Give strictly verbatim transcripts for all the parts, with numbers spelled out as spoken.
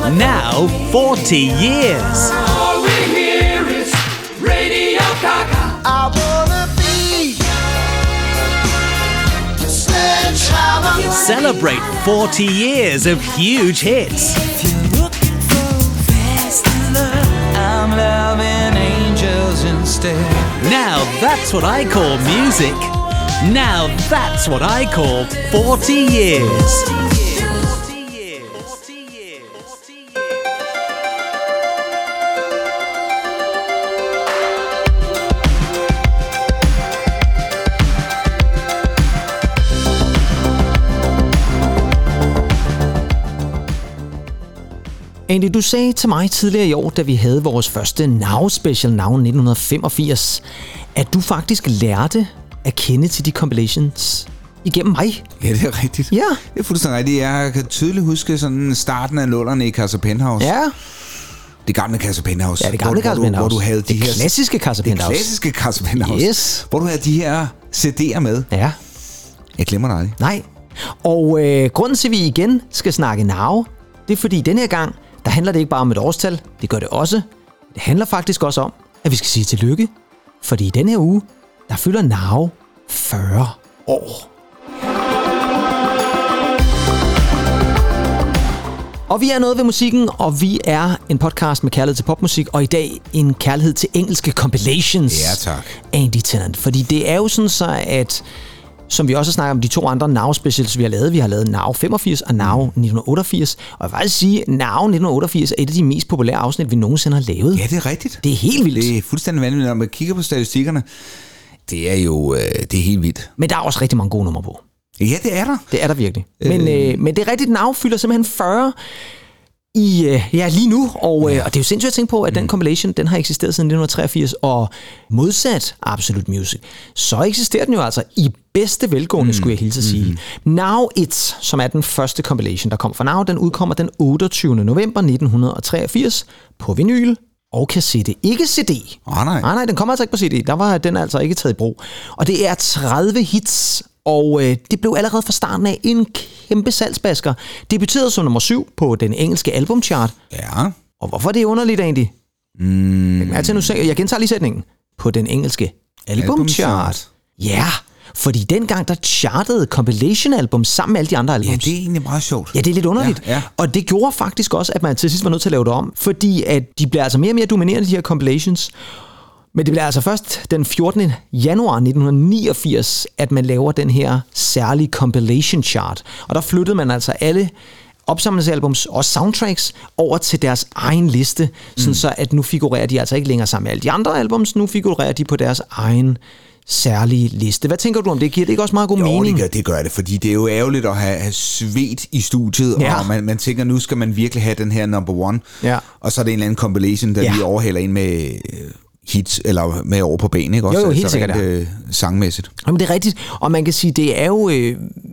Now forty years. All we hear is Radio Gaga. I wanna be the sledgehammer. Celebrate forty years of huge hits. If you're looking for faster love, I'm loving angels instead. Now that's what I call music. Now that's what I call forty years. forty years. forty years. forty years. Andy, du sagde til mig tidligere i år, da vi havde vores første Now Special, Now nitten femogfirs, at du faktisk lærte at kende til de compilations igennem mig. Ja, det er rigtigt. Ja. Det er fuldstændig rigtigt. Jeg kan tydeligt huske sådan starten af nullerne i Casa Penthouse. Ja. Det gamle Casa Penthouse. Ja, det gamle hvor, Casa hvor du, Penthouse. Hvor du havde de det her, klassiske Casa Penthouse. Det klassiske Casa Penthouse. Yes. Hvor du havde de her C D'er med. Ja. Jeg glemmer dig aldrig. Nej. Og øh, grunden til, at vi igen skal snakke Now, det er fordi denne her gang, der handler det ikke bare om et årstal. Det gør det også. Det handler faktisk også om, at vi skal sige tillykke. Fordi i denne her uge, der fylder Now fyrre år. Og vi er noget ved musikken, og vi er en podcast med kærlighed til popmusik, og i dag en kærlighed til engelske compilations. Ja, tak. Andy Tennant. Fordi det er jo sådan så, at som vi også har snakket om de to andre Now specials, vi har lavet. Vi har lavet Now femogfirs og Now nitten otteogfirs. Og jeg vil faktisk sige, at Now nitten otteogfirs er et af de mest populære afsnit, vi nogensinde har lavet. Ja, det er rigtigt. Det er helt vildt. Det er fuldstændig vanvittigt, når man kigger på statistikkerne. Det er jo øh, det er helt vildt. Men der er også rigtig mange gode numre på. Ja, det er der. Det er der virkelig. Men, øh, øh, men det er rigtigt, Now fylder simpelthen fyrre i, øh, ja, lige nu. Og, øh, og det er jo sindssygt at tænke på, at den compilation, den har eksisteret siden nitten treogfirs. Og modsat Absolute Music, så eksisterer den jo altså i bedste velgående, mm. skulle jeg hilse at sige. Mm-hmm. Now It, som er den første compilation, der kom fra Now, den udkommer den otteogtyvende november nitten treogfirs på vinyl og kassette. Ikke C D. Åh, oh, nej. Nej, nej, den kommer altså ikke på C D. Der var den altså ikke taget i brug. Og det er tredive hits, og øh, det blev allerede fra starten af en kæmpe salgsbasker. Debuterede som nummer syv på den engelske albumchart. Ja. Og hvorfor er det underligt egentlig? Mm. Altså, nu, jeg gentager lige sætningen. På den engelske albumchart. Albumchart. Ja, fordi dengang der chartede compilation-album sammen med alle de andre albums. Ja, det er egentlig meget sjovt. Ja, det er lidt underligt. Ja, ja. Og det gjorde faktisk også, at man til sidst var nødt til at lave det om. Fordi at de bliver altså mere og mere dominerende, de her compilations. Men det bliver altså først den fjortende januar nitten niogfirs, at man laver den her særlige compilation chart. Og der flyttede man altså alle opsamlingsalbums og soundtracks over til deres egen liste, mm. sådan så at nu figurerer de altså ikke længere sammen med alle de andre albums, nu figurerer de på deres egen særlige liste. Hvad tænker du om det? Giver det ikke også meget god jo, mening? Det gør, det gør det, fordi det er jo ærgerligt at have, have svedt i studiet, ja. og man, man tænker, nu skal man virkelig have den her number one, ja. og så er det en eller anden compilation, der ja. lige overhælder en med hits, eller med over på banen, ikke? Også, jo, jo, helt altså, sikkert, rent, øh, sangmæssigt. Jamen, det er rigtigt, og man kan sige, det er jo... Øh,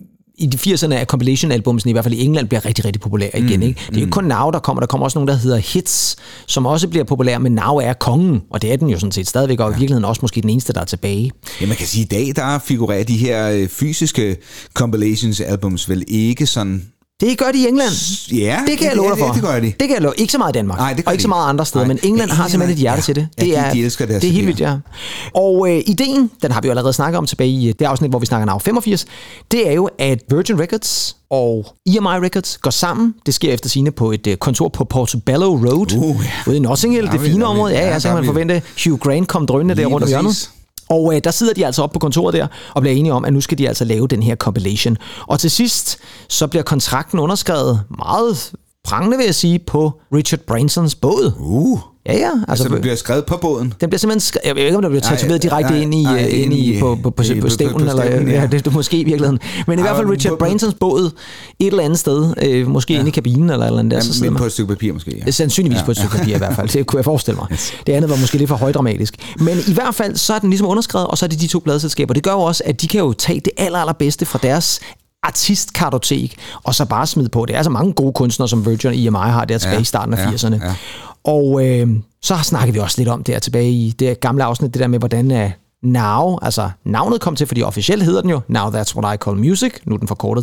i de firserne er compilation-albumsen, i hvert fald i England, bliver rigtig, rigtig populære igen. Ikke? Det er jo ikke kun Now, der kommer. Der kommer også nogle, der hedder Hits, som også bliver populære, men Now er kongen, og det er den jo sådan set stadigvæk, og i virkeligheden også måske den eneste, der er tilbage. Ja, man kan sige, at i dag, der figurerer de her fysiske compilations-albums vel ikke sådan... Det gør de i England. Ja, det kan jeg love dig for. Det, det gør de. Det kan jeg love. Ikke så meget i Danmark. Nej, det og ikke så meget andre steder, Nej. men England ja, har simpelthen et hjerte ja, til det. Ja, det de, er, de elsker det. Det er helt vildt, ja. Og øh, ideen, den har vi jo allerede snakket om tilbage i det afsnit, hvor vi snakker Now femogfirs, det er jo, at Virgin Records og E M I Records går sammen. Det sker efter sigende på et øh, kontor på Portobello Road, uh, ja. ude i Notting Hill, det fine område. Ja, ja, så kan man forvente Hugh Grant kom drønende der rundt om hjørnet. Og øh, der sidder de altså op på kontoret der og bliver enige om, at nu skal de altså lave den her compilation. Og til sidst, så bliver kontrakten underskrevet meget prangende, vil jeg sige, på Richard Bransons båd. Uh. Ja, ja. Altså, altså den bliver skrevet på båden? Den bliver simpelthen skrevet, jeg ved ikke, om der bliver tatoveret direkte ej, ind i, ej, ind i på, på, på, på, på stævnen, eller ja. Ja, det er måske i virkeligheden. Men i ej, hvert fald Richard Bransons båd et eller andet sted, øh, måske ja. inde i kabinen eller eller andet der. Ja, så men på et stykke papir måske. Ja. Sandsynligvis ja. på et stykke papir i hvert fald, det kunne jeg forestille mig. Det andet var måske lidt for højdramatisk. Men i hvert fald, så er den ligesom underskrevet, og så er det de to pladeselskaber. Det gør jo også, at de kan jo tage det aller, allerbedste fra deres artistkartotek, og så bare smide på. Det er altså mange gode kunstnere, som Virgin og E M I har der tilbage ja. i starten af firserne. Ja. Ja. Og øh, så snakker vi også lidt om der tilbage i det gamle afsnit, det der med, hvordan er Now, altså navnet kom til, fordi officielt hedder den jo Now That's What I Call Music, nu er den forkortet til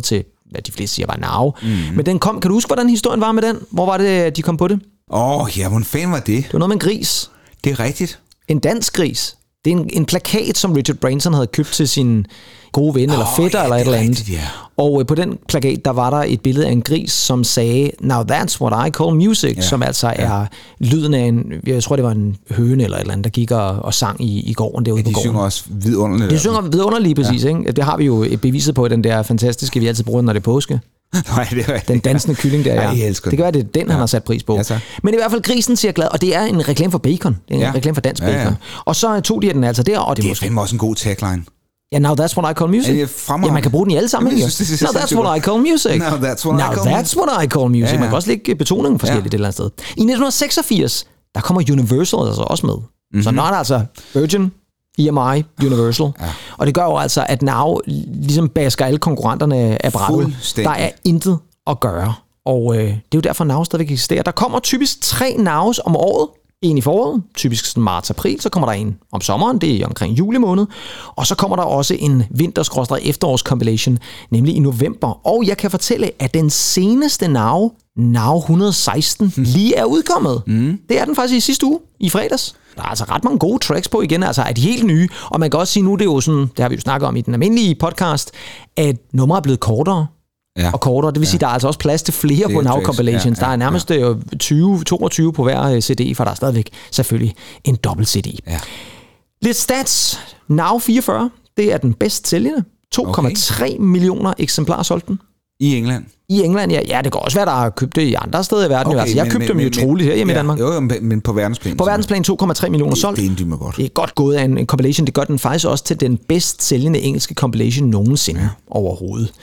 hvad de fleste siger var Now. Mm. Men den kom, kan du huske, hvordan historien var med den? Hvor var det, de kom på det? Åh, oh, ja, hvordan fanden var det? Det var noget med en gris. Det er rigtigt. En dansk gris. Det er en, en plakat, som Richard Branson havde købt til sin gode ven, oh, eller fætter, ja, eller et eller andet. Rigtigt, ja. Og øh, på den plakat, der var der et billede af en gris, som sagde, now that's what I call music, ja. Som altså ja. er lyden af en, jeg tror det var en høne eller et eller andet, der gik og, og sang i, i gården derude ja, de på gården. De synger også vidunderligt. De synger vidunderligt, præcis. Ja. Ikke? Det har vi jo beviset på, den der fantastiske, vi altid bruger, når det er påske. Nej, det er den dansende kylling der, ja. Ej, det kan være, det er den, ja. han har sat pris på. Ja, men i hvert fald, grisen siger glad, og det er en reklame for bacon. Det er en ja. reklame for dansk bacon. Ja, ja. Og så tog de den altså der, og det, det er fandme også en god tagline. Ja, now that's what I call music. Ja, ja, man kan bruge den i alle sammen. Now that's what I call music. Now that's what, now I, call that's what I call music. Ja, ja. Man kan også lægge betoningen forskelligt ja. et eller andet sted. I nitten seksogfirs, der kommer Universal altså også med. Mm-hmm. Så når er der altså Virgin, E M I, Universal. Ja. Og det gør jo altså, at Now ligesom basker alle konkurrenterne af brættet. Der er intet at gøre. Og øh, det er jo derfor, Now stadigvæk eksisterer. Der kommer typisk tre Nows om året. En i foråret, typisk sådan marts-april, så kommer der en om sommeren, det er omkring juli måned, og så kommer der også en vinter-efterårs-compilation, nemlig i november. Og jeg kan fortælle, at den seneste Now, Now et hundrede og seksten, mm. lige er udkommet. Mm. Det er den faktisk i sidste uge, i fredags. Der er altså ret mange gode tracks på igen, altså er de helt nye, og man kan også sige, nu det er jo sådan, det har vi jo snakket om i den almindelige podcast, at numre er blevet kortere. Ja. Og kortere. Det vil sige, ja. der er altså også plads til flere på Now Compilations. Ja, ja, der er nærmest ja. tyve toogtyve på hver C D, for der er stadigvæk selvfølgelig en dobbelt C D. Ja. Lidt stats. Now fireogfyrre, det er den bedst sælgende. to komma tre okay. millioner eksemplarer solgte den. I England? I England, ja. Ja, det kan også være, der har købt det i andre steder i verden. Okay, altså, jeg men, købte men, dem jo men, troligt her hjemme ja, i Danmark. Jo, men på verdensplan. På verdensplan to komma tre millioner solgt. Det, det er godt. Det er godt gået af en, en compilation. Det gør den faktisk også til den bedst sælgende engelske compilation nogensinde ja. overhovedet.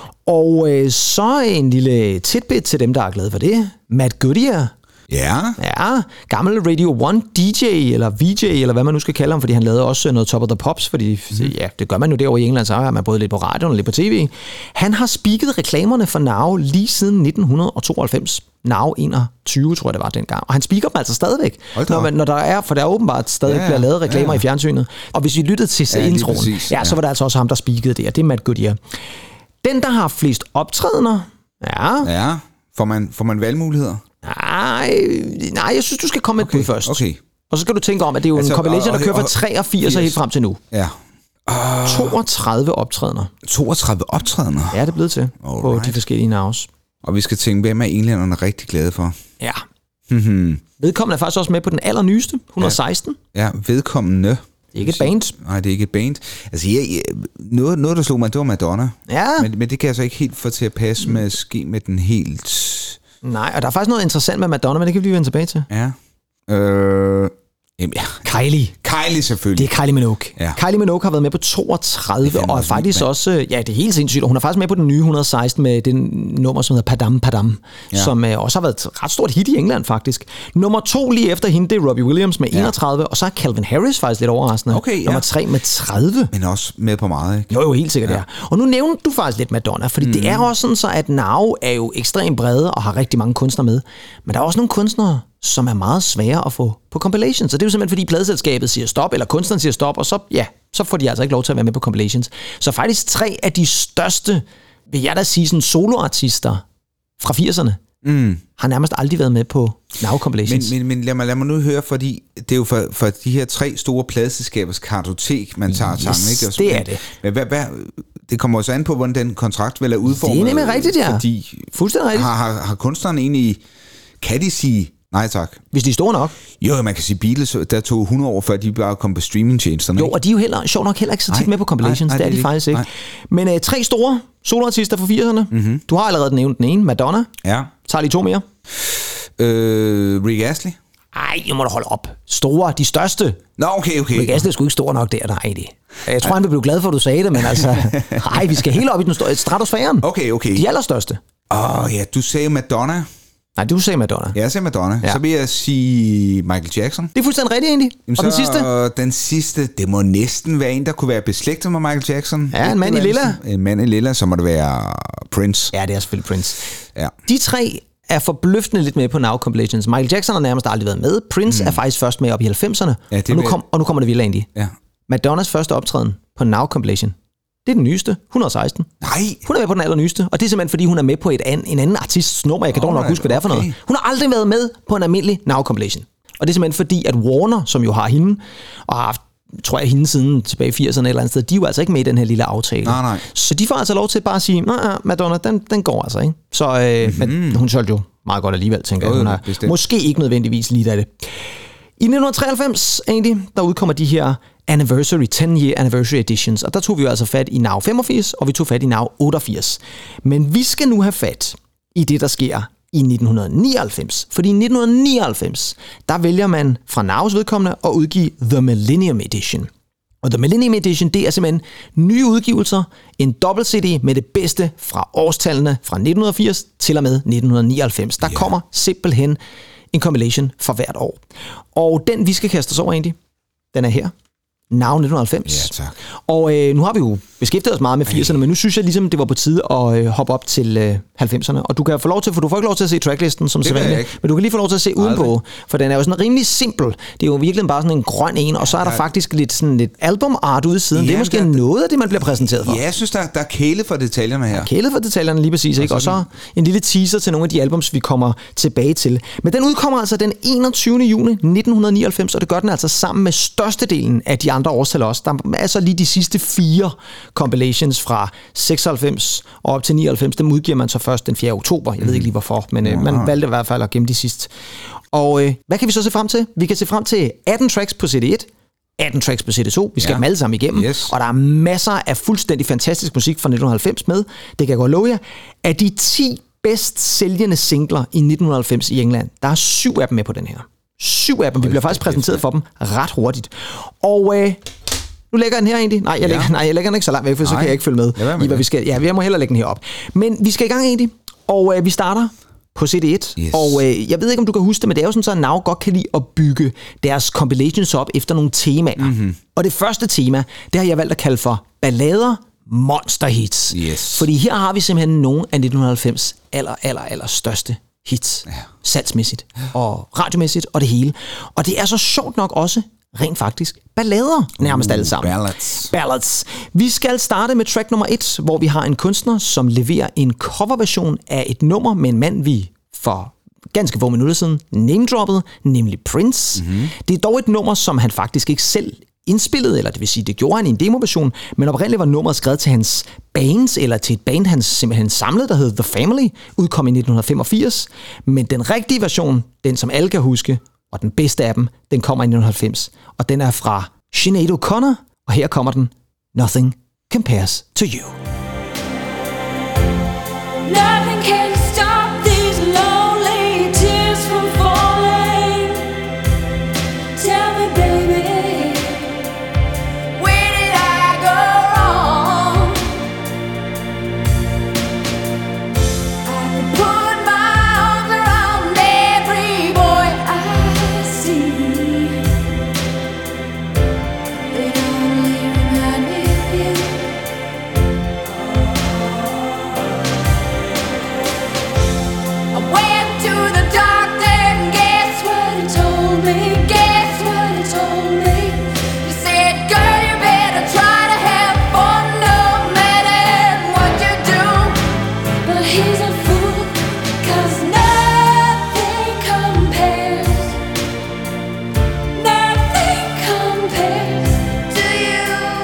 Og øh, så en lille tidbit til dem, der er glade for det. Matt Goodier. Ja. Ja, gammel Radio One D J, eller V J, eller hvad man nu skal kalde ham, fordi han lavede også noget Top of the Pops, fordi mm. ja, det gør man jo derovre i England, så er man både lidt på radioen og lidt på tv. Han har speaket reklamerne for Now lige siden nitten tooghalvfems. Now enogtyve, tror jeg det var dengang. Og han speaker dem altså stadigvæk, når, man, når der er, for der er åbenbart stadig ja, ja. bliver lavet reklamer ja, ja. i fjernsynet. Og hvis vi lyttede til ja, introen, præcis, ja, så var det altså også ham, der speakede det, og det er Matt Goodier. Den, der har flest optrædener, ja. Ja, får man, får man valgmuligheder? Nej, nej, jeg synes, du skal komme med okay, et bud først. Okay. Og så skal du tænke om, at det er jo altså, en compilation, der kører fra treogfirs og helt frem til nu. Ja. Uh, toogtredive optrædener. toogtredive optrædener? Ja, det er blevet til Alright. på de forskellige Nows. Og vi skal tænke, hvem er englænderne rigtig glade for? Ja. Vedkommende er faktisk også med på den allernyeste, et hundrede og seksten. Ja, ja vedkommende. Det er ikke et band. Nej, det er ikke et band. Altså, ja, ja, noget, noget, der slog mig, det var Madonna. Ja. Men, men det kan jeg så ikke helt få til at passe med, ske med den helt... Nej, og der er faktisk noget interessant med Madonna, men det kan vi lige vende tilbage til. Ja. Øh... Jamen, ja. Kylie. Kylie selvfølgelig. Det er Kylie Minogue. Ja. Kylie Minogue har været med på toogtredive, og er faktisk også, ja, det er helt sindssygt, og hun er faktisk med på den nye et hundrede og seksten med det nummer, som hedder Padam Padam, ja. som uh, også har været et ret stort hit i England, faktisk. Nummer to lige efter hende, det er Robbie Williams med enogtredive, ja. og så er Calvin Harris faktisk lidt overraskende. Okay, ja. Nummer tre med tredive. Men også med på meget, ikke? Jo, jo, helt sikkert, ja. ja. Og nu nævner du faktisk lidt Madonna, fordi mm. det er også sådan så, at Now er jo ekstremt brede og har rigtig mange kunstnere med, men der er også nogle kunstnere, som er meget svære at få på compilations. Så det er jo simpelthen, fordi pladeselskabet siger stop, eller kunstneren siger stop, og så, ja, så får de altså ikke lov til at være med på compilations. Så faktisk tre af de største, vil jeg da sige, sådan soloartister fra firserne, mm. har nærmest aldrig været med på Now compilations. Men, men, men lad, mig, lad mig nu høre, fordi det er jo for, for de her tre store pladeselskabers kartotek, man tager yes, sammen, ikke? Og det er det. Men hvad, hvad, det kommer også an på, hvordan den kontrakt vil er udformet. Det er nemlig rigtigt, ja. Fordi fuldstændig rigtigt. Har, har, har kunstneren egentlig, kan de sige nej tak? Hvis de er store nok. Jo, man kan sige Beatles, der tog hundrede år før de bare kom på streamingtjenesterne. Jo, og de er jo heller, sjovt nok heller ikke så tit nej, med på compilations, nej, nej, det er de faktisk ikke. Nej. Men uh, tre store soloartister fra firserne. Mm-hmm. Du har allerede nævnt den ene, Madonna. Ja. Tager lige to mere. Øh, Rick Astley. Ej, jeg må da holde op. Store, de største. Nå, okay, okay. Rick Astley er sgu ikke stor nok der, nej det. Jeg tror, han vil blive glad for, at du sagde det, men altså... Nej, vi skal helt op i den store stratosfæren. Okay, okay. De allerstørste. Åh oh, ja, du sagde Madonna. Nej, du sagde Madonna. Ja, jeg sagde Madonna. Ja. Så vil jeg sige Michael Jackson. Det er fuldstændig rigtigt, egentlig. Jamen, og så, den sidste? Den sidste, det må næsten være en, der kunne være beslægtet med Michael Jackson. Ja, en mand i lilla. En mand i lilla, så må det være Prince. Ja, det er selvfølgelig Prince. Ja. De tre er forbløffende lidt med på Now Compilations. Michael Jackson har nærmest aldrig været med. Prince mm. er faktisk først med op i halvfemserne. Ja, og, nu kom, og nu kommer det vildt egentlig. Ja. Madonnas første optræden på Now Compilation, det Det er den nyeste. et hundrede og seksten. Nej. Hun er med på den allernyeste, og det er simpelthen, fordi hun er med på et an, en anden artists nummer. Jeg kan dog nok Alright, huske, hvad det er for okay. noget. Hun har aldrig været med på en almindelig Now-compilation. Og det er simpelthen fordi, at Warner, som jo har hende, og har haft, tror jeg, hende siden tilbage i firserne et eller andet sted, de er jo altså ikke med i den her lille aftale. Nej, nej. Så de får altså lov til bare at sige, nej, Madonna, den, den går altså ikke. Så øh, mm-hmm. men hun solgte jo meget godt alligevel, tænker jeg. Hun er bestemt. måske ikke nødvendigvis lige af det. I nitten treoghalvfems, egentlig, der udkommer de her anniversary, ten-year anniversary editions, og der tog vi jo altså fat i Now femogfirs, og vi tog fat i Now otteogfirs. Men vi skal nu have fat i det, der sker i nitten nioghalvfems. Fordi i nitten nioghalvfems, der vælger man fra Nows vedkommende at udgive The Millennium Edition. Og The Millennium Edition, det er simpelthen nye udgivelser, en dobbelt C D med det bedste fra årstallene fra nitten firs til og med nitten nioghalvfems. Der yeah. kommer simpelthen en compilation for hvert år. Og den, vi skal kaste os over egentlig, den er her. Now nitten halvfems. Ja, tak. Og øh, nu har vi jo beskæftiget os meget med firserne, men nu synes jeg ligesom, det var på tide at øh, hoppe op til øh, halvfemserne. Og du kan få lov til, for du får ikke lov til at se tracklisten som sædvanligt, men du kan lige få lov til at se udenpå, for den er jo sådan rimelig simpel. Det er jo virkelig bare sådan en grøn en, og så er der faktisk lidt sådan lidt albumart ude i siden. Ja, det er måske der, noget af det, man bliver præsenteret for. Ja, jeg synes, der, der er kæle for detaljerne her. Kæle for detaljerne lige præcis, ikke? Og så en lille teaser til nogle af de albums, vi kommer tilbage til. Men den udkommer altså den enogtyvende juni nitten nioghalvfems, og det gør den altså sammen med størstedelen af de andre årstal også. Der er altså lige de sidste fire compilations fra seksoghalvfems og op til nioghalvfems. Dem udgiver man så først den fjerde oktober. Jeg ved ikke lige hvorfor, men øh, man valgte i hvert fald at gemme de sidste. Og øh, hvad kan vi så se frem til? Vi kan se frem til atten tracks på C D et, atten tracks på C D to. Vi skal ja. dem alle sammen igennem. Yes. Og der er masser af fuldstændig fantastisk musik fra nitten halvfems med. Det kan jeg godt love jer. Af de ti bedst sælgende singler i nitten halvfems i England, der er syv af dem med på den her. Syv af dem. Vi bliver faktisk præsenteret for dem ret hurtigt. Og øh, nu lægger jeg den her egentlig. Nej, jeg, ja. lægger, nej, jeg lægger den ikke så langt væk, for nej. så kan jeg ikke følge med i, hvad vi skal. Ja, vi må hellere lægge den her op. Men vi skal i gang egentlig, og øh, vi starter på C D et. Yes. Og øh, jeg ved ikke, om du kan huske det, men det er jo sådan, så Now godt kan lide at bygge deres compilations op efter nogle temaer. Mm-hmm. Og det første tema, det har jeg valgt at kalde for ballader, monster hits. Yes. Fordi her har vi simpelthen nogle af nitten halvfems aller, aller, aller største hits. Ja. Salgsmæssigt og radiomæssigt og det hele. Og det er så sjovt nok også rent faktisk ballader nærmest uh, alle sammen. Ballads. Ballads. Vi skal starte med track nummer et, hvor vi har en kunstner, som leverer en coverversion af et nummer med en mand, vi for ganske få minutter siden name-droppede, nemlig Prince. Mm-hmm. Det er dog et nummer, som han faktisk ikke selv indspillede, eller det vil sige, det gjorde han i en demoversion, men oprindeligt var nummeret skrevet til hans bands, eller til et band, han simpelthen samlede, der hed The Family, udkom i nitten femogfirs. Men den rigtige version, den som alle kan huske, og den bedste af dem, den kommer i nitten halvfems, og den er fra Sinead O'Connor, og her kommer den, Nothing Compares to You. Nothing can stop these lonely tears from falling. Tell me, baby, where did I go wrong? I could put my arms around every boy I see. They only remind me of you. I went to the doctor and guess what he told me? Guess what he told me? He said, girl, you better try to have fun no matter what you do. But he's a fool, 'cause nothing compares. Nothing compares to you.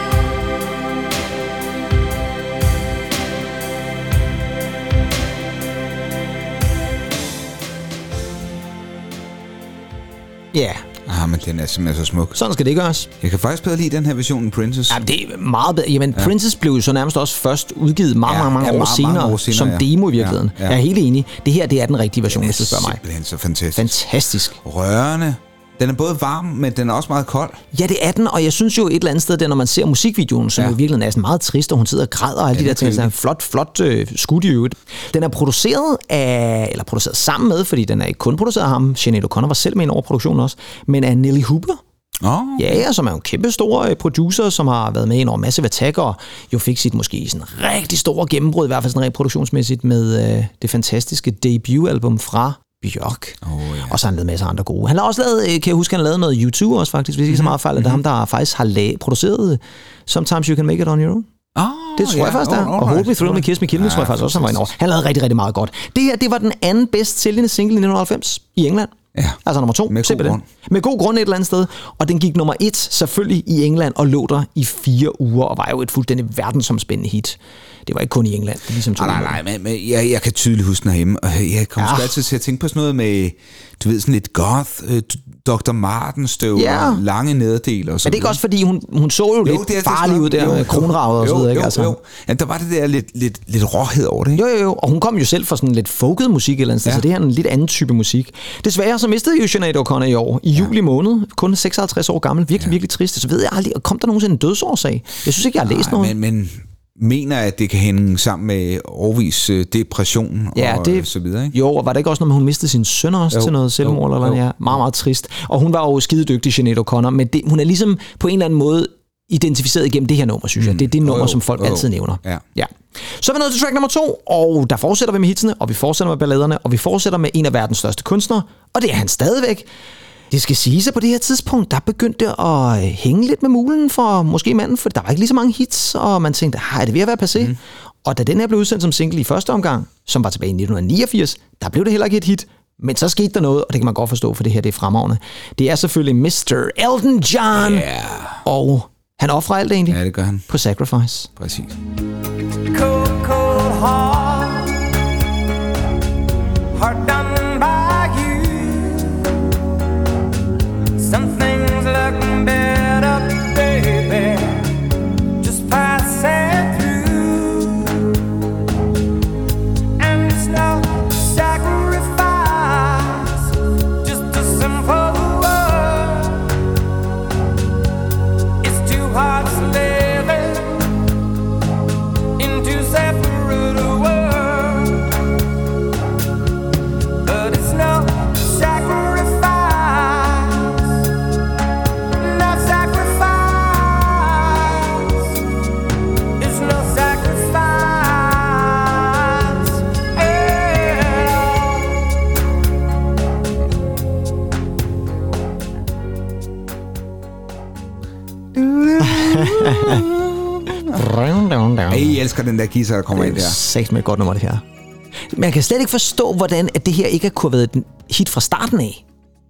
Ja, yeah. Ah, men den er simpelthen så smuk. Sådan skal det gøres. Jeg kan faktisk bedre lide den her version end Princess. Ja, det er meget bedre. Jamen, ja. Princess blev jo så nærmest også først udgivet mange, Ja, mange, mange, ja, år, meget, senere, mange år senere, som ja. demo i virkeligheden. Ja, ja. Jeg er helt enig. Det her, det er den rigtige version, hvis du spørger mig. Simpelthen så fantastisk. Fantastisk. Rørende. Den er både varm, men den er også meget kold. Ja, det er den, og jeg synes jo et eller andet sted, der, når man ser musikvideoen, som Ja. ja. i virkeligheden er sådan meget trist, og hun sidder og græder og alle Ja, de der det er ting, sådan flot, flot øh, skud i øvrigt. Den er produceret af, eller produceret sammen med, fordi den er ikke kun produceret af ham, Sinead O'Connor var selv med i en overproduktion også, men af Nelly Hooper. Oh. Ja, ja, som er en kæmpe stor producer, som har været med i en over Massive Attack, og jo fik sit måske sådan rigtig store gennembrud, i hvert fald sådan rent produktionsmæssigt, med øh, det fantastiske debutalbum fra Bjørk. Oh, ja. Og så har han lavet masser af andre gode. Han har også lavet, kan jeg huske, han har lavet noget YouTube også faktisk, hvis ikke så meget fejl, at det er ham, der faktisk har la- produceret Sometimes You Can Make It On Your Own. Oh, det tror ja. jeg faktisk, der. Oh, og Hold Me Through med Kiss Me Kill Me, tror jeg faktisk også, han var inde over. Han lavede rigtig, rigtig meget godt. Det her, det var den anden bedst sælgende single i nitten halvfems i England. Ja. Altså nummer to, Med god grund. Med god grund et eller andet sted. Og den gik nummer et selvfølgelig i England og lå der i fire uger og var jo et fuldstændig verdensomspændende hit. Det var ikke kun i England. Det er ligesom nej, nej, nej, men, men jeg, jeg kan tydeligt huske den herhjemme. Og jeg kommer ja. altid til at tænke på sådan noget med, du ved, sådan lidt goth, øh, doktor Martens støvler, ja. lange nederdel og sådan. Men det er ikke også, fordi hun, hun så jo, jo lidt det er, farlig ud der med kronravet og så videre, ikke? Altså. Jo, jo. Ja, der var det der lidt, lidt, lidt råhed over det, ikke? Jo, jo, jo. Og hun kom jo selv fra sådan lidt folket musik et eller andet sted, ja. så det er en lidt anden type musik. Desværre så mistede jo Sinead O'Connor i år, i juli ja. måned, kun seksoghalvtreds år gammel, virkelig, ja. virkelig trist. Så ved jeg aldrig, kom der nogensinde en dødsårsag? Jeg synes ikke, jeg har læst Nej, noget. Men, men mener, at det kan hænge sammen med årvis depression ja, og det, så videre, ikke? Jo, og var det ikke også noget, hun mistede sin søn også jo, til noget selvmord? Jo, eller noget? Ja, meget, meget trist. Og hun var jo skidedygtig, Sinead O'Connor, men det, hun er ligesom på en eller anden måde identificeret igennem det her nummer, synes jeg. Mm. Det er det nummer, jo, jo, som folk jo, jo. altid nævner. Ja. ja. Så er vi nået til track nummer to, og der fortsætter vi med hitsene, og vi fortsætter med balladerne, og vi fortsætter med en af verdens største kunstnere, og det er han stadigvæk. Det skal siges, at på det her tidspunkt, der begyndte det at hænge lidt med mulen for måske manden, for der var ikke lige så mange hits, og man tænkte, er det ved at være passé? Mm. Og da den her blev udsendt som single i første omgang, som var tilbage i nitten niogfirs, der blev det heller ikke et hit, men så skete der noget, og det kan man godt forstå, for det her det er fremragende. Det er selvfølgelig mister Elton John, yeah. og han offrer alt egentlig ja, det gør han. På Sacrifice. Præcis. Cold, cold heart, heart done by you. Some things look better, baby, just passing through. And it's no sacrifice, just a simple word. It's two hearts living in two separate worlds, but it's no sacrifice. Jeg elsker den der guitar, der kommer ind der. Det er sagt med et godt nummer, det her. Men jeg kan slet ikke forstå, hvordan at det her ikke har kunne have været et hit fra starten af.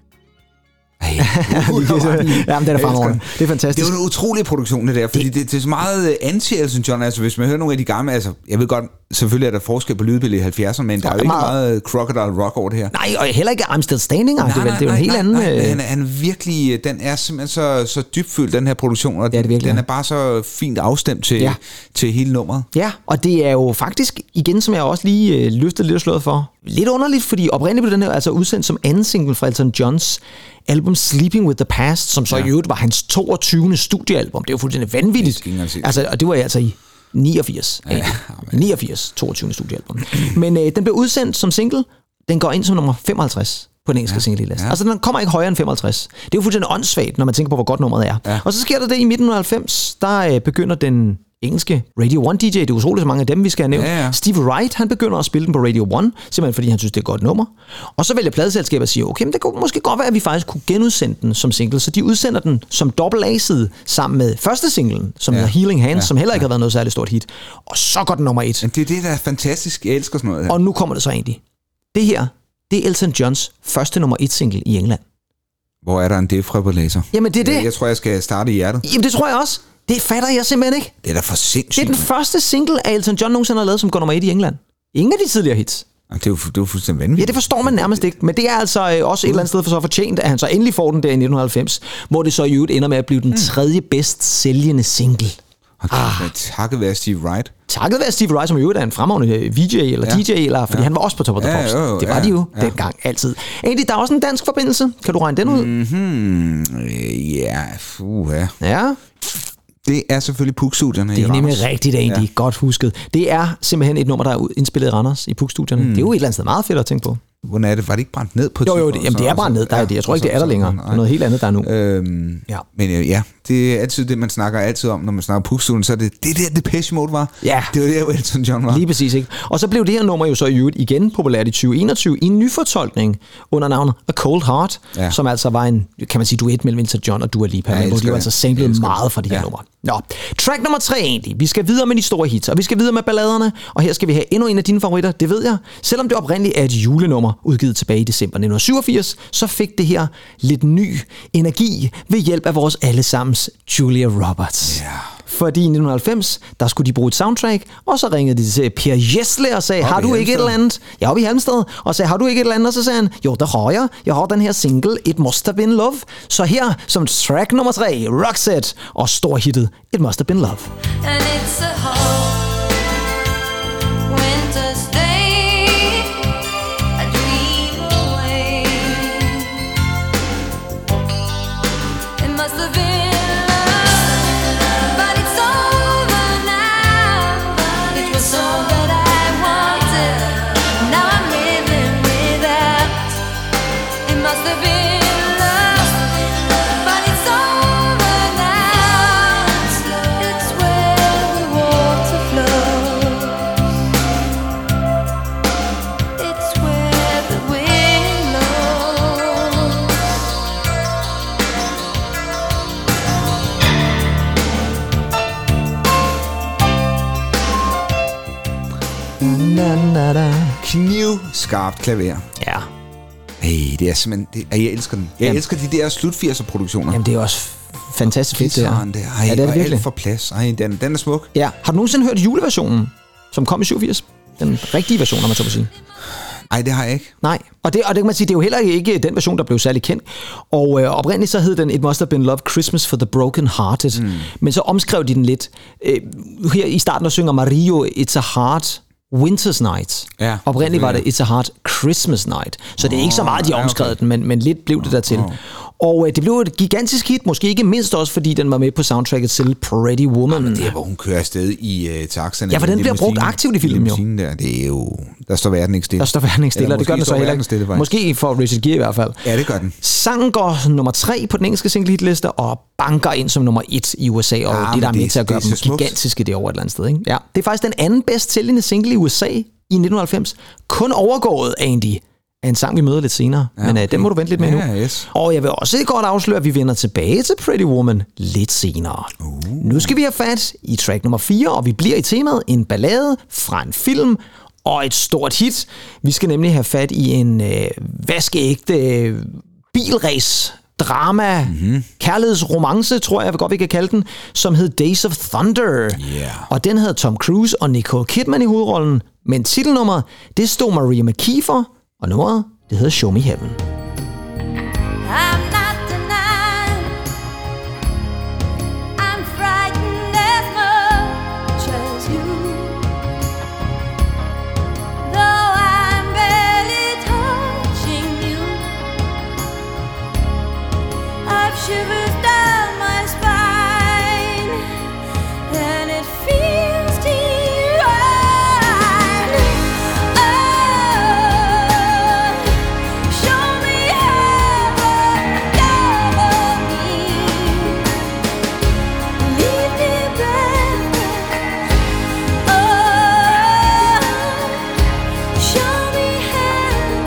Ej, Jamen, det er fremragende. Det er fantastisk. Det er jo en utrolig produktion, det der, fordi det, det, det er så meget anti-Elton John. Altså, hvis man hører nogle af de gamle, altså, jeg ved godt, selvfølgelig er der forskel på lydbilledet i halvfjerdserne, men der er jo ikke meget, meget Crocodile Rock over det her. Nej, og heller ikke I'm Still Standing. Nej, det, nej, det er jo en helt nej, anden... Nej, han, han virkelig, den er simpelthen så, så dybfyldt, den her produktion, og ja, det virkelig, den er bare så fint afstemt til, ja. til hele nummeret. Ja, og det er jo faktisk, igen, som jeg også lige øh, løftede lidt og slået for, lidt underligt, fordi oprindeligt blev den her altså udsendt som anden single fra Elton Johns album Sleeping with the Past, som så ja. i øvrigt var hans toogtyvende studiealbum. Det er jo fuldstændig vanvittigt. Altså, og det var altså i niogfirs. Ja, ja, niogfirs, toogtyvende studiealbum. Men øh, den blev udsendt som single. Den går ind som nummer femoghalvtreds på den engelske ja. single-liste. Ja. Altså, den kommer ikke højere end femoghalvtreds. Det er jo fuldstændig åndssvagt, når man tænker på, hvor godt nummeret er. Ja. Og så sker der det i midten af halvfems, der øh, begynder den engelske Radio one D J, det er utroligt så mange af dem, vi skal have nævnt. Ja, ja. Steve Wright, han begynder at spille den på Radio one, simpelthen fordi han synes, det er et godt nummer. Og så vælger pladeselskabet at sige, okay, men det kunne måske godt være, at vi faktisk kunne genudsende den som single, så de udsender den som dobbelt A-side sammen med første singlen, som ja. hedder Healing Hands, ja. som heller ikke ja. har været noget særligt stort hit. Og så går den nummer et. Men det er det, der er fantastisk. Jeg elsker sådan noget her. Og nu kommer det så egentlig. Det her, det er Elton Johns første nummer et single i England. Hvor er der en defibrillator? Jamen det er det. Jeg, jeg tror, jeg skal starte i hjertet. Jamen det tror jeg også. Det fatter jeg simpelthen ikke. Det er da for sindssygt. Det er den første single, af Elton John nogensinde har lavet, som går nummer et i England. Ingen af de tidligere hits. Det er jo, det er jo fuldstændig vanvittigt. Ja, det forstår man nærmest ikke. Men det er altså øh, også et eller andet sted for så fortjent, at han så endelig får den der i nitten halvfems, hvor det så i øvrigt ender med at blive den tredje bedst sælgende single. Okay, ah. Takket være Steve Wright. Takket være Steve Wright, som i øvrigt er en fremragende V J eller ja. D J, eller, fordi ja. han var også på Top of the Pops. Ja, jo, det var ja, de jo ja. dengang, altid. Egentlig, der er også en dansk forbindelse. Kan du regne den ud? Mm-hmm. Ja, uh, ja. Ja. Det er selvfølgelig Puk-studierne. Det er nemlig rigtigt egentlig. Ja. Godt husket. Det er simpelthen et nummer, der er indspillet i Randers i Puk-studierne. Mm. Det er jo et eller andet sted meget fedt at tænke på. Hvordan er det? Var det ikke brændt ned på Jo, jo, det, jamen, det er brændt ned. Der er det. Jeg tror ikke, det er der længere. Det er noget helt andet, der er nu. Øhm, ja. Men ja, det er altid det, man snakker altid om, når man snakker Puk-studierne, så er det det der Depeche Mode var. Ja. Det var det, hvor Elton John var. Lige præcis, ikke? Og så blev det her nummer jo så i øvrigt igen populært i tyve enogtyve i en nyfortolkning under navnet A Cold Heart, ja. som altså var en, kan man sige, duet mellem Elton John og Dua Lipa, ja, hvor de jo altså samplede meget fra det her ja. nummer. Nå, track nummer tre egentlig. Vi skal videre med de store hits, og vi skal videre med balladerne, og her skal vi have endnu en af dine favoritter, det ved jeg. Selvom det oprindeligt er et julenummer, udgivet tilbage i december nitten syvogfirs, så fik det her lidt ny energi ved hjælp af vores allesammens Julia Roberts. Yeah. Fordi i nitten halvfems, der skulle de bruge et soundtrack, og så ringede de til Per Gessle og sagde, har du ikke et eller andet? Jeg er oppe i Halmstad, og sagde, har du ikke et eller andet? Og så sagde han, jo, det har jeg. Jeg har den her single, It Must Have Been Love. Så her, som track nummer tre, Roxette, og storhittet It Must Have Been Love. And it's a hard winter's day, I dream away. It must have been knivskarpt klaver. Ja. Hey, det er simpelthen... Det, jeg elsker den. Jeg Jamen. elsker de der slut firser produktioner. Jamen, det er også fantastisk fedt, det her. Der. Ej, ja, det er det og virkelig. alt for plads. Ej, den, den er smuk. Ja. Har du nogensinde hørt juleversionen, som kom i syvogfirs? Den rigtige version, om man så må sige. Nej, det har jeg ikke. Nej, og det, og det kan man sige, det er jo heller ikke den version, der blev særlig kendt. Og øh, oprindeligt så hed den It Must Have Been Love, Christmas for the Broken Hearted. Mm. Men så omskrev de den lidt. Øh, her i starten der synger Mario, It's a Hard Winter's Night. Ja, oprindeligt var det It's a Hard Christmas Night. Så det er ikke så meget, de har omskrevet okay. den, men, men lidt blev det dertil. Oh. Og øh, det blev et gigantisk hit, måske ikke mindst også, fordi den var med på soundtracket til Pretty Woman. Ja, det er, hvor hun kører afsted i uh, taxaen. Ja, for den bliver brugt aktivt i filmen jo. Der, det er jo... Der står verden ikke stille. Der står verden ikke stille, og det gør den så heller ikke. Måske for Richard Gere i hvert fald. Ja, det gør den. Sangen går nummer tre på den engelske single hitliste og banker ind som nummer et i U S A, og ja, det der er med til at gøre dem gigantiske derovre et eller andet sted. Ikke? Ja, det er faktisk den anden bedst sælgende single i U S A i nitten halvfems. Kun overgået egentlig af en sang, vi møder lidt senere. Ja, men okay. uh, den må du vente lidt med ja, nu. Yes. Og jeg vil også godt afsløre, at vi vender tilbage til Pretty Woman lidt senere. Uh. Nu skal vi have fat i track nummer fire, og vi bliver i temaet en ballade fra en film og et stort hit. Vi skal nemlig have fat i en øh, vaskeægte øh, bilrace drama, mm-hmm. kærlighedsromance, tror jeg, jeg godt vi kan kalde den, som hed Days of Thunder. Yeah. Og den havde Tom Cruise og Nicole Kidman i hovedrollen, men titelnummeret, det stod Maria McKee for, og nummeret, det hedder Show Me Heaven. I'm not denying I'm frightened as much as you, though I'm barely touching you. I've shivers down my spine, and it feels divine. Oh, show me heaven, cover me, leave me breathless. Oh, show me heaven.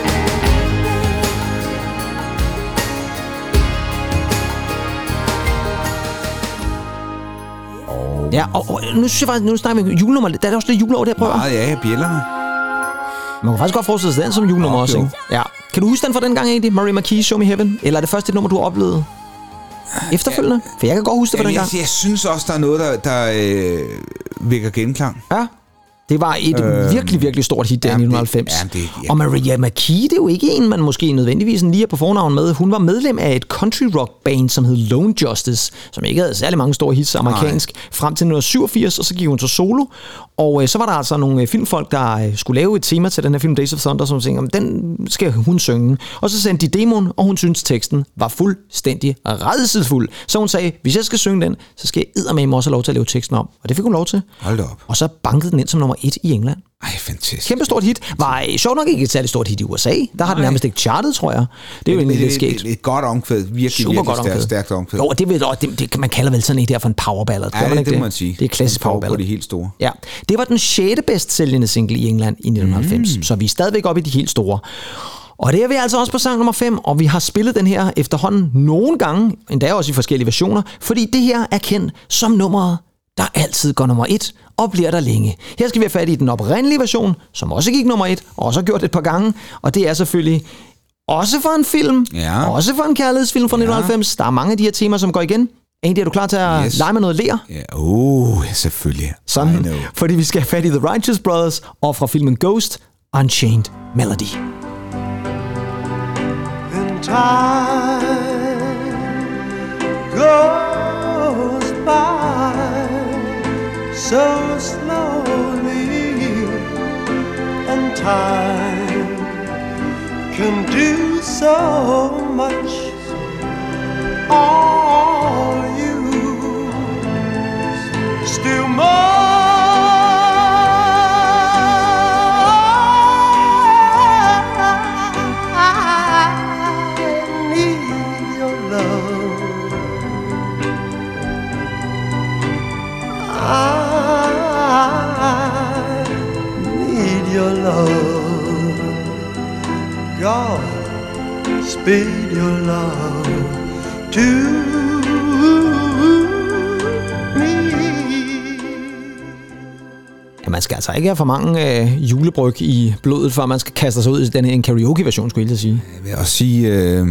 Ja, og, og nu synes jeg faktisk, nu snakker vi om julenummer. Der er også lidt juleover der, prøver. meget, ja, bjællerne. Man kan faktisk godt forestille sig den som julenummer Nå, også, jo. ikke? Ja. Kan du huske den fra den gang egentlig? Maria McKee, Show Me Heaven? Eller er det først et nummer, du har oplevet efterfølgende? For jeg kan godt huske det fra den jeg, gang. jeg synes også, der er noget, der, der øh, vækker genklang. Ja. Det var et øh, virkelig, virkelig stort hit der i nitten halvfems. Det, ja, det, ja. Og Maria McKee, det er jo ikke en, man måske nødvendigvis lige er på fornavn med. Hun var medlem af et country rock band, som hed Lone Justice, som ikke havde særlig mange store hits amerikansk, Nej. frem til nitten syvogfirs, og så gik hun til solo. Og øh, så var der altså nogle øh, filmfolk, der øh, skulle lave et tema til den her film Days of Thunder, som tænkte, den skal hun synge. Og så sendte de demoen, og hun syntes, teksten var fuldstændig rædselsfuld. Så hun sagde, hvis jeg skal synge den, så skal jeg eddermame også have lov til at lave teksten om. Og det fik hun lov til. Hold da op. Og så bankede den ind som nummer et i England. Ej, fantastisk. Kæmpe stort hit. Var sjovt nok ikke et særligt stort hit i U S A. Der har den nærmest ikke chartet, tror jeg. Det er jo egentlig lidt skægt. Et, et godt omkvæd. Virkelig, Super virkelig godt omkvæd. Stærkt omkvæd. Jo, det, ved, det, det, man kalder vel sådan et der for en powerballad. Ja, det, det, det må man sige. Det er klassisk powerballad. På de helt store. Ja. Det var den sjette bedst sælgende single i England i nitten halvfems. Mm. Så vi er stadigvæk oppe i de helt store. Og det er vi altså også på sang nummer fem, og vi har spillet den her efterhånden nogle gange, endda også i forskellige versioner, fordi det her er kendt som nummeret, der altid går nummer et og bliver der længe. Her skal vi have fat i den oprindelige version, som også gik nummer et, og også har gjort det et par gange, og det er selvfølgelig også for en film, ja. også for en kærlighedsfilm fra nitten halvfems. Der er mange af de her temaer, som går igen. Andy, er du klar til at yes. lege med noget ler? Ja, oh, selvfølgelig. Sådan, fordi vi skal have fat i The Righteous Brothers, og fra filmen Ghost, Unchained Melody. And time goes by so slowly, and time can do so much. All you still more. Your love, God, speed your love to me. Ja, man skal altså ikke have for mange øh, julebryg i blodet, før man skal kaste sig ud i den her en karaoke-version, skulle jeg lige sige. Jeg vil også sige, øh,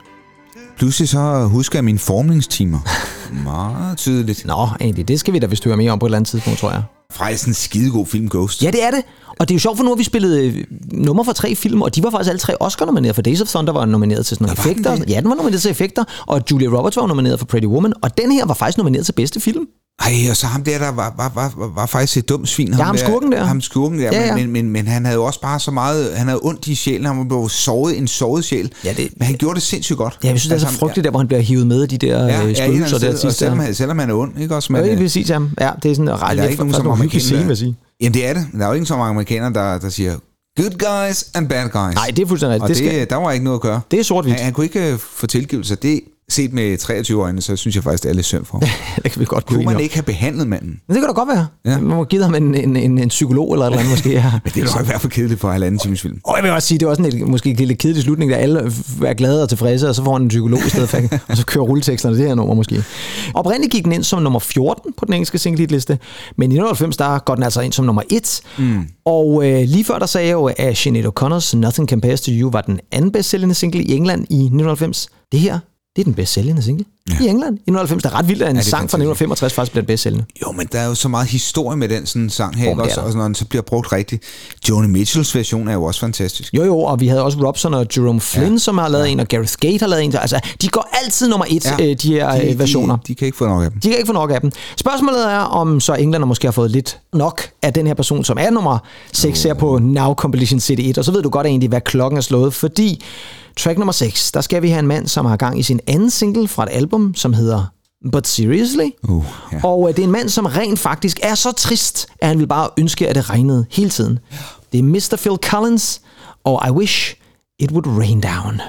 pludselig så husker jeg mine formningstimer. Meget tydeligt. Nå, egentlig, det skal vi da vist høre mere om på et eller andet tidspunkt, tror jeg. Faktisk en skidegod film, Ghost. Ja, det er det. Og det er jo sjovt, for nu har vi spillet nummer fra tre film, og de var faktisk alle tre Oscar-nomineret. For Days of Thunder var nomineret til sådan nogle effekter. Den ja, den var nomineret til effekter, og Julia Roberts var nomineret for Pretty Woman, og den her var faktisk nomineret til bedste film. Ej, og så ham der, der var, var, var, var faktisk et dumt svin. Ja, ham skurken der. Ham skurken der, ja, ja. Men, men, men han havde jo også bare så meget, han havde ondt i sjælen, han blev sovet, en sovet sjæl. Ja, det, men han gjorde det sindssygt godt. Ja, jeg synes, altså, det er så frygteligt, ja. Der hvor han bliver hivet med de der ja, øh, spøgelser ja, der sidste. Og selvom, han, selvom han er ond, ikke også? Men, ja, det vil sige til ham. Ja, det er sådan ret lidt for nogle hyggelige scene, vil jeg sige. Jamen det er det. Der er jo ikke så mange amerikanere, der, der siger good guys and bad guys. Nej, det er fuldstændig rigtigt. Og det, det der var ikke noget at gøre. Det er sort-hvidt. Han, han kunne ikke få tilgivelse. Det set med treogtyve øjne, så synes jeg faktisk, det er lidt synd for ham. Det kan vi godt kunne man ikke have behandlet manden? Det kan da godt være. Ja. Man må give ham en, en, en, en psykolog eller et eller andet måske. Ja. Men det er jo i hvert fald kedeligt for halvanden times film. Og jeg vil også sige, det er også en måske en lidt kedelig slutning, der alle er glade og tilfredse, og så får han en psykolog i stedet for, og så kører rulleteksterne det her nummer måske. Oprindeligt gik den ind som nummer fjorten på den engelske single-hitliste, men i nitten halvfems der går den altså ind som nummer et. Mm. Og øh, lige før der sagde jeg jo, at Sinead O'Connors Nothing Compares to You var den anden bedstsælgende single i England i nitten halvfems. Det her, det er den bedst sælgende single ja. i England. I nitten halvfems, der er ret vildt, at en ja, sang fra nitten femogtres faktisk bliver den bedst sælgende. Jo, men der er jo så meget historie med den sådan sang her, oh, også, og når den så bliver brugt rigtigt. Joni Mitchells version er jo også fantastisk. Jo, jo, og vi havde også Robson og Jerome Flynn, ja. som har lavet ja. en, og Gareth Gate har lavet en. Altså, de går altid nummer et, ja. de her de, versioner. De, de kan ikke få nok af dem. De kan ikke få nok af dem. Spørgsmålet er, om så englænder måske har fået lidt nok af den her person, som er nummer seks oh. her på Now Compilation C D et, og så ved du godt egentlig, hvad klokken er slået, fordi track nummer seks, der skal vi have en mand, som har gang i sin anden single fra et album, som hedder But Seriously. Uh, yeah. Og det er en mand, som rent faktisk er så trist, at han vil bare ønske, at det regnede hele tiden. Det er mister Phil Collins, og I Wish It Would Rain Down.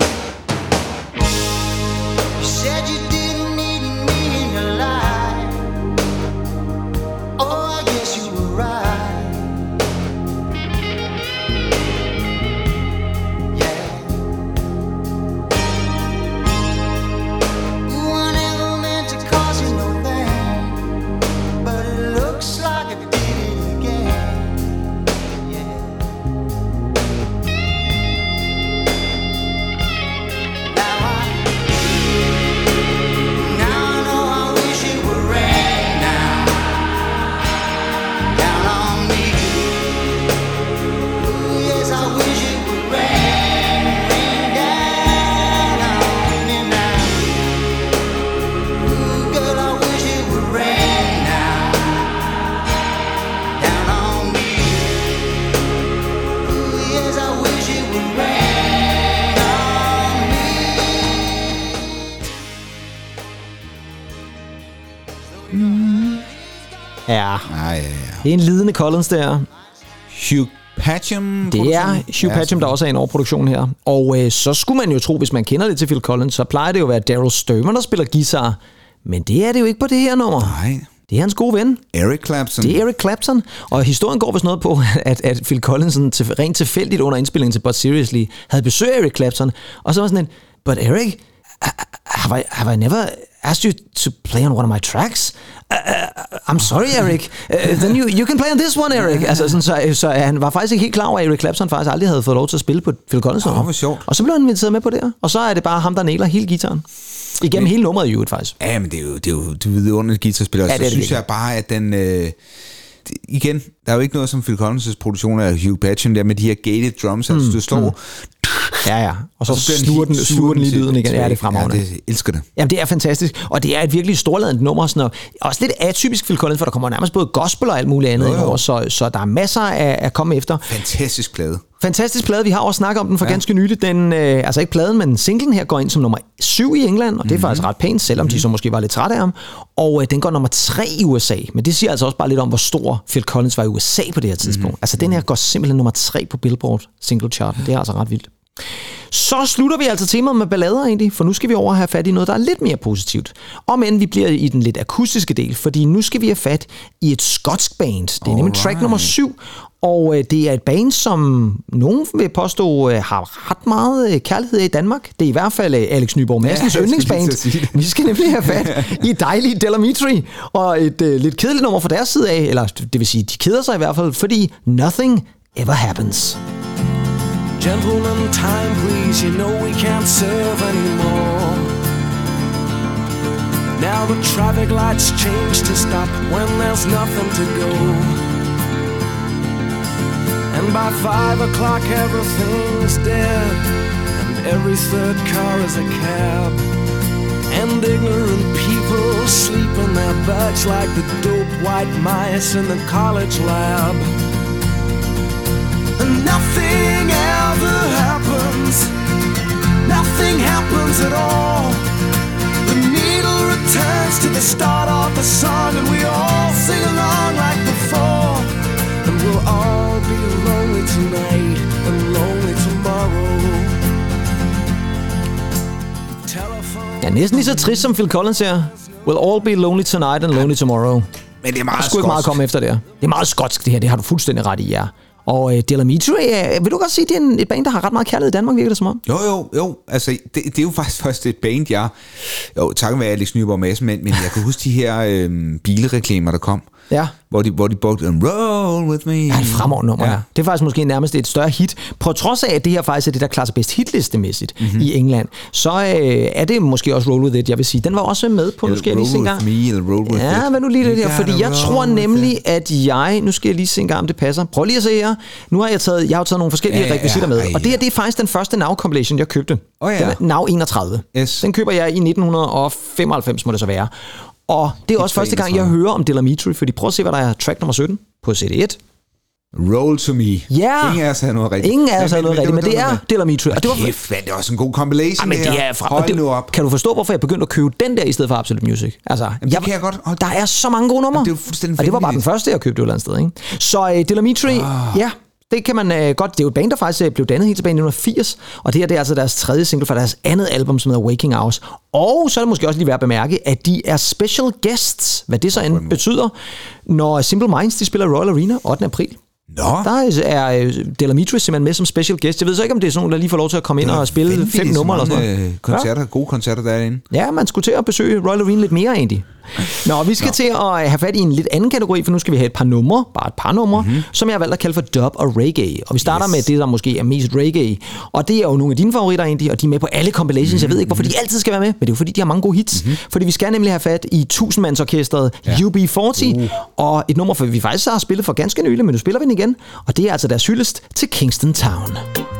Ja. Ja, ja, ja. Det er en lidende Collins der. Hugh Patcham. Det er Hugh Patcham, der også er en overproduktion her. Og øh, så skulle man jo tro, hvis man kender det til Phil Collins, så plejer det jo at være Daryl Stuermer, der spiller guitar. Men det er det jo ikke på det her nummer. Nej. Det er hans gode ven. Eric Clapton. Det er Eric Clapton. Og historien går vist noget på, at, at Phil Collins til, rent tilfældigt under indspillingen til But Seriously havde besøgt Eric Clapton. Og så var sådan en, but Eric, have I, have I never asked you to play on one of my tracks? Uh, uh, I'm sorry, Eric. Uh, then you, you can play on this one, Eric. Altså, sådan, så, så han var faktisk ikke helt klar over, at Eric Clapton faktisk aldrig havde fået lov til at spille på Phil Collins. Oh, hvor sjovt. Og så blev han inviteret med på det her. Og så er det bare ham, der næler hele gitaren. Igennem men, hele nummeret i øvrigt, faktisk. Ja, men det er jo, det er jo du ved, under guitarspiller. Ja, så det synes jeg bare, at den... Øh, igen, der er jo ikke noget som Phil Collins' produktion af Hugh Patchen der med de her gated drums, mm, altså du slår... Mm. Ja, ja. Og så, og så sluger den, sluger den lige lyden igen. Ja, det er fremragende. Ja, det elsker det. Jamen, det er fantastisk. Og det er et virkelig storladent nummer. Sådan, og også lidt atypisk Phil Collins, for der kommer nærmest både gospel og alt muligt andet over, så, så der er masser af at komme efter. Fantastisk plade. Fantastisk plade. Vi har også snakket om den for ja. ganske nylig. Den, øh, altså ikke pladen, men singlen her går ind som nummer syv i England, og det er mm-hmm. faktisk ret pænt, selvom mm-hmm. de så måske var lidt trætte af ham. Og øh, den går nummer tre i U S A. Men det siger altså også bare lidt om, hvor stor Phil Collins var i U S A på det her tidspunkt. Mm-hmm. Altså den her går simpelthen nummer tre på Billboard single charten. Det er altså ret vildt. Så slutter vi altså temaet med ballader egentlig, for nu skal vi over have fat i noget, der er lidt mere positivt. Om end vi bliver i den lidt akustiske del, fordi nu skal vi have fat i et skotsk band. Det er Alright. nemlig track nummer syv, og øh, det er et band, som nogen vil påstå øh, har ret meget øh, kærlighed i Danmark. Det er i hvert fald øh, Alex Nyborg Madsens ja, yndlingsband. Vi skal nemlig have fat i dejlige Del Amitri, og et øh, lidt kedeligt nummer fra deres side af, eller det vil sige, de keder sig i hvert fald, fordi Nothing Ever Happens. Gentlemen, time please, you know we can't serve anymore. Now the traffic lights change to stop when there's nothing to go. And by five o'clock everything's dead, and every third car is a cab. And ignorant people sleep in their beds like the dope white mice in the college lab. And nothing ever happens, nothing happens at all. The needle returns to the start of the song, and we all sing along like before. And we'll all be lonely tonight and lonely tomorrow. Telephone. Ja, næsten lige så trist som Phil Collins her. We'll all be lonely tonight and lonely tomorrow. Men det er meget skotsk. Der skulle ikke meget komme efter det her. Det er meget skotsk det her, det har du fuldstændig ret i, ja. Og uh, Del Amitri, uh, vil du godt sige, det er en, et band, der har ret meget kærlighed i Danmark, virker det som om? Jo, jo, jo. Altså, det, det er jo faktisk først et band, jeg... Jo, takket være Alex Nyborg Madsen, men, men jeg kan huske de her øh, bilreklamer, der kom. Ja. Hvor de, hvor de brugte en roll with me. Ja, et fremragende nummer, ja. ja. Det er faktisk måske nærmest et større hit. På trods af, at det her faktisk er det, der klarer sig bedst hitlistemæssigt mm-hmm. i England, så øh, er det måske også Roll With It, jeg vil sige. Den var også med på, nu skal jeg lige se en gang. Me, eller roll with ja, it. men nu lige det der, fordi jeg tror nemlig, at jeg... Nu skal jeg lige se en gang, om det passer. Prøv lige at se her. Nu har jeg taget, jeg har taget nogle forskellige ja, rekvisitter med, ej, og det her, det er faktisk den første Now-compilation, jeg købte. Oh, ja. Den er Now enogtredive. Yes. Den køber jeg i nitten femoghalvfems, må det så være. Og det er også første gang, jeg hører om Del Amitri, fordi prøv at se, hvad der er track nummer sytten på C D et. Roll to me. Ja. Ingen af os havde noget rigtigt. Ingen af os havde noget rigtigt, men det er Del Amitri. Og det var kæft, det er også en god compilation. Ja, men det er fra, Hold det, nu op. Kan du forstå, hvorfor jeg begyndte at købe den der i stedet for Absolute Music? Altså, Jamen, det jeg, kan jeg godt. Der er så mange gode numre. Det er jo fuldstændig. Og det var bare den første, jeg købte et eller andet sted, ikke? Så uh, Del Amitri, oh. ja. Det kan man uh, godt. Det er jo et band, der faktisk uh, blev dannet helt tilbage i nitten firs, og det her det er altså deres tredje single fra deres andet album, som hedder Waking Hours. Og så er det måske også lige værd at bemærke, at de er special guests, hvad det så end betyder, når Simple Minds de spiller Royal Arena ottende april. Nå. Der er uh, Del Amitri simpelthen med som special guest. Jeg ved så ikke, om det er sådan nogen, der lige får lov til at komme ind og spille fem numre eller sådan noget. Koncerter, ja. Gode koncerter derinde. Ja, man skulle til at besøge Royal Arena lidt mere egentlig. Nå, vi skal Nå. til at have fat i en lidt anden kategori, for nu skal vi have et par numre, bare et par numre, mm-hmm. som jeg har valgt at kalde for dub og reggae. Og vi starter yes. med det, der måske er mest reggae. Og det er jo nogle af dine favoritter egentlig, og de er med på alle compilations. Mm-hmm. Jeg ved ikke, hvorfor de altid skal være med, men det er jo fordi, de har mange gode hits. Mm-hmm. Fordi vi skal nemlig have fat i tusindmandsorkestret ja. U B fyrre, uh. og et nummer, for vi faktisk har spillet for ganske nylig, men nu spiller vi den igen. Og det er altså deres hyldest til Kingston Town.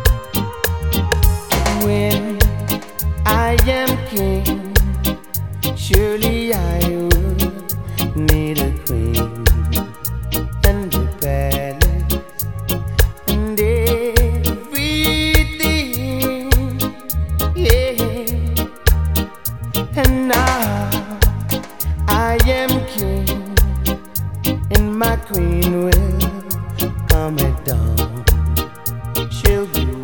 When I am king, surely I would need a queen and a palace and everything, yeah. And now I am king, and my queen will come at dawn. She'll be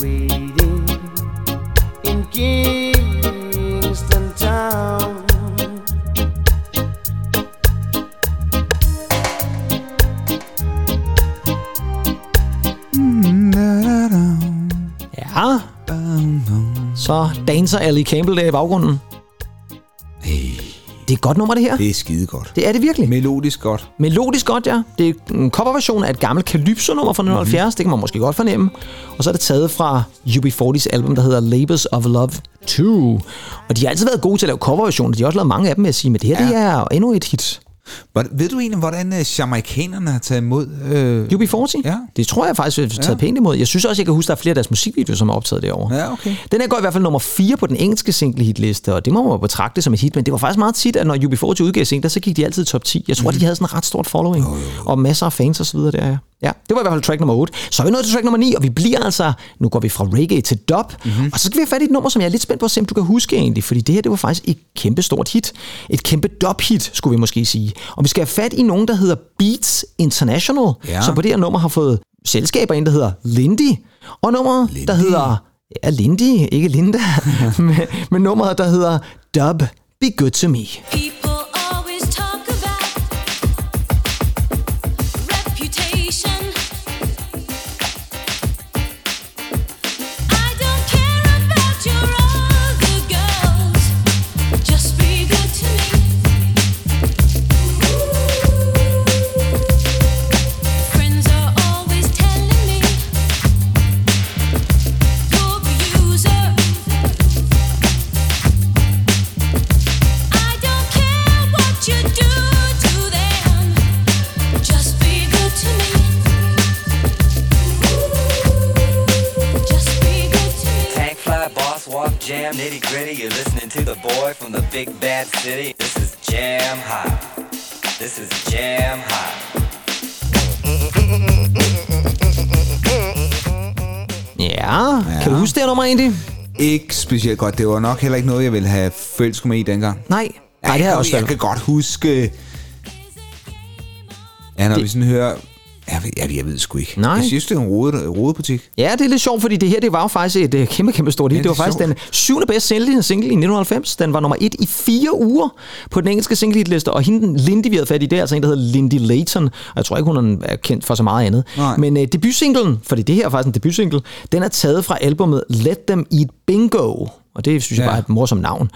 Så danser Ellie Campbell der i baggrunden. Hey. Det er et godt nummer, det her. Det er skide godt. Det er det virkelig. Melodisk godt. Melodisk godt, ja. Det er en coverversion af et gammelt Calypso-nummer fra nitten halvfjerds. Mm-hmm. Det kan man måske godt fornemme. Og så er det taget fra U B fyrres album, der hedder Labors of Love to. Og de har altid været gode til at lave coverversioner. De har også lavet mange af dem, vil jeg sige. Men det her, ja. det er endnu et hit. Ved du egentlig, hvordan jamaikanerne har taget imod? Øh... U B fyrre? Ja. Det tror jeg faktisk, vi har taget ja. pænt imod. Jeg synes også, jeg kan huske, der er flere af deres musikvideoer, som er optaget derovre. Ja, okay. Den her går i hvert fald nummer fire på den engelske single-hitliste, og det må man betragte som et hit, men det var faktisk meget tit, at når U B fyrre udgav singler, så gik de altid i top ti. Jeg tror, mm. de havde sådan et ret stort following, oh, og masser af fans og så videre der. Ja, det var i hvert fald track nummer otte. Så er vi nået til track nummer ni, og vi bliver altså, nu går vi fra reggae til dub, mm-hmm. og så skal vi have fat i et nummer, som jeg er lidt spændt på at se, om du kan huske egentlig, fordi det her, det var faktisk et kæmpe stort hit. Et kæmpe dub-hit, skulle vi måske sige. Og vi skal have fat i nogen, der hedder Beats International, ja. som på det her nummer har fået selskaber ind, der hedder Lindy, og nummeret, Lindy. der hedder, ja, Lindy, ikke Linda, men, men nummeret, der hedder Dub Be Good To Me. Jam nitty gritty, you're listening to the boy from the big bad city. This is jam hot. This is jam hot. Ja, ja. Kan du huske det her nummer egentlig? Ikke specielt godt. Det var nok heller ikke noget, jeg ville have følt med i dengang. Nej, Nej det har jeg også. Jeg kan godt huske... Ja, når det... vi sådan hører... Jeg ved, jeg, jeg ved sgu ikke. Nej. Jeg synes, det er en rode, rodebutik. Ja, det er lidt sjovt, fordi det her, det var jo faktisk et kæmpe, kæmpe stort hit. Ja, det, det var faktisk sjovt. Den syvende bedst sælgende single i nitten halvfems. Den var nummer et i fire uger på den engelske single-hitliste. Og hende, Lindy, vi havde fat i, det er altså en, der hedder Lindy Layton. Og jeg tror ikke, hun er kendt for så meget andet. Nej. Men uh, debutsinglen, fordi det her er faktisk en debutsingle, den er taget fra albumet Let Them Eat Bingo. Og det synes jeg ja. bare er et morsomt navn.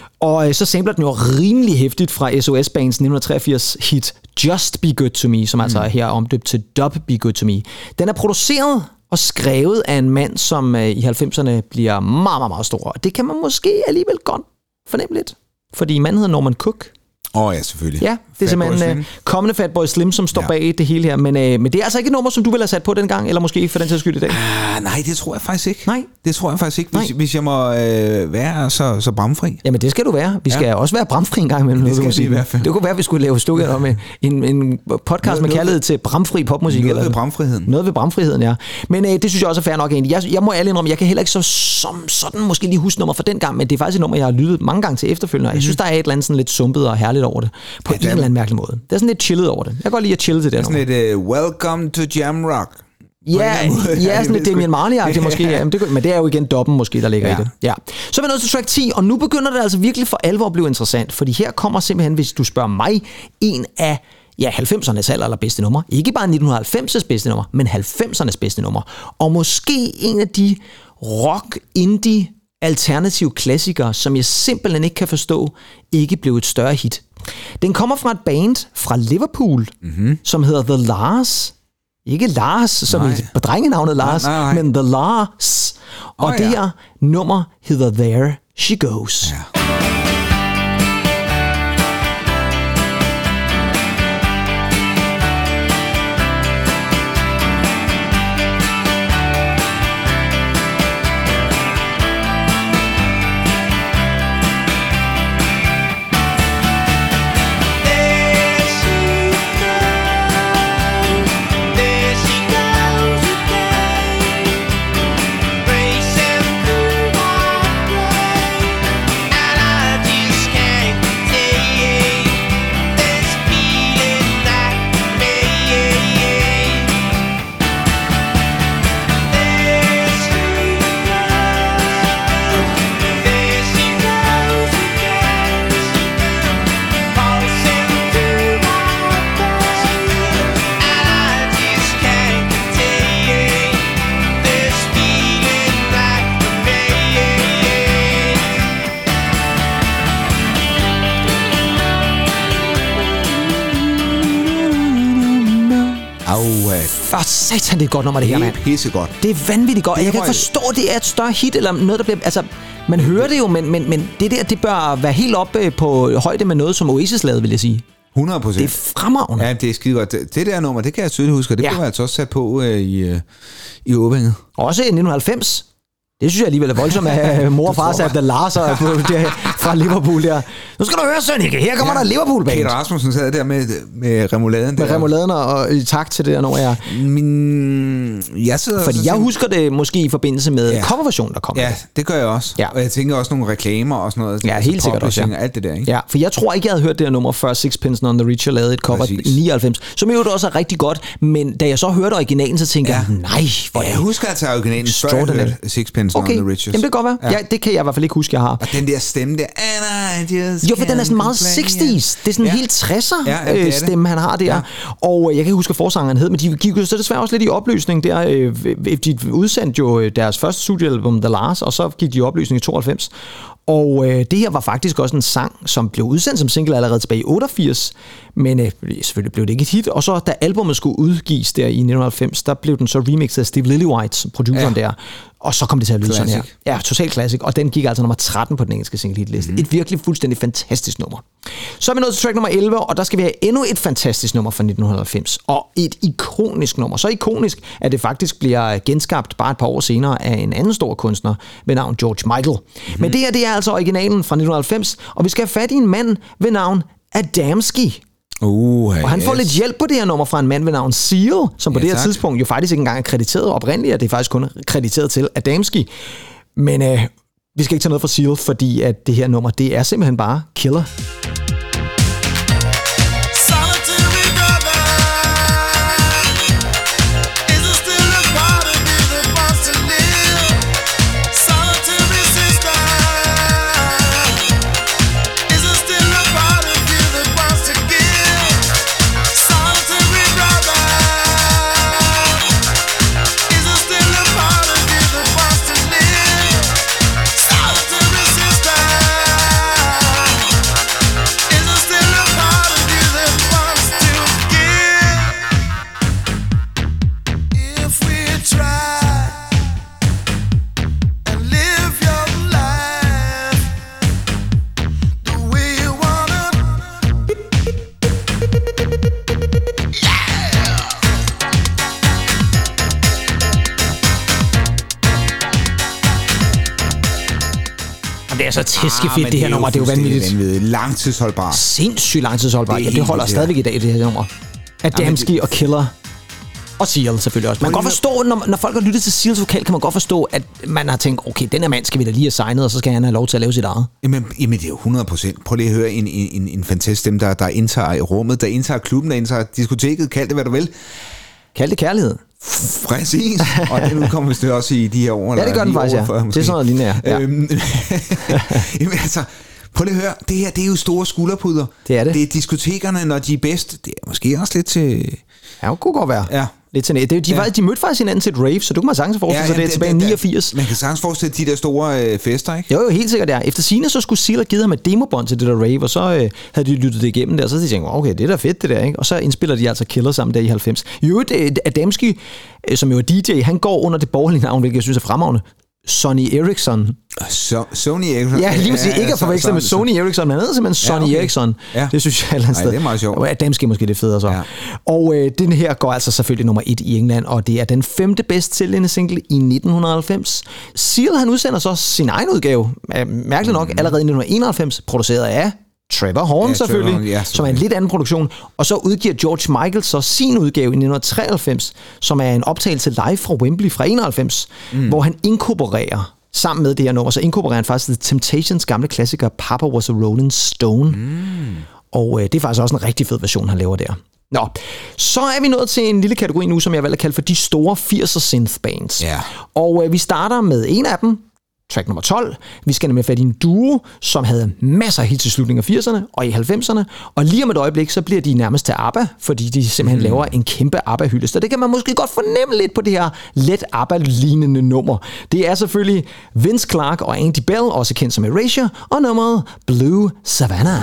Og så sampler den jo rimelig hæftigt fra S O S-bands nitten treogfirs hit Just Be Good To Me, som mm. altså er her omdøbt til Dub Be Good To Me. Den er produceret og skrevet af en mand, som i halvfemserne bliver meget, meget, meget stor. Og det kan man måske alligevel godt fornemme lidt, fordi manden hedder Norman Cook. Åh oh, ja, selvfølgelig. Ja, det er simpelthen uh, kommende Fatboy Slim, som står ja. bag det hele her. Men, uh, men det er altså ikke et nummer, som du ville have sat på dengang, eller måske for den til skyld i dag? Uh, nej, det tror jeg faktisk ikke. Nej. Det tror jeg faktisk ikke, hvis, hvis jeg må øh, være så, så bramfri. Jamen det skal du være. Vi skal ja. også være bramfri en gang imellem. Det skal vi i hvert fald. Det kunne være, at vi skulle lave stukket om en, en podcast noget, med kærlighed til bramfri popmusik. Noget eller ved bramfriheden. Noget ved bramfriheden, ja. Men uh, det synes jeg også er fair nok egentlig. Jeg, jeg må ærlig indrømme, jeg kan heller ikke så, som sådan måske lige huske nummer for den gang, men det er faktisk et nummer, jeg har lyttet mange gange til efterfølgende. Mm-hmm. Jeg synes, der er et eller andet sådan lidt sumpet og herligt over det. På ja, en eller anden mærkelig måde. Det er sådan lidt chillet over det. Jeg kan godt lide at chille til det. Det er sådan lidt uh, welcome to Jam Rock. Ja, ja, sådan lidt Damien Marley-agtigt måske. Ja, men, det, men det er jo igen doppen måske, der ligger ja. i det. Ja. Så er vi nået til track ti, og nu begynder det altså virkelig for alvor at blive interessant, fordi her kommer simpelthen, hvis du spørger mig, en af ja, halvfemsernes aller, aller bedste nummer. Ikke bare nitten halvfems' bedste nummer, men halvfemsernes bedste nummer. Og måske en af de rock, indie, alternative klassikere, som jeg simpelthen ikke kan forstå, ikke blev et større hit. Den kommer fra et band fra Liverpool, mm-hmm. som hedder The Lars. Ikke Lars, som nej. i drengenavnet Lars, nej, nej, nej. men The Lars. Og oh, det her ja. nummer hedder There She Goes. Ja. And for satan, det er et godt nummer, det her, mand. Det er pissegodt. Det er vanvittigt godt. Det Jeg kan var- ikke forstå, at det er et større hit, eller noget, der bliver... Altså, man hører det jo, men, men, men det der, det bør være helt oppe på højde med noget, som Oasis lavede, vil jeg sige. hundrede procent. Det er fremragende. Ja, det er skide godt. Det, det der nummer, det kan jeg tydeligt huske, og det Ja. blev jeg altså også sat på øh, i, øh, i åbningen. Også i nitten halvfems. Det synes jeg alligevel er voldsomt, at mor og far satte Lars og fra Liverpool der. Nu skal du høre, Sønneke, her kommer ja. der Liverpool-band. Peter Rasmussen sad der med, med remouladen. Med remouladen og i takt til det der nummer, ja. Min... Jeg sidder Fordi jeg husker det måske i forbindelse med Ja. coverversionen, der kom. Ja, det gør jeg også. Ja. Og jeg tænker også nogle reklamer og sådan noget. Ja, helt sikkert også, ja. Og alt det der, ikke? Ja, for jeg tror ikke, jeg havde hørt det her nummer, før Sixpence None the Richer lavede et cover Præcis. i nioghalvfems, som jo også er rigtig godt, men da jeg så hørte originalen, så tænkte Ja. jeg, nej, hvor Og er jeg husker altså originalen, før jeg Extraordinary. hørte Sixpence Okay, on the Riches. jamen det kan godt være. Ja. Ja, det kan jeg i hvert fald ikke huske, jeg har. Og den der stemme der, and I just Jo, for den er sådan meget can't complain. seksti's. Det er sådan en Ja. helt tresser Ja, ja, det er øh, det. stemme, han har der. Ja. Og øh, jeg kan ikke huske, hvad forsangeren hed, men de gik jo så desværre også lidt i opløsning der. Øh, de udsendte jo øh, deres første studiealbum, The Last, og så gik de i opløsning i tooghalvfems. Og øh, det her var faktisk også en sang, som blev udsendt som single allerede tilbage i otteogfirs, men øh, selvfølgelig blev det ikke et hit. Og så da albumet skulle udgives der i nitten halvfems, der blev den så remixet af Steve Lillywhite, produceren Ja. der. Og så kom det til at lyde sådan her. Classic. Ja, total classic. Og den gik altså nummer tretten på den engelske single hitliste. Mm. Et virkelig fuldstændig fantastisk nummer. Så er vi nået til track nummer elleve, og der skal vi have endnu et fantastisk nummer fra nitten halvfems. Og et ikonisk nummer. Så ikonisk, at det faktisk bliver genskabt bare et par år senere af en anden stor kunstner ved navn George Michael. Mm. Men det her, det er altså originalen fra nitten halvfems, og vi skal have fat i en mand ved navn Adamski. Uh, Og han får yes. lidt hjælp på det her nummer fra en mand ved navn Seal, som på Ja, det her tak. tidspunkt jo faktisk ikke engang er krediteret oprindeligt, og det er faktisk kun krediteret til Adamski. Men øh, vi skal ikke tage noget fra Seal, fordi at det her nummer, det er simpelthen bare killer. Solitary brother, is there still a part of me that wants to live? Solitary sister, is there still a part of you that wants to give? Solitary brother, is there still a part of you that wants to live? Solitary sister, is there still a part of you that wants to give? If we try and live your life the way you wanna, Og det er så tæskefedt, men ah, det her nummer, det er jo fuldstændig vanvittigt. vanvittigt. Langtidsholdbart. Sindssygt langtidsholdbart. Det er Ja, det helt holder vildt, stadigvæk i dag, det her nummer. Adamski det- og Killer. Og Seal selvfølgelig også. Man kan godt forstå, når, når folk har lyttet til Seals vokal, kan man godt forstå, at man har tænkt, okay, den her mand skal vi da lige have signet, og så skal han have lov til at lave sit eget. Jamen, jamen det er jo hundrede procent. Prøv lige at høre en, en, en, en fantastisk stemme, der, der indtager rummet, der indtager klubben, der indtager diskoteket, kald det hvad du vil. Kald det kærlighed. Præcis. Og den udkommer vist også i de her år. Ja, det gør den faktisk, ja. Det er sådan noget lignende, ja. Øhm, jamen altså, prøv lige at høre, det her, det er jo store skulderpuder. Det er det. Det er diskotekerne, når de er bedst. Det er måske også lidt til... Ja, det kunne godt være. Ja. Lidt til, det, de, Ja. ja. de mødte faktisk hinanden til et rave, så du kan man sagtens forestille sig, ja, ja, det er tilbage i niogfirs. Man kan sagtens forestille de der store øh, fester, ikke? Jo, jo, helt sikkert, ja. Efter sigende, så skulle Seal have givet ham et demobånd til det der rave, og så øh, havde de lyttet det igennem der, og så havde de tænkt, okay, det er da fedt det der, ikke? Og så indspiller de altså Killer sammen der i halvfems. I øvrigt, øh, Adamski, øh, som jo er D J, han går under det borgerlige navn, hvilket jeg synes er fremragende. Sonny Eriksson. So, Sony Ericsson. Ja, lige præcis. Ikke at forveksle med Sony Eriksson, men han hedder simpelthen Sonny Ja, okay. Eriksson. Ja. Det synes jeg et eller andet Ej, sted. det er meget sjovt. Og Adamski måske lidt federe så. Ja. Og øh, den her går altså selvfølgelig nummer et i England, og det er den femte bedst sælgende single i nitten halvfems. Seal, han udsender så sin egen udgave, øh, mærkeligt nok, allerede i nitten enoghalvfems, produceret af Trevor Horn Ja, selvfølgelig, Trevor Horn, ja, som er en lidt anden produktion. Og så udgiver George Michael så sin udgave i nitten treoghalvfems, som er en optagelse live fra Wembley fra enoghalvfems, mm. hvor han inkorporerer sammen med det her nummer, så inkorporerer han faktisk The Temptations gamle klassiker Papa Was a Rolling Stone. Mm. Og øh, det er faktisk også en rigtig fed version, han laver der. Nå, så er vi nået til en lille kategori nu, som jeg valgte at kalde for de store firser synth bands. Ja. Og øh, vi starter med en af dem, track nummer tolv. Vi skal nemlig fat i en duo, som havde masser af hits i slutningen af firserne og i halvfemserne. Og lige om et øjeblik, så bliver de nærmest til ABBA, fordi de simpelthen mm. laver en kæmpe ABBA-hyldest. Og det kan man måske godt fornemme lidt på det her let ABBA-lignende nummer. Det er selvfølgelig Vince Clarke og Andy Bell, også kendt som Erasure, og nummeret Blue Savannah.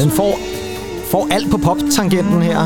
den får, får alt på pop-tangenten her.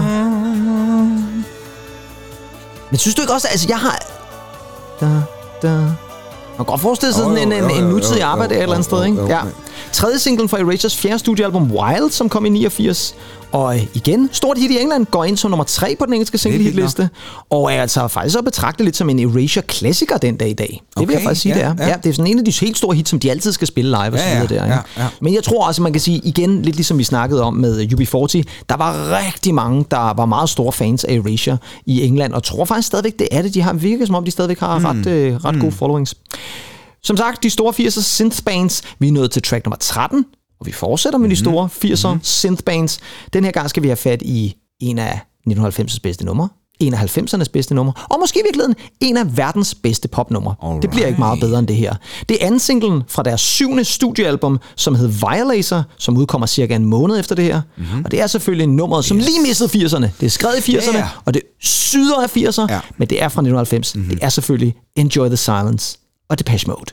Men synes du ikke også, altså jeg har... Da, da. Man kan godt forestille sig sådan en, en, en nutidig arbejde et eller andet sted, ikke? Ja. Tredje singlen fra Erasures fjerde studiealbum Wild, som kom i niogfirs. Og igen, stort hit i England, går ind som nummer tre på den engelske single-hitliste. Og er altså faktisk at betragte lidt som en Erasure-klassiker den dag i dag. Det okay, vil jeg faktisk sige, ja, det er. Ja. Ja, det er sådan en af de helt store hits, som de altid skal spille live og ja, så videre der. Ikke? Ja, ja. Men jeg tror også, man kan sige igen, lidt ligesom vi snakkede om med U B fyrre, der var rigtig mange, der var meget store fans af Erasure i England, og tror faktisk stadigvæk, det er det. De har virket som om, de stadigvæk har mm. ret, øh, ret mm. gode followings. Som sagt, de store firsers synthbands. Vi er nået til track nummer tretten, og vi fortsætter med de store firser mm-hmm. synthbands. Den her gang skal vi have fat i en af nitten halvfemsers bedste numre, en af halvfemsernes bedste numre, og måske i virkeligheden en af verdens bedste popnumre. Alright. Det bliver ikke meget bedre end det her. Det er anden singlen fra deres syvende studiealbum, som hed Violator, som udkommer cirka en måned efter det her. Mm-hmm. Og det er selvfølgelig nummeret, som yes. lige missede firserne. Det er skrevet i firserne, yeah. og det syder af firser, yeah. men det er fra nitten halvfems. Mm-hmm. Det er selvfølgelig Enjoy the Silence og Depeche Mode.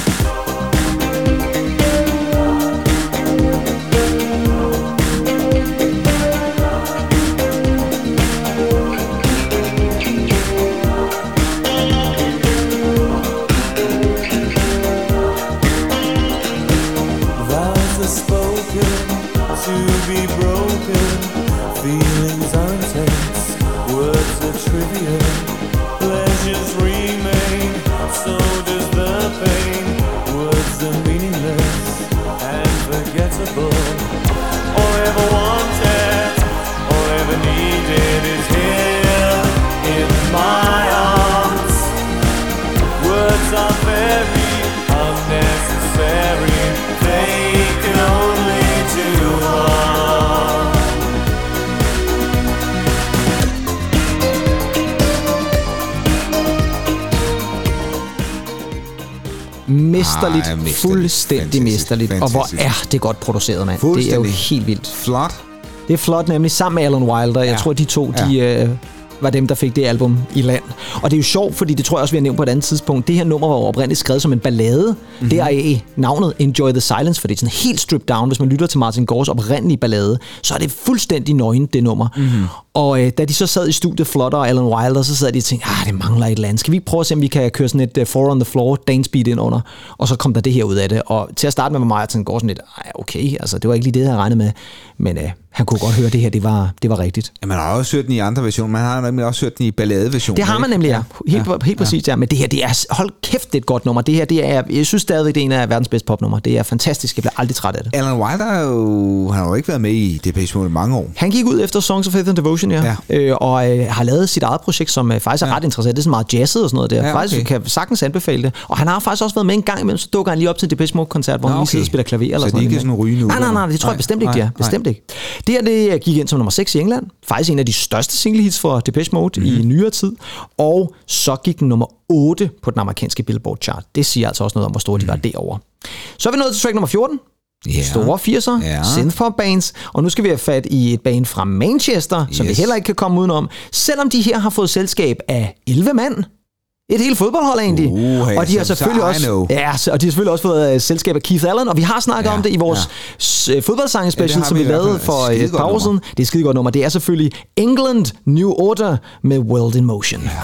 Mesterligt, Ej, mesterligt, fuldstændig mesterligt. Fantastisk. Og hvor er det godt produceret, mand. Det er jo helt vildt. Flot. Det er flot, nemlig sammen med Alan Wilder. Jeg ja. tror, de to, de ja. øh, var dem, der fik det album i land. Og det er jo sjovt, fordi det tror jeg også, vi har nævnt på et andet tidspunkt. Det her nummer var oprindeligt skrevet som en ballade. Mm-hmm. Det er navnet Enjoy the Silence, for det er sådan helt stripped down. Hvis man lytter til Martin Gores oprindelige ballade, så er det fuldstændig nøgent, det nummer. Mm-hmm. Og øh, da de så sad i studiet, Flutter og Alan Wilder, så sad de og tænkte, ah, det mangler et eller andet. Skal vi ikke prøve at se, om vi kan køre sådan et uh, four on the floor dance beat ind under? Og så kom der det her ud af det. Og til at starte med, var Martin Gore sådan lidt, okay, altså det var ikke lige det, jeg havde regnet med. Men øh, han kunne godt høre, at det her, det var, det var rigtigt. Ja, man har også hørt den i andre versioner. Man har nemlig også hørt den i balladeversioner. Det har man nemlig, ja. Helt, ja. helt præcis, ja. Men det her, det er, hold kæft, det er et godt nummer. Det her, det er, jeg synes stadigvæk, det er en af verdens bedste popnummer. Det er fantastisk. Jeg bliver aldrig træt af det. Alan Wilder har jo, han har jo ikke været med i Depeche Mode i mange år. Han gik ud efter Songs of Faith and Devotion, ja. ja. Øh, og øh, har lavet sit eget projekt, som øh, faktisk er ja. ret interessant. Det er sådan meget jazzet og sådan noget der. Ja, okay. Faktisk kan sagtens anbefale det. Og han har faktisk også været med en gang imellem, så dukker han lige op til en Depeche Mode-koncert, hvor Nå, han lige sidder og spiller klaver eller så sådan noget. Så de ikke sådan ryge nu? Nej, nej, nej, det tror nej, jeg bestemt ikke, de er. Bestemt ikke. Det her, det gik ind som nummer seks i England. Faktisk en af de største singlehits for Depeche Mode mm-hmm. i nyere tid. Og så gik den nummer otte på den amerikanske Billboard chart. Det siger altså også noget om, hvor store de var derovre. Så er vi nået til track nummer fjorten. Yeah. Store firser, yeah. synthpop bands, og nu skal vi have fat i et band fra Manchester, yes. som vi heller ikke kan komme udenom, selvom de her har fået selskab af elleve mand. Et helt fodboldhold egentlig. Uh, hey, og de har selvfølgelig også ja, og de har selvfølgelig også fået uh, selskab af Keith Allen, og vi har snakket ja, om det i vores ja. fodboldsange special, ja, som vi lavede for et par år siden. Det er et skide godt nummer. Det er selvfølgelig England New Order med World in Motion. Yeah.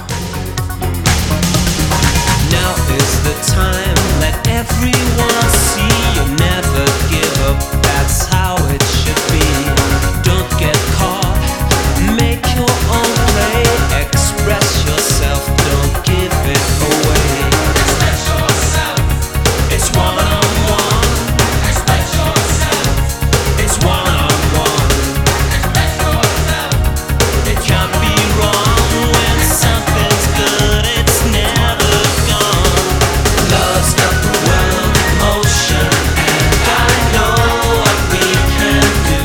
Now is the time, let everyone see you never give up, that's how it should be. Don't get caught, make your own play, express yourself, don't give it away. Express yourself, it's one-on-one. Express yourself, it's one-on-one. Express yourself, it can't be wrong when something's good, it's never gone. Love's got the world in motion, and I know what we can do.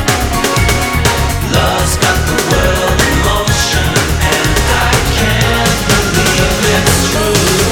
Love's got the world in motion, and I can't believe it's true.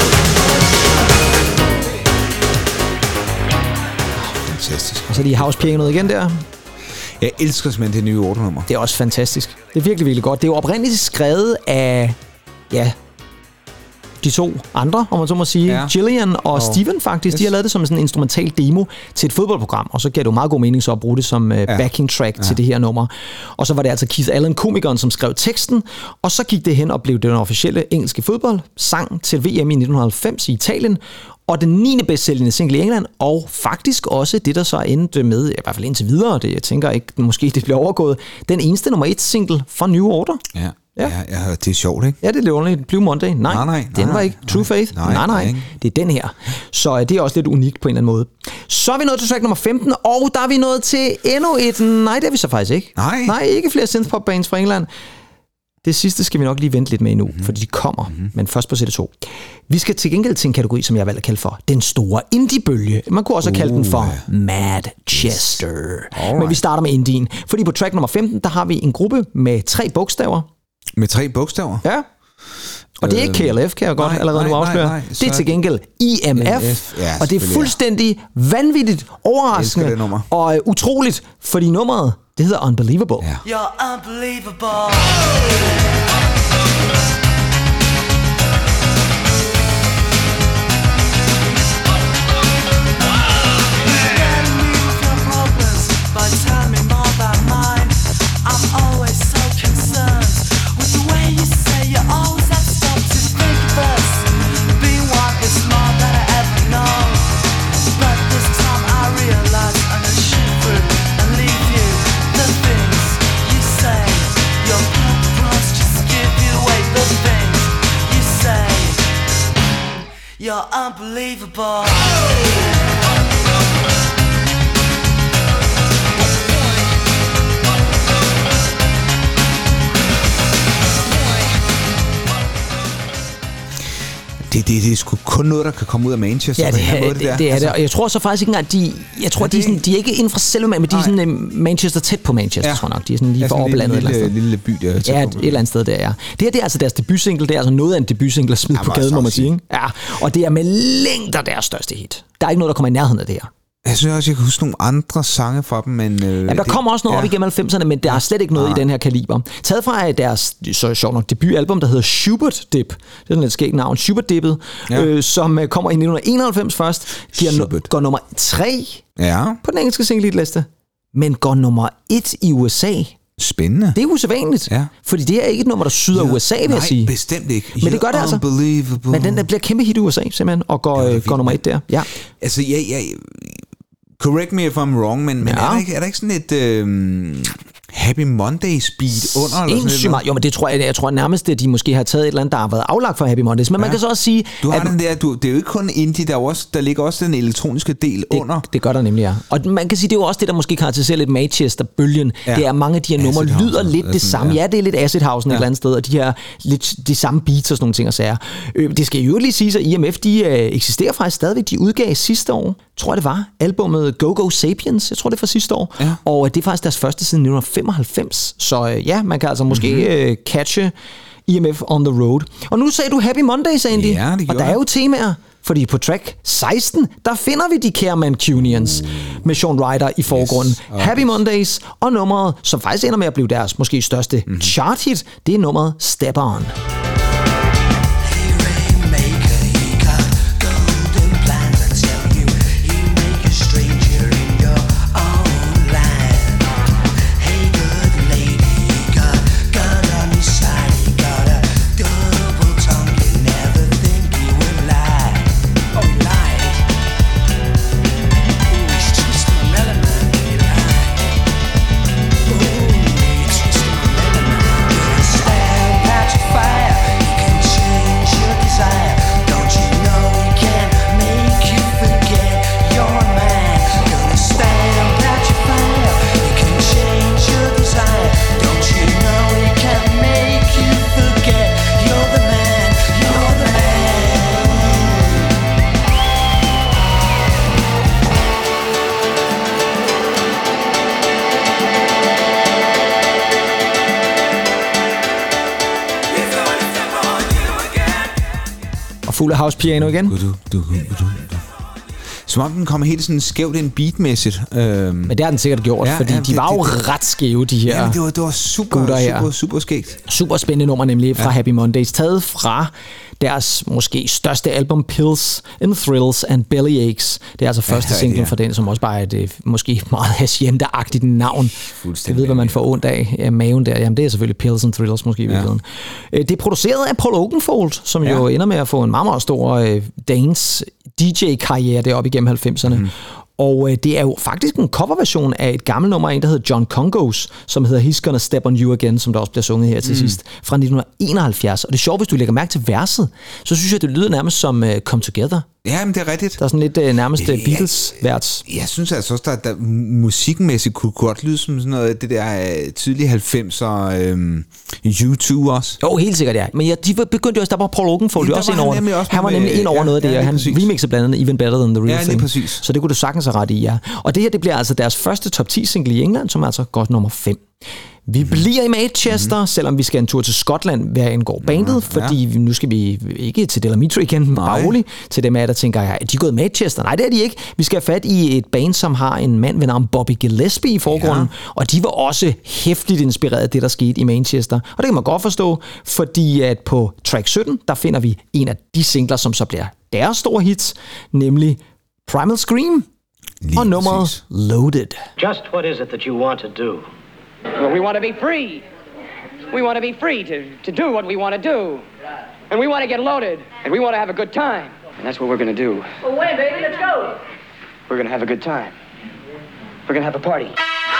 Fantastisk. Og så lige house-pianoet igen der. Jeg elsker simpelthen det nye Order-nummer. Det er også fantastisk. Det er virkelig, virkelig godt. Det er jo oprindeligt skrevet af, ja, de to andre, om man så må sige, Ja. Gillian og Og- Steven faktisk, Yes. de har lavet det som sådan en instrumental demo til et fodboldprogram, og så gav det jo meget god mening så at bruge det som uh, backing track ja. til det her nummer. Og så var det altså Keith Allen, komikeren, som skrev teksten, og så gik det hen og blev den officielle engelske fodboldsang til V M i nitten halvfems i Italien, og den niende bedst sælgende single i England, og faktisk også det, der så endte med, i hvert fald indtil videre, det jeg tænker ikke, måske det bliver overgået, den eneste nummer et single fra New Order. Ja. Ja. Ja, ja, det er sjovt, ikke? Ja, det er lidt underligt. Blue Monday. Nej, Nej, nej, den nej, var ikke. nej, True Faith. nej, Nej, nej. ikke. Det er den her. Så øh, det er også lidt unikt på en eller anden måde. Så er vi nået til track nummer femten, og der er vi nået til endnu et... Nej, det er vi så faktisk ikke. Nej. Nej, ikke flere synthpop-bands fra England. Det sidste skal vi nok lige vente lidt med endnu, mm-hmm. fordi de kommer, mm-hmm. men først på sætte to. Vi skal til gengæld til en kategori, som jeg har valgt at kalde for den store indie-bølge. Man kunne også uh, kalde den for Manchester. Yes. Men vi starter med indien, fordi på track nummer femten, der har vi en gruppe med tre bogstaver. Med tre bogstaver? Ja. Og det er ikke K L F, kan jeg godt nej, allerede nej, nu afsløre. nej, nej. Det er til gengæld I M F, Ja, og det er selvfølgelig, fuldstændig vanvittigt, overraskende det nummer. og uh, utroligt, fordi nummeret, det hedder Unbelievable. Ja. You're unbelievable. You're unbelievable. Det, det, det er sgu kun noget, der kan komme ud af Manchester. Ja, på det den her er måde, det, der. det, er Altså, det. Og jeg tror så faktisk ikke engang, de, jeg tror, Er de, er det sådan, de er ikke inden for selve, men de er sådan uh, Manchester tæt på Manchester, Ja. tror jeg nok. De er sådan lige Ja, for sådan en oplandet et lille, eller andet lille, lille by, der er tæt Ja, på. et, et eller andet sted der, ja. Det her, det er altså deres debutsingle. Det er altså noget af en debutsingle at smide Ja, på må gaden, jeg må så man sige. sige. Ikke? Ja, og det er med længder deres største hit. Der er ikke noget, der kommer i nærheden af det her. Jeg synes også, jeg kan huske nogle andre sange fra dem, men... Øh, Ja, der det, kommer også noget ja. op igennem halvfemserne, men der er slet ikke noget Nej. i den her kaliber. Taget fra deres, så sjovt nok, debutalbum, der hedder Schubert Dip. Det er sådan et skægt navn, Schubert Dippet, Ja. øh, som øh, kommer i nitten enoghalvfems først. Giver no, Schubert. går nummer tre Ja, på den engelske single-liste, men går nummer et i U S A. spændende. Det er usædvanligt, Ja. fordi det er ikke et nummer, der syder Ja. U S A, vil Nej, jeg sige. bestemt ikke. Men det gør det altså. Unbelievable. Men den der bliver kæmpe hit i U S A, simpelthen, og går, Ja, det er øh, går vildt, nummer mand. et der. Ja. Altså, jeg, jeg, correct me if I'm wrong, men, men Ja. er, der ikke, er der ikke sådan et øhm, Happy Mondays beat under? Eller sådan Sindssygt noget? meget. Jo, men det tror jeg, jeg tror nærmest, at de måske har taget et eller andet, der har været aflagt for Happy Mondays. Men ja. man kan så også sige, Du har at den der, du, det er jo ikke kun indie, der, er jo også, der ligger også den elektroniske del under. det gør der nemlig, ja. Og man kan sige, det er jo også det, der måske karakteriserer lidt Manchester-bølgen. Ja. Det er, mange af de her numre Acid House lyder og lidt sådan, det samme. ja. Ja, det er lidt Acid House ja. et eller andet sted, og de her lidt de samme beats og sådan nogle ting og sager. Øh, det skal jo lige sige, at I M F, de øh, eksisterer faktisk stadigvæk. De udgav sidste år, tror jeg det var, albumet Go Go Sapiens, jeg tror det er fra sidste år. Ja. Og øh, det er faktisk deres første siden nitten femoghalvfems. Så øh, ja, man kan altså måske mm-hmm. øh, catche I M F on the road. Og nu sagde du Happy Mondays, Andy. Ja, det og gjorde der er jeg. jo temaer. Fordi på track seksten, der finder vi de kære Mancunians med Sean Ryder i forgrunden. Yes. Okay. Happy Mondays og nummeret, som faktisk ender med at blive deres måske største mm-hmm. chart-hit, det er nummeret Step On. Fuld af house piano igen. Du, du, du, du. Som om den kommer helt sådan skævt ind beatmæssigt. Øhm. Men det har den sikkert gjort, Ja, fordi ja, de det- var jo det- det- ret skæve, de her. Ja, det var, det var super, gutter her. super, super skægt. Super spændende nummer nemlig fra Ja. Happy Mondays, taget fra deres måske største album, Pills and Thrills and Bellyaches. Det er altså første Ja, single ja. fra den, som også bare er et måske meget hacienda-agtigt navn. Jeg ved, hvad man får ondt af. Ja, maven der, jamen det er selvfølgelig Pills and Thrills måske i Ja. virkeligheden. Øh, Det er produceret af Paul Oakenfold, som Ja. jo ender med at få en meget, meget stor øh, dance D J-karriere deroppe igennem halvfemserne. Mm. Og øh, det er jo faktisk en coverversion af et gammelt nummer, en der hedder John Congos, som hedder He's Gonna Step On You Again, som der også bliver sunget her til mm. sidst, fra nitten enoghalvfjerds. Og det er sjovt, hvis du lægger mærke til verset, så synes jeg, det lyder nærmest som uh, Come Together. Ja, men det er rigtigt. Der er sådan lidt uh, nærmest uh, Beatles-værts. Jeg synes altså også, at der, der musikmæssigt kunne godt lyde som sådan noget, det der øh, tidlige halvfemser øhm, U to også. Jo, helt sikkert, ja. Men ja, de begyndte jo også, der var Paul Oakenfold Ja, jo også der ind var over. han nemlig også Han var med- nemlig ind over ja, noget af det, ja, og lige han præcis. remixer blandt andet Even Better Than The Real Ja, lige Thing. præcis. Så det kunne du sagtens have ret i, ja. Og det her, det bliver altså deres første top ti single i England, som er altså godt nummer fem. Vi mm. bliver i Manchester, mm. selvom vi skal en tur til Skotland, hvad angår bandet, ja, fordi ja. nu skal vi ikke til Delamitri igen, bare roligt. Til dem af der tænker jeg, er de gået i Manchester? Nej, det er de ikke. Vi skal have fat i et band, som har en mand ved navn Bobby Gillespie i forgrunden, ja. Og de var også hæftigt inspireret af det, der skete i Manchester. Og det kan man godt forstå, fordi at på track sytten, der finder vi en af de singler, som så bliver deres store hits, nemlig Primal Scream Lige og nummeret præcis. Loaded. Just what is it that you want to do? Well, we want to be free. We want to be free to, to do what we want to do. And we want to get loaded. And we want to have a good time. And that's what we're going to do. Well, when, baby? Let's go. We're going to have a good time. We're going to have a party.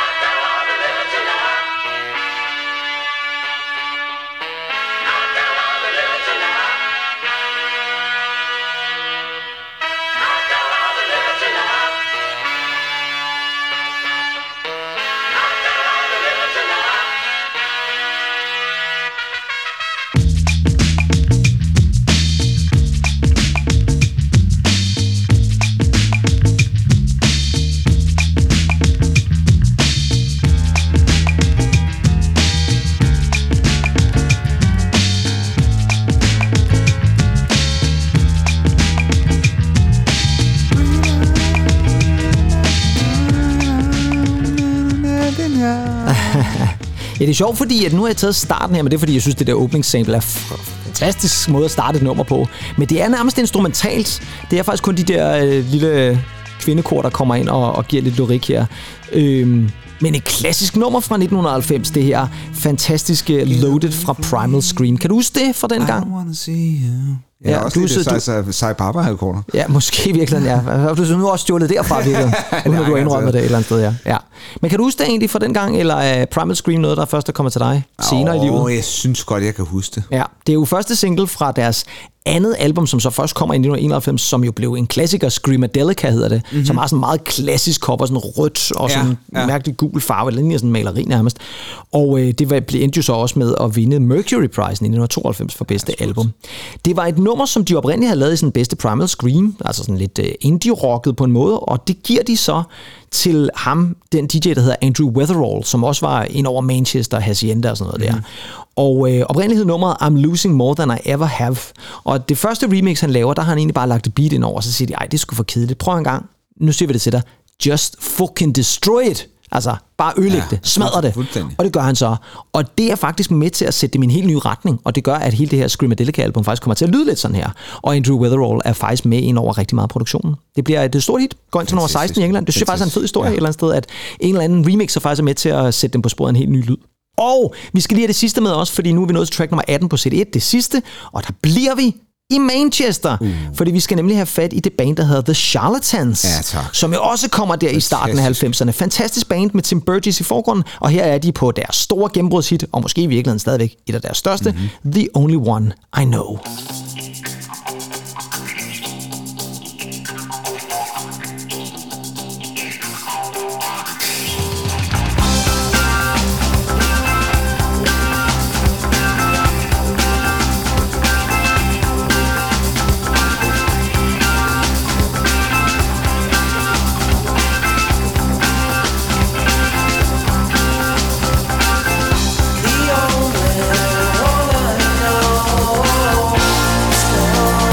Ja, det er sjovt, fordi at nu har jeg taget starten her, men det er fordi, jeg synes, det der åbningssample er f- fantastisk måde at starte et nummer på. Men det er nærmest instrumentalt. Det er faktisk kun de der øh, lille kvindekor, der kommer ind og, og giver lidt lyrik her. Øhm, men et klassisk nummer fra nitten halvfems, det her fantastiske Loaded fra Primal Scream. Kan du huske det fra den gang? I wanna see you. Ja, Ja, også du- lidt du- Sai- Sai Baba-akkorder. Ja, måske virkelig, ja. Har du nu også stjålet derfra, virkelig? Nu har du Ja, indrømmet det et eller andet sted, ja. ja. Men kan du huske det egentlig fra den gang, eller er Primal Scream noget, der først er kommet til dig senere Åh, i livet? jeg synes godt, jeg kan huske det. Ja, det er jo første single fra deres andet album, som så først kommer i nitten enoghalvfems, som jo blev en klassiker, Screamadelica hedder det, mm-hmm. som har sådan en meget klassisk cover, sådan rødt og sådan en Ja, ja. mærkelig gul farve, eller lignende sådan en maleri nærmest. Og øh, det var, blev endte jo så også med at vinde Mercury Prize i nitten tooghalvfems for bedste ja, album. Det var et nummer, som de oprindeligt havde lavet i sådan bedste Primal Scream, altså sådan lidt øh, indie-rocket på en måde, og det giver de så til ham, den D J, der hedder Andrew Weatherall, som også var ind over Manchester, Hacienda og sådan noget mm. der. Og øh, oprindeligt hed nummeret I'm Losing More Than I Ever Have. Og det første remix, han laver, der har han egentlig bare lagt et beat ind over, og så siger de, ej, det er sgu for kedeligt. Prøv en gang. Nu siger vi det til dig. Just fucking destroy it. Altså, bare ødelæg ja, det, smadre det. Og det gør han så. Og det er faktisk med til at sætte dem i en helt ny retning, og det gør, at hele det her Screamadelica-album faktisk kommer til at lyde lidt sådan her. Og Andrew Weatherall er faktisk med ind over rigtig meget produktionen. Det bliver et stort hit, går ind til nummer seksten i England. Det synes jeg faktisk er en fed historie ja. et eller andet sted, at en eller anden remixer faktisk er med til at sætte dem på sporet en helt ny lyd. Og vi skal lige have det sidste med også, fordi nu er vi nået til track nummer atten på side et, det sidste, og der bliver vi i Manchester, uh. fordi vi skal nemlig have fat i det band, der hedder The Charlatans, ja, som jo også kommer der Fantastisk. i starten af halvfemserne. Fantastisk band med Tim Burgess i forgrunden, og her er de på deres store gennembrudshit, og måske i virkeligheden stadigvæk et af deres største, mm-hmm. The Only One I Know. The only one I know.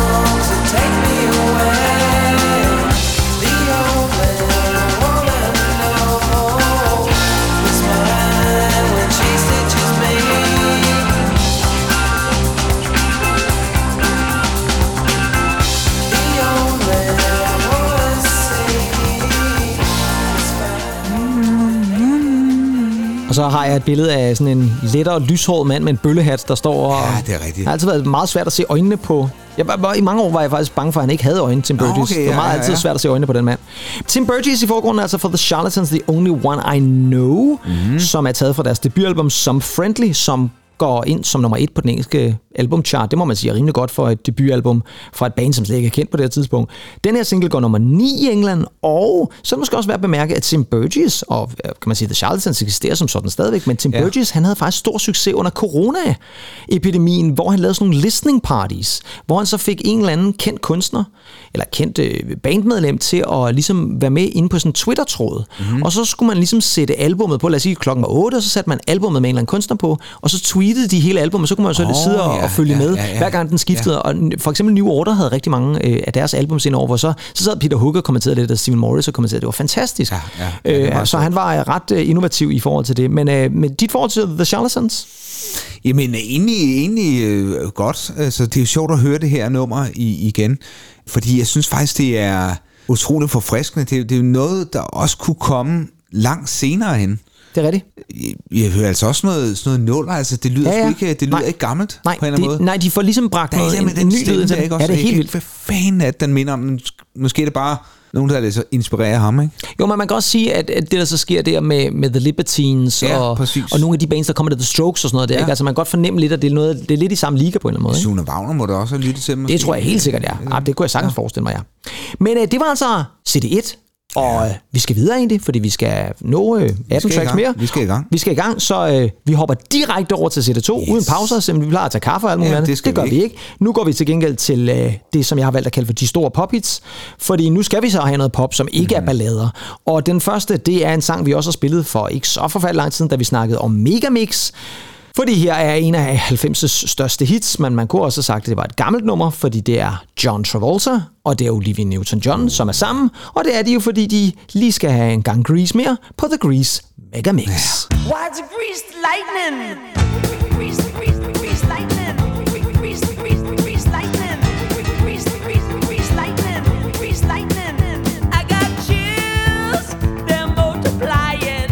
Og så har jeg et billede af sådan en lettere lyshåret mand med en bøllehat, der står og... Ja, det er rigtigt. Det har altid været meget svært at se øjnene på. Jeg, I mange år var jeg faktisk bange for, at han ikke havde øjne, Tim Burgess. Okay, det var meget ja, ja, altid ja. svært at se øjnene på den mand. Tim Burgess i forgrunden er altså for The Charlatans, The Only One I Know, mm-hmm. som er taget fra deres debutalbum Some Friendly, som går ind som nummer et på den engelske albumchart. Det må man sige er rimelig godt for et debutalbum fra et band, som slet ikke er kendt på det her tidspunkt. Den her single går nummer ni i England, og så måske også være bemærket, at Tim Burgess, og kan man sige, The Charlatans eksisterer som sådan stadigvæk, men Tim ja. Burgess, han havde faktisk stor succes under corona-epidemien, hvor han lavede sådan nogle listening parties, hvor han så fik en eller anden kendt kunstner, eller kendt øh, bandmedlem til at ligesom være med inde på sådan en Twitter-tråd. Mm-hmm. Og så skulle man ligesom sætte albummet på, lad os sige klokken var otte, og så satte man albummet med en eller anden kunstner på, og så tweetede de hele albummet, så kunne man så oh, sidde og, ja, og følge ja, med, ja, ja, hver gang den skiftede. Ja. Og for eksempel New Order havde rigtig mange øh, af deres albums ind over, hvor så, så sad Peter Hook og kommenterede det, og Stephen Morris og kommenterede det. Det var fantastisk. Ja, ja, ja, det var øh, så han var ret øh, innovativ i forhold til det. Men øh, med dit forhold til The Charlatans? Jamen, egentlig, egentlig øh, godt. Altså, det er jo sjovt at høre det her nummer i, igen, fordi jeg synes faktisk, det er utroligt forfriskende. Det, det er jo noget, der også kunne komme langt senere hen. Det er rigtigt. Jeg, jeg hører altså også noget, sådan noget nuller, altså det lyder, ja, ja. Ikke, det lyder ikke gammelt nej, på en eller anden måde. Nej, de får ligesom bragt der noget, en, en, en ny stemme, lyd til det. Ja, det er helt vildt. Hvad fanden er det, den minder om? Måske er det bare nogen, der altså inspirerer ham, ikke? Jo, men man kan også sige, at, at det, der så sker der med, med The Libertines ja, og, og nogle af de bands, der kommer til The Strokes og sådan noget der, ja. Ikke? Altså man kan godt fornemme lidt, at det er, noget, det er lidt i samme liga på en eller anden måde. Sune Wagner må da også have lyttet til dem. Det tror jeg helt sikkert, ja. ja. Det kunne jeg sagtens ja. forestille mig, ja. Men øh, det var altså C D et. Og ja. vi skal videre egentlig, fordi vi skal nå øh, atten tracks mere. Vi skal i gang. Vi skal i gang, så øh, vi hopper direkte over til C D to, yes. uden pauser, simpelthen vi plejer at tage kaffe og alt muligt ja, andet. Det, det gør vi vi ikke. Nu går vi til gengæld til øh, det, som jeg har valgt at kalde for de store pophits, fordi nu skal vi så have noget pop, som ikke mm. er ballader. Og den første, det er en sang, vi også har spillet for ikke så forfærdelig lang tid, da vi snakkede om Megamix. Fordi her er en af halvfemsers største hits, men man kunne også have sagt, at det var et gammelt nummer, fordi det er John Travolta, og det er Olivia Newton-John, som er sammen, og det er de jo, fordi de lige skal have en gang Grease mere på The Grease Megamix. Why it's greased lightning? Grease, grease, grease lightning. Grease, grease, grease lightning. Grease, grease, grease lightning. Grease lightning. I got chills, they're multiplying,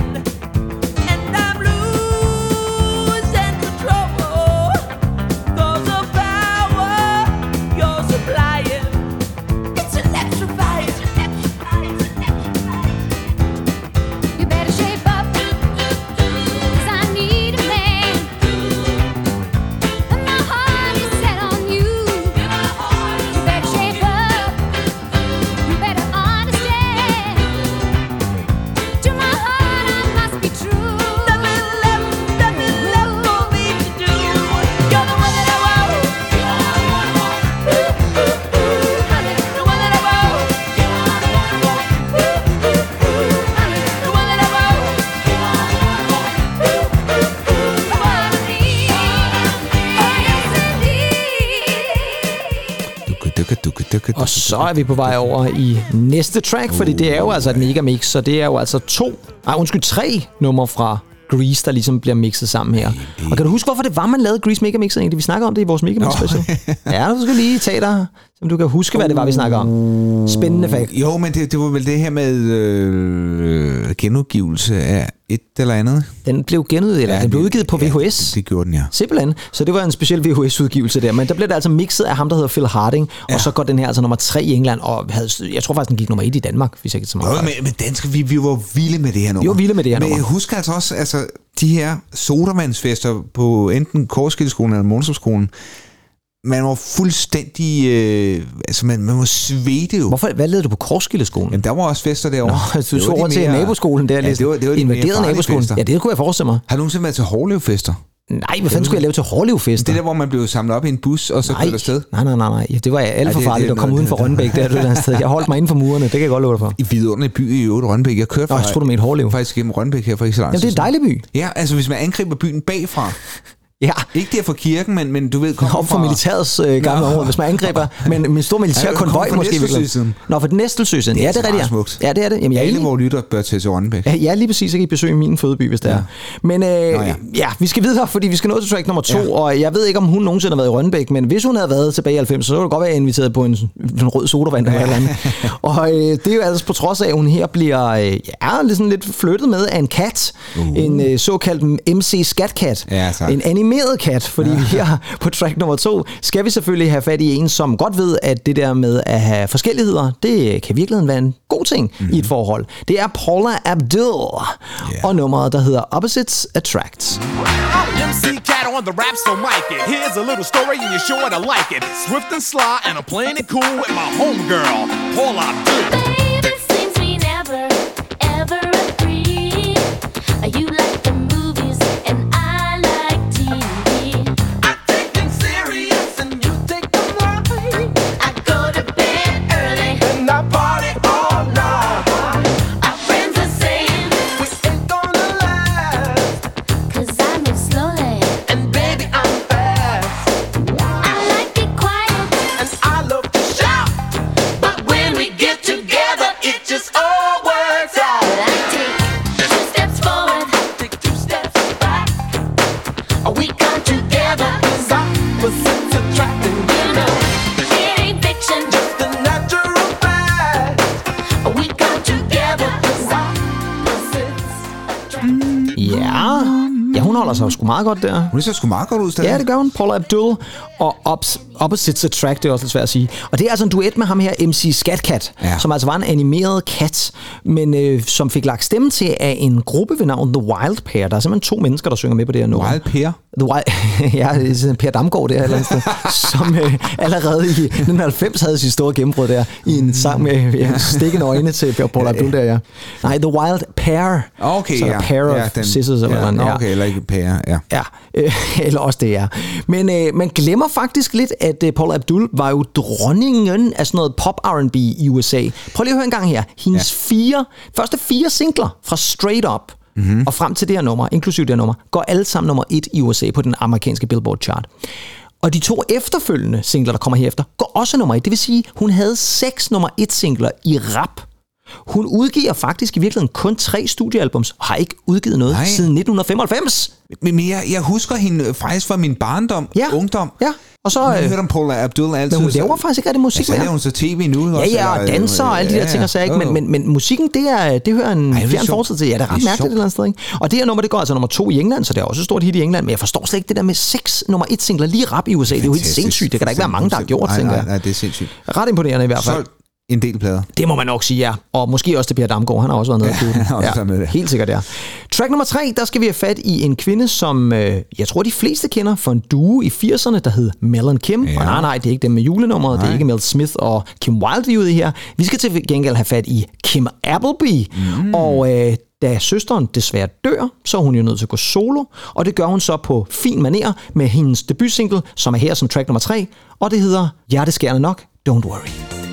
and I'm losing control. Cause the power you're supplying, it's electrifying. You better shape up, 'cause I need a man. And my heart is set on you. You better shape up, you better understand. To my heart I must be true. Nothing left, nothing left for me to do. You're the one that I want. Ooh, ooh, ooh, honey, the one that I want. Ooh, ooh, ooh, honey, the one that I want. Ooh, ooh, ooh, I wanna be. Oh yes indeed. Og så er vi på vej over i næste track, fordi det er jo altså et megamix, så det er jo altså to, nej undskyld, tre numre fra Grease, der ligesom bliver mixet sammen her. Og kan du huske, hvorfor det var, man lavede Grease Megamixet egentlig? Vi snakker om det i vores Megamix special. Ja, du skal lige tage dig, så du kan huske, hvad det var, vi snakker om. Spændende fakt. Jo, men det, det var vel det her med øh, genudgivelse af et eller andet. Den blev genudgivet, eller Ja, den blev det- udgivet på ja, V H S. det- det gjorde den, ja. Simpelthen. Så det var en speciel V H S-udgivelse der. Men der blev det altså mixet af ham, der hedder Phil Harding. Og så går den her altså nummer tre i England. Og havde, jeg tror faktisk, den gik nummer et i Danmark, hvis jeg ikke så meget. Jo, men, men dansker, vi, vi var vilde med det her nummer. Vi var vilde med det her men nummer. jeg husker altså også, altså, de her sodavandsfester på enten Korskildeskolen eller Måneskabsskolen, man var fuldstændig, øh, altså man, man var svede jo. Hvorfor, hvad ledte du på Korskildeskolen? Jamen, der var også fester derovre. Nå, du tog over til naboskolen der. Ja, det var, det var de mere invaderede farlige naboskolen. fester. Ja, det kunne jeg forestille mig. Har du nogensinde været til Hårlev-fester? Nej, hvad fanden skulle jeg lave til Hårlev-fester? Det er der, hvor man blev samlet op i en bus, og så Nej, kørte afsted. nej, nej, nej, nej. Ja, det var alt for det- farligt det at er komme noget- uden for det- Rønbæk. Der, det der sted. Jeg holdt mig inden for murene, det kan jeg godt love dig for. I vidunderlig by i øvrigt, Rønbæk. Jeg kørte Nå, jeg troede, du mente Hårlev. faktisk gennem Rønbæk her for ikke så lang Jamen, det er en dejlig by. Ja, altså hvis man angriber byen bagfra, Ja. Ikke der for kirken, men, men du ved, kommer Op for militærets øh, gamle område, hvis man angriber, men med en stor militærkonvoj ja, måske. Næstelsøsiden. Nå, for den Næstelsøsiden. Ja, det er rigtigt. Smukt. Ja, det er det. Jamen, jeg er Alle enig. vores lytter bør tage til Rønnebæk. Ja, ja, lige præcis. Så kan I besøge min fødeby, hvis det Ja. er. Men øh, ja. ja, vi skal videre, fordi vi skal nå til track nummer to, ja. Og jeg ved ikke, om hun nogensinde har været i Rønnebæk, men hvis hun havde været tilbage i halvfems, så ville det godt være inviteret på en, en rød sodavand eller ja. Eller andet. Og øh, det er jo altså på trods af, at hun her bliver øh, ja, ligesom lidt flyttet med af en kat. Uh. En øh, såkaldt M C Skatkat. Ja, en animeret kat, fordi ja. Vi her på track nummer to skal vi selvfølgelig have fat i en, som godt ved, at det der med at have forskelligheder, det kan virkelig være en god ting mm-hmm. i et forhold. Det er Paula Abdul yeah. og nummeret, der hedder Opposites Attract. M C Cat on the rap, so mic it. Here's a little story and you're sure to like it. Swift and sly and I'm playing it cool with my homegirl, Paula Abdul. Babe, it seems we never, ever agree. You like the movies and I like T V. I take things serious and you take them right. I go to bed early And I party all night. Our friends are saying We ain't gonna last. cause I move slowly And baby, I'm fast. I like it quiet And I love to shout. but when we get Together, it just all works out. But I take two steps forward Take two steps back. We come together. Cause opposites attracting. You know, it ain't fiction Just a natural fact. We come together Cause opposites attract. Ja, ja, hun holder sig sgu meget godt der. Hun ser sgu meget godt ud stadig. Ja, det gør hun. Paula Abdul og Ops, Opposites Attract, det er også lidt svært at sige. Og det er altså en duet med ham her, M C Skatkat, ja. Som altså var en animeret kat, men øh, som fik lagt stemme til af en gruppe ved navn The Wild Pair. Der er simpelthen to mennesker, der synger med på det her nummer. Wild Pair? The Wild, ja, det er sådan Per Damgaard der, eller andet sted, som øh, allerede i nitten halvfems havde sit store gennembrud der, i en sang med ja, stikkende øjne til Paula Abdul der, ja. Nej, The Wild Pair. Okay, så ja. Pair of ja, den, Sisters, eller ja, noget. Ja. Okay, eller ikke Pair, ja. Ja, øh, eller også det, ja. Men øh, man glemmer faktisk lidt, at øh, Paula Abdul var jo dronningen af sådan noget pop R and B i U S A. Prøv lige at høre en gang her. Hendes ja. fire, første fire singler fra Straight Up mm-hmm. og frem til det her nummer, inklusive det her nummer, går alle sammen nummer et i U S A på den amerikanske Billboard chart. Og de to efterfølgende singler, der kommer herefter, går også nummer et. Det vil sige, hun havde seks nummer et singler i rap. Hun udgiver faktisk i virkeligheden kun tre studiealbums, og har ikke udgivet noget Nej. siden nitten femoghalvfems. Men jeg, jeg husker hende faktisk fra min barndom, ja. ungdom. Ja. Og så, jeg har øh, hørt om Paula Abdul altid. Men hun laver faktisk ikke rigtig musik mere. Ja, så mere. laver hun så tv nu. Ja, ja, og danser og alle de der ting, og så ikke. Men, men, men musikken, det, er, det hører en Ej, fjern fortid til. Ja, det er ret det er mærkeligt et eller andet sted. Ikke? Og det her nummer, det går altså nummer to i England, så det er også et stort hit i England. Men jeg forstår slet ikke det der med seks nummer et singler lige rap i U S A. Det er jo helt sindssygt. Det kan der ikke være mange, der har gjort, tænker jeg. Nej, det er sindssygt. Ret imponerende i hvert fald. En del plader. Det må man nok sige, ja. Og måske også til Per Damgaard, han har også været nede og ja, han ja, med det. Helt sikkert, ja. Track nummer tre, der skal vi have fat i en kvinde, som øh, jeg tror, de fleste kender for en duo i firserne, der hed Mel and Kim. Ja. Og nej, nej, det er ikke dem med julenummeret, nej. Det er ikke Mel Smith og Kim Wilde, vi er ude i her. Vi skal til gengæld have fat i Kim Appleby. Mm. Og øh, da søsteren desværre dør, så er hun jo nødt til at gå solo, og det gør hun så på fin maner med hendes debutsingle, som er her som track nummer tre, og det hedder Hjerteskærende nok, Don't Worry.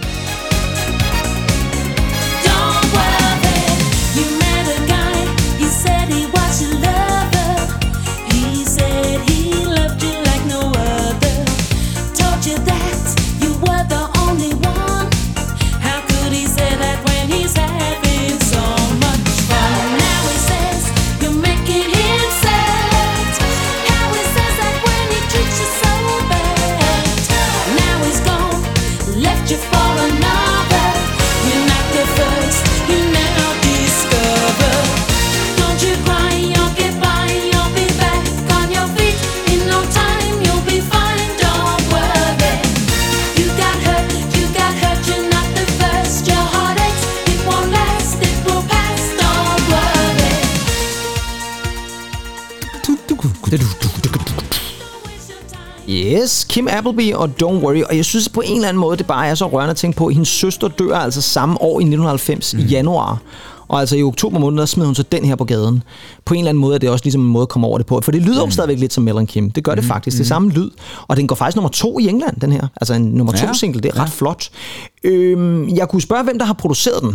Yes, Kim Appleby og Don't Worry. Og jeg synes på en eller anden måde, det bare er så rørende at tænke på, at hendes søster dør altså samme år i nitten halvfems mm. i januar. Og altså i oktober måned, der smed hun så den her på gaden. På en eller anden måde er det også ligesom en måde at komme over det på. For det lyder mm. jo stadigvæk lidt som Mel and Kim. Det gør det faktisk. Mm. Det er samme lyd. Og den går faktisk nummer to i England, den her. Altså en nummer to ja. single. Det er ret ja. flot. Øhm, jeg kunne spørge, hvem der har produceret den.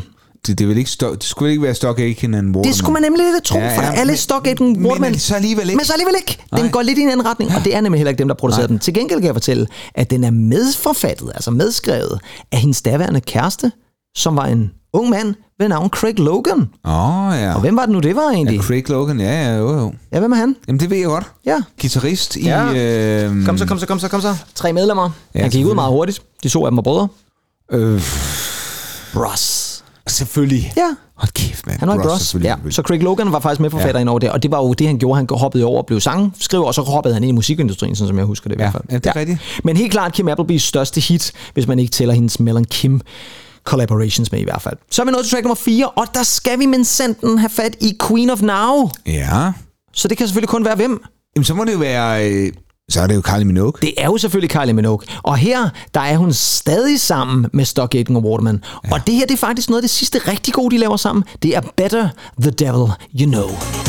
det, det, vil ikke stå, det skulle ikke være Stock Aitken and Waterman. Det skulle man nemlig lidt tro, ja, for ja, alle men, Stock Aitken men Waterman. så alligevel ikke. Men så alligevel ikke. Den Nej. går lidt i en anden retning, og det er nemlig heller ikke dem, der producerer den. Til gengæld kan jeg fortælle, at den er medforfattet, altså medskrevet af hendes daværende kæreste, som var en ung mand ved navn Craig Logan. Åh, oh, ja. Og hvem var det nu, det var egentlig? Ja, Craig Logan, ja, ja, jo, jo. Ja, hvem er han? Jamen, det ved jeg godt. Ja. Guitarist i... Ja. Øh... Kom så, kom så, kom så, kom så. Tre medlemmer. Ja, Han gik ud meget hurtigt. De to af dem var brødre. Øh... Bros. Selvfølgelig. Ja. Hold kæft, mand. Han var Bros. Ja. Så Craig Logan var faktisk medforfatter ja. ind over det, og det var jo det, han gjorde. Han hoppede over og blev sangskriver, og så hoppede han ind i musikindustrien, sådan som jeg husker det i ja. hvert fald. Ja, det er ja. rigtigt. Men helt klart Kim Applebys største hit, hvis man ikke tæller hendes Mel and Kim collaborations med i hvert fald. Så er vi nået til track nummer fire, og der skal vi mindsenden have fat i Queen of Now. Ja. Så det kan selvfølgelig kun være hvem? Jamen, så må det jo være... Øh... Så er det jo Kylie Minogue. Det er jo selvfølgelig Kylie Minogue. Og her, der er hun stadig sammen med Stock Aitken og Waterman. Ja. Og det her, det er faktisk noget af det sidste rigtig gode, de laver sammen. Det er Better the Devil You Know.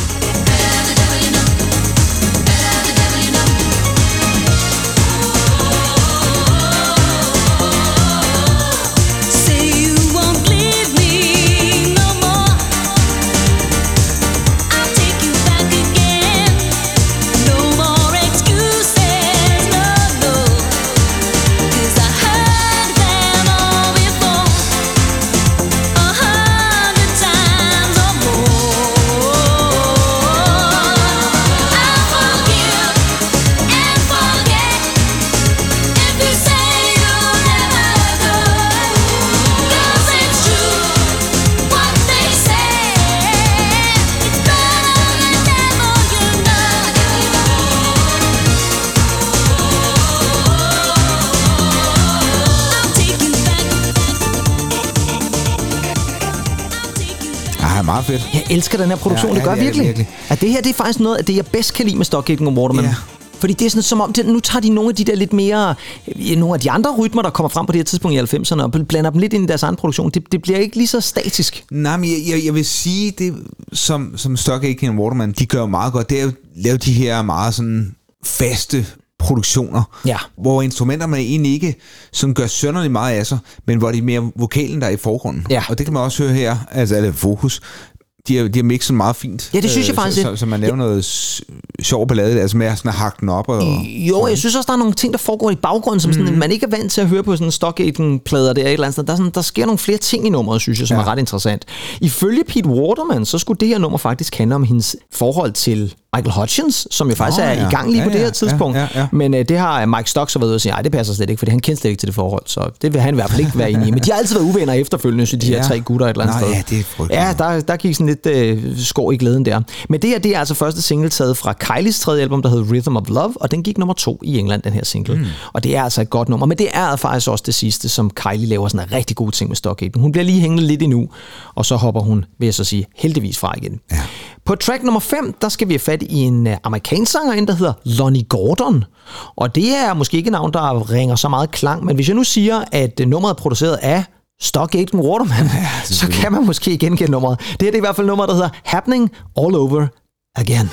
Meget fedt. Jeg elsker den her produktion, ja, ja, det gør det virkelig. virkelig. At det her, det er faktisk noget af det, jeg bedst kan lide med Stock Aitken og Waterman. Ja. Fordi det er sådan som om, det, nu tager de nogle af de der lidt mere, nogle af de andre rytmer, der kommer frem på det her tidspunkt i halvfemserne, og blander dem lidt ind i deres egen produktion. Det, det bliver ikke lige så statisk. Nej, men jeg, jeg, jeg vil sige, det som, som Stock Aitken og Waterman, de gør meget godt, det er jo lave de her meget sådan faste produktioner, ja. hvor instrumenterne egentlig ikke sådan gør sønderligt meget af sig, men hvor det er mere vokalen, der er i forgrunden. Ja. Og det kan man også høre her, altså eller fokus. De har, de har mixet meget fint. Ja, det synes jeg faktisk. Så, så, så man laver ja. noget sjov ballade, altså med at sådan hakke den op. Og, jo, jeg synes også, der er nogle ting, der foregår i baggrunden, som sådan, mm. man ikke er vant til at høre på sådan Stock Aitken-plader der et eller andet sted. Der, er sådan, der sker nogle flere ting i nummeret, synes jeg, som ja. er ret interessant. Ifølge Pete Waterman, så skulle det her nummer faktisk handle om hendes forhold til Michael Hutchence, som jo faktisk oh, er ja. i gang lige ja, på det her tidspunkt. Ja, ja, ja. Men uh, det har Mike Stock så været ude og sige, nej, det passer slet ikke, for han kendte slet ikke til det forhold, så det vil han i hvert fald ikke være enig i. Men de har altid været uvenner efterfølgende, så de ja. her tre gutter et eller andet Nå, sted. Ja, det er frygteligt. Ja, der, der gik sådan lidt øh, skår i glæden der. Men det her, det er altså første single taget fra Kylies tredje album, der hedder Rhythm of Love, og den gik nummer to i England, den her single. Mm. Og det er altså et godt nummer, men det er faktisk også det sidste, som Kylie laver sådan en rigtig god ting med Stock Aitken. Hun bliver lige hængende lidt endnu, og så hopper hun, vil jeg så sige, heldigvis fra igen. Ja. På track nummer fem, der skal vi have fat i en uh, amerikansk sangerinde, der hedder Lonnie Gordon. Og det er måske ikke et navn, der ringer så meget klang, men hvis jeg nu siger, at uh, nummeret er produceret af Stock Aitken Waterman, ja, så kan man måske genkende nummeret. Det her det er i hvert fald nummeret, der hedder Happening All Over Again.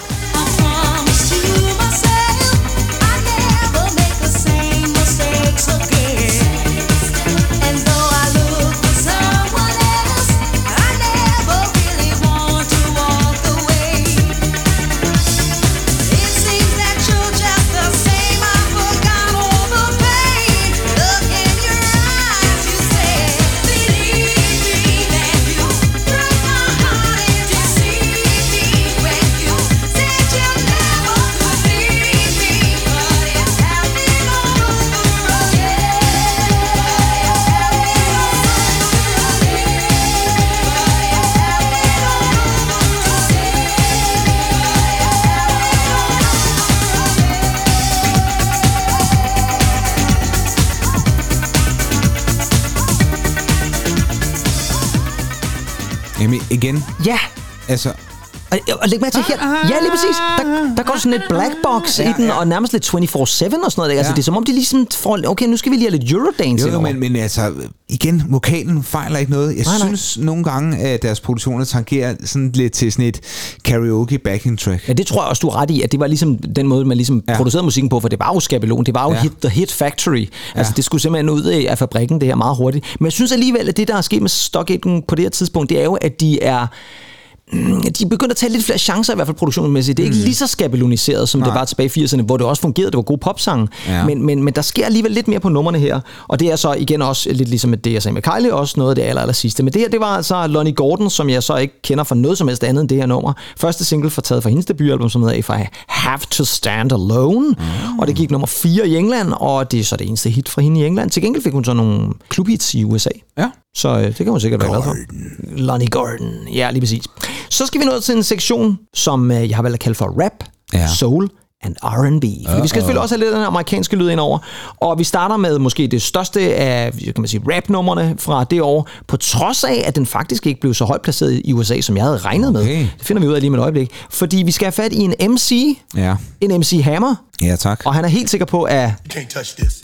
Jamen igen. Ja. Altså, Og, og læg mærke til her, ja lige præcis, der, der går sådan lidt black box ja, i den, ja. Og nærmest lidt tyve-fire syv og sådan noget. Altså, ja. Det er som om, de ligesom får, okay, nu skal vi lige have lidt Eurodance jo, men, men altså, igen, vokalen fejler ikke noget. Jeg nej, synes nej. nogle gange, at deres produktioner tangerer sådan lidt til sådan et karaoke backing track. Ja, det tror jeg også, du er ret i, at det var ligesom den måde, man ligesom ja. producerede musikken på, for det var jo skabelon, det var jo ja. hit, the hit factory. Altså, ja. det skulle simpelthen ud af fabrikken, det her meget hurtigt. Men jeg synes alligevel, at det, der er sket med Stock-Aitken på det her tidspunkt, det er jo, at de er... De begyndte at tage lidt flere chancer, i hvert fald produktionsmæssigt. Det er ikke mm. lige så skabeloniseret, som Nej. det var tilbage i firserne, hvor det også fungerede, det var gode popsange. Ja. Men, men, men der sker alligevel lidt mere på numrene her. Og det er så igen også lidt ligesom det, jeg sagde med Kylie, også noget af det aller, aller sidste. Men det her, det var altså Lonnie Gordon, som jeg så ikke kender for noget som helst andet end det her nummer. Første single fortaget fra hendes debutalbum, som hedder If I Have to Stand Alone. Mm. Og det gik nummer fire i England, og det er så det eneste hit fra hende i England. Til gengæld fik hun så nogle klubhits i U S A. Ja. Så øh, det kan man sikkert være glad for. Lonnie Gordon. Ja, lige præcis. Så skal vi nå til en sektion, som øh, jeg har valgt at kalde for rap, ja. soul and R and B. Fordi vi skal selvfølgelig også have lidt af den amerikanske lyd ind over. Og vi starter med måske det største af, kan man sige, rap-numrene fra det år, på trods af, at den faktisk ikke blev så højt placeret i U S A, som jeg havde regnet okay. med. Det finder vi ud af lige med et øjeblik. Fordi vi skal have fat i en M C, ja. en M C Hammer. Ja, tak. Og han er helt sikker på, at... You can't touch this.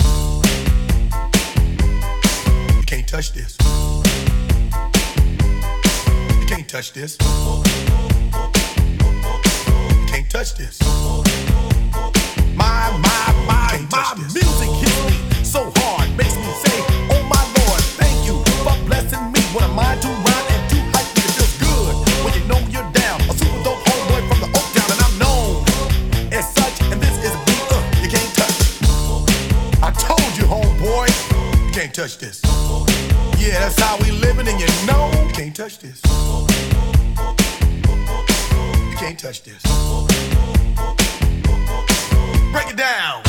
You can't touch this. You can't touch this. You can't touch this. My, my, my, my music hits me so hard, makes me say, oh my Lord, thank you for blessing me. When I'm mind to rhyme and to hype me, it feels good when you know you're down. A super dope homeboy from the Oak Town, and I'm known as such. And this is a beat uh, you can't touch. I told you, homeboy, you can't touch this. Yeah, that's how we living, and you know you can't touch this. You can't touch this. Break it down.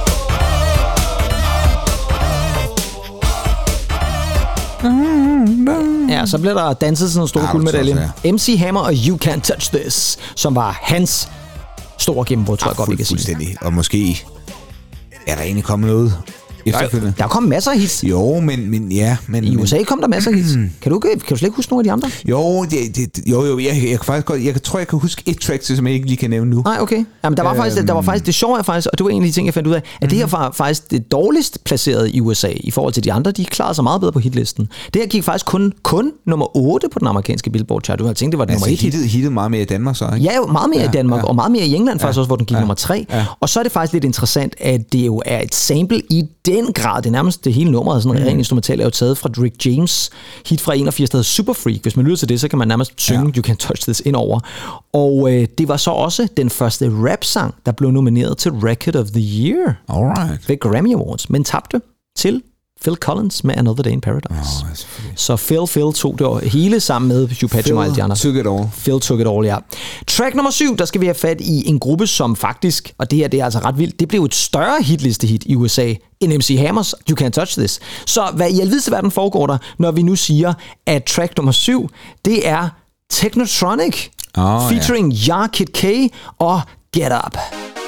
Ja, så bliver der danset sådan en stor guldmedalje. M C Hammer og You Can't Touch This, som var hans store gennembrud, tror jeg godt, vi kan sige. Og måske er der egentlig kommet noget efterfølgende. Der kom masser af hits. Jo, men, men ja. Men, I U S A kom der masser af hits. Mm. Kan du, kan du slet ikke huske nogle af de andre? Jo, det, det, jo, jo jeg, jeg, kan faktisk godt, jeg tror, jeg kan huske et track, som jeg ikke lige kan nævne nu. Nej, okay. Jamen, der var, øhm. faktisk, der var faktisk, det sjove er faktisk, og det var en af de ting, jeg fandt ud af, at mm. det her var faktisk det dårligst placeret i U S A i forhold til de andre. De klarede sig meget bedre på hitlisten. Det her gik faktisk kun, kun nummer otte på den amerikanske Billboard chart. Du havde tænkt, det var altså, nummer et hit. Hittet, hittet meget mere i Danmark så, ikke? Ja, jo, meget mere ja, i Danmark, ja. og meget mere i England faktisk ja. også, hvor den gik ja. nummer tre. Ja. Og så er det faktisk lidt interessant, at det jo er et sample i den grad. Det er nærmest det hele nummeret, sådan en mm. ren instrumental, er jo taget fra Rick James hit fra enogfirs, der hedder Super Freak. Hvis man lytter til det, så kan man nærmest synge ja. You Can't Touch This ind over. Og øh, det var så også den første rap-sang, der blev nomineret til Record of the Year Alright. ved Grammy Awards, men tabte til Phil Collins med Another Day in Paradise. Oh, så Phil, Phil tog det hele sammen med Hugh Padgham og alle de andre. Phil took it all. Phil took it all, ja. Track nummer syv, der skal vi have fat i en gruppe, som faktisk, og det her det er altså ret vildt, det blev et større hitlistehit i U S A end M C Hammers You Can't Touch This. Så hvad i alvideste verden foregår der, når vi nu siger, at track nummer syv, det er Technotronic, oh, featuring ja. Yah Kid K og Get Up.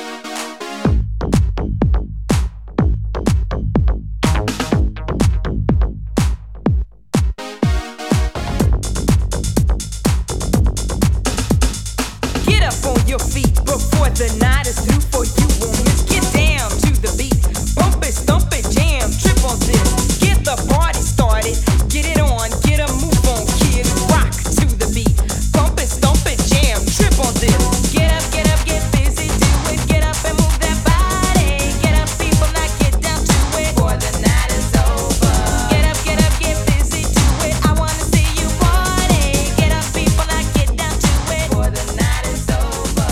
Your feet before the night is through for you won't miss. Get down to the beat, bump it, stomp it, jam, trip on this. Get the party started, get it on, get a move on, kid. Rock to the beat, bump it, stomp it, jam, trip on this. Get up, get up, get busy, do it. Get up and move that body. Get up, people, now get down to it before the night is over. Get up, get up, get busy, do it. I wanna see you party. Get up, people, now get down to it before the night is over.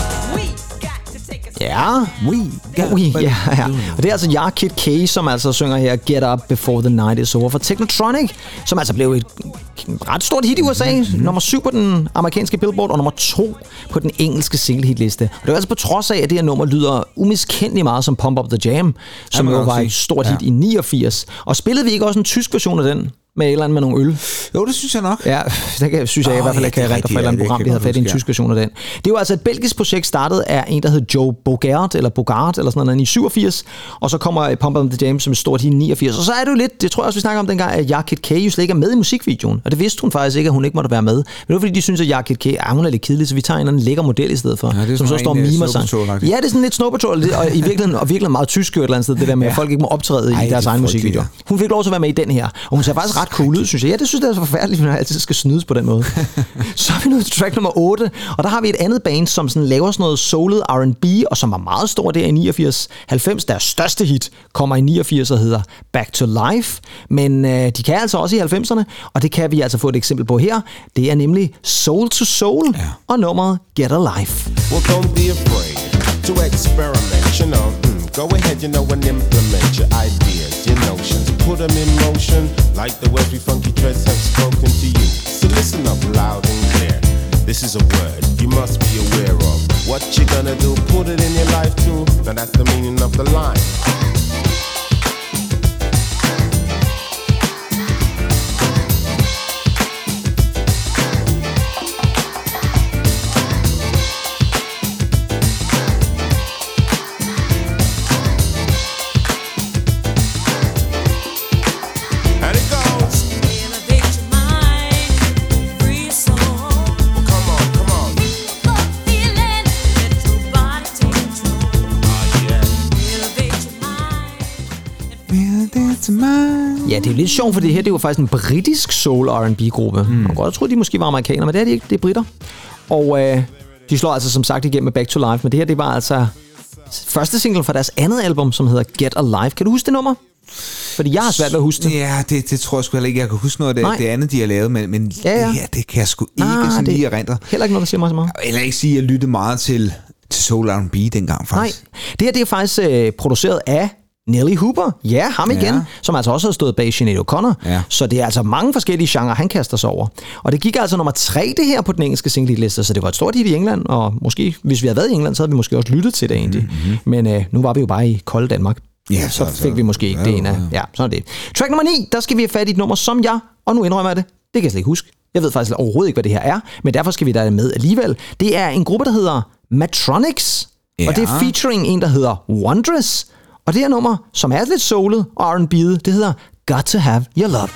Ja, we, we, ja, ja. Og det er altså Yah Kid K, som altså synger her Get Up Before the Night is Over for Technotronic, som altså blev et ret stort hit i U S A. Mm-hmm. Nummer syv på den amerikanske Billboard, og nummer to på den engelske single-hitliste. Og det er altså på trods af, at det her nummer lyder umiskendeligt meget som Pump Up the Jam, som jo var et stort hit ja. i niogfirs. Og spillede vi ikke også en tysk version af den? med et eller andet med nogle øl. Jo, det synes jeg nok. Ja, det kan, synes jeg oh, i hvert fald, ja, jeg kan erindre fra et eller andet program, vi havde fat i en tysk version af den. Det var altså et belgisk projekt, startet af en, der hed Joe Bogart, eller Bogart, eller sådan noget, i syvogfirs, og så kommer Pump Up the Jam som et stort hit i niogfirs. Og så er det jo lidt, det tror jeg også, vi snakker om dengang, at Jacket K jo slet ikke er med i musikvideoen, og det vidste hun faktisk ikke, at hun ikke måtte være med. Men det var fordi, de synes, at Jacket K, ah, hun er lidt kedelig, så vi tager en eller anden lækker model i stedet for, ja, som så står mimer sig. Ja, det er sådan lidt Snow Patrol, og i virkeligheden, og virkelig meget tysk et eller andet sted, det der med, at folk ikke må optræde Ej, i deres egen musikvideo. Hun fik lov til at være med i den her, og hun ser faktisk ret cool ud, synes jeg. Ja, det synes jeg er så forfærdeligt, når jeg altid skal snydes på den måde. Så er vi nået til track nummer otte, og der har vi et andet band, som sådan laver sådan noget soulet R and B, og som var meget stor der i niogfirs halvfems. Deres største hit kommer i niogfirs og hedder Back to Life, men øh, de kan altså også i halvfemserne, og det kan vi altså få et eksempel på her. Det er nemlig Soul to Soul, ja. Og nummeret Get a Life. Well, don't be afraid to experiment, you know. Mm, go ahead, you know, and implement your ideas, your notions. Put them in motion like the Wesley Funky Dreads have spoken to you. So listen up loud and clear. This is a word you must be aware of. What you gonna do, put it in your life too. Now that's the meaning of the line. Ja, det er lidt sjovt, for det her det er jo faktisk en britisk soul R and B-gruppe. Mm. Man kan godt tro, at de måske var amerikanere, men det er de ikke. Det er britter. Og øh, de slår altså som sagt igennem med Back to Life, men det her det var altså første single fra deres andet album, som hedder Get Alive. Kan du huske det nummer? Fordi jeg har svært ved at huske det. Ja, det, det tror jeg sgu heller ikke. Jeg kan huske noget af det, det andet, de har lavet, men, men ja, ja. Det her, det kan jeg sgu ikke ah, sådan lige erindre. Heller ikke noget, der siger mig så meget. Eller ikke sige, at jeg lyttede meget til, til soul R and B dengang, faktisk. Nej, det her det er faktisk øh, produceret af Nelly Hooper, ja, ham igen, ja. Som altså også har stået bag Sinead O'Connor. Ja. Så det er altså mange forskellige genrer, han kaster sig over. Og det gik altså nummer tre det her på den engelske single-liste, så det var et stort hit i England, og måske, hvis vi havde været i England, så havde vi måske også lyttet til det egentlig. Mm-hmm. Men øh, nu var vi jo bare i kolde Danmark. Ja, så, så fik så, vi måske ikke ja, det ene af. Ja, sådan er det. Track nummer ni, der skal vi have fat i et nummer som jeg, og nu indrømmer jeg det, det kan jeg slet ikke huske. Jeg ved faktisk overhovedet ikke, hvad det her er, men derfor skal vi da med alligevel. Det er en gruppe, der hedder Matronics, ja. Og det er featuring en, der hedder Wondrous. Og det her nummer, som er lidt soulet og R and B'et, det hedder Got to Have Your Love.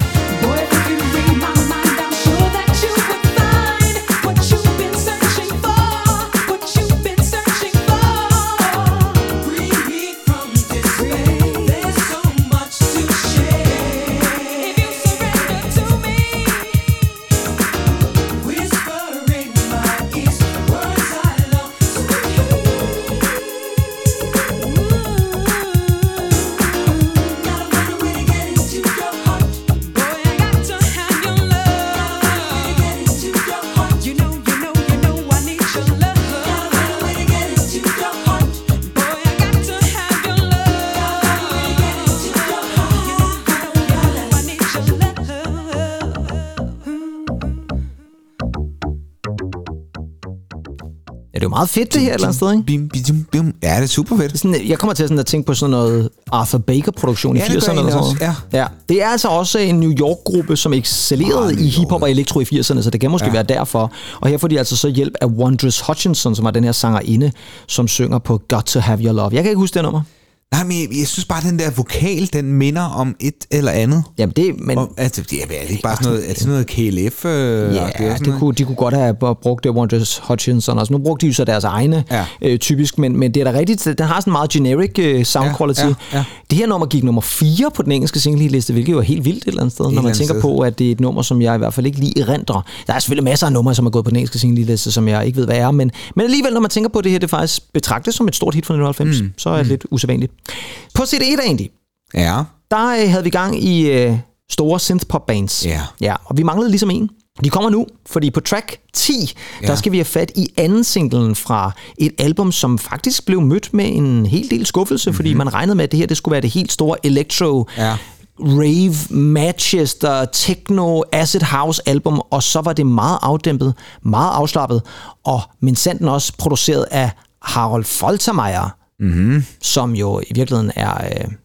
Ja, det er jo meget fedt det her et eller andet sted, ikke? Bim, bim, bim. Ja, det er super fedt. Sådan, jeg kommer til sådan at tænke på sådan noget Arthur Baker-produktion i ja, firserne eller sådan noget. Ja. Ja. Det er altså også en New York-gruppe, som excellerede ah, i hiphop og elektro i firserne, så det kan måske ja. være derfor. Og her får de altså så hjælp af Wondrous Hutchinson, som er den her sangerinde, som synger på Got to Have Your Love. Jeg kan ikke huske det nummer. Nej, men jeg, jeg synes bare, at den der vokal, den minder om et eller andet. Jamen det, men... Og, altså, det er, er det ikke bare sådan noget, er det sådan noget K L F? Øh, ja, det, det kunne, de kunne godt have brugt det, Wondrous Hutchinson. Altså, nu brugte de jo så deres egne, ja. øh, typisk, men, men det er da rigtigt, den har sådan en meget generic øh, sound quality. Ja, ja, ja. Det her nummer gik nummer fire på den engelske single-liste, hvilket jo er helt vildt et eller andet sted, et når man tænker sted. på, at det er et nummer, som jeg i hvert fald ikke lige erindrer. Der er selvfølgelig masser af numre, som er gået på den engelske single-liste, som jeg ikke ved, hvad er, men, men alligevel, når man tænker på det her, det faktisk betragtes som et stort hit fra nitten halvfems, mm. så er det mm. lidt usædvanligt. På C D et egentlig, ja. der øh, havde vi gang i øh, store synthpop-bands. Ja. Ja, og vi manglede ligesom en. De kommer nu, fordi på track ti, ja. der skal vi have fat i anden singlen fra et album, som faktisk blev mødt med en hel del skuffelse, mm-hmm. fordi man regnede med, at det her det skulle være det helt store electro, ja. rave, Manchester, techno, acid house album, og så var det meget afdæmpet, meget afslappet, og minsandten også produceret af Harold Faltermeyer, mm-hmm. som jo i virkeligheden er... Øh,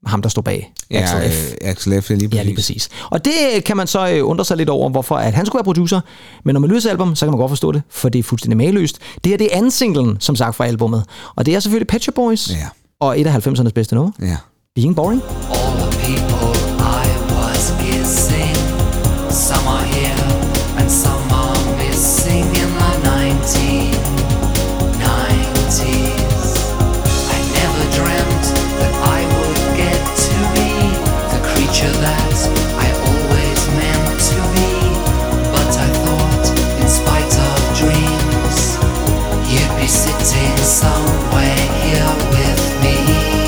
ham, der står bag. Ja, Axel F. øh, Axel F. Lige Ja, lige præcis. Og det kan man så øh, undre sig lidt over, hvorfor at han skulle være producer. Men når man lytter til album, så kan man godt forstå det, for det er fuldstændig mageløst. Det her det er anden singlen, som sagt, fra albummet. Og det er selvfølgelig Pet Shop Boys. Ja. Og et af halvfemsernes bedste nummer. Ja. Being Boring. All the people I was kissing, some are here and some are missing in the nineteen nineties. I never dreamt that I would get to be the creature that I always meant to be. But I thought, in spite of dreams, you'd be sitting somewhere here with me.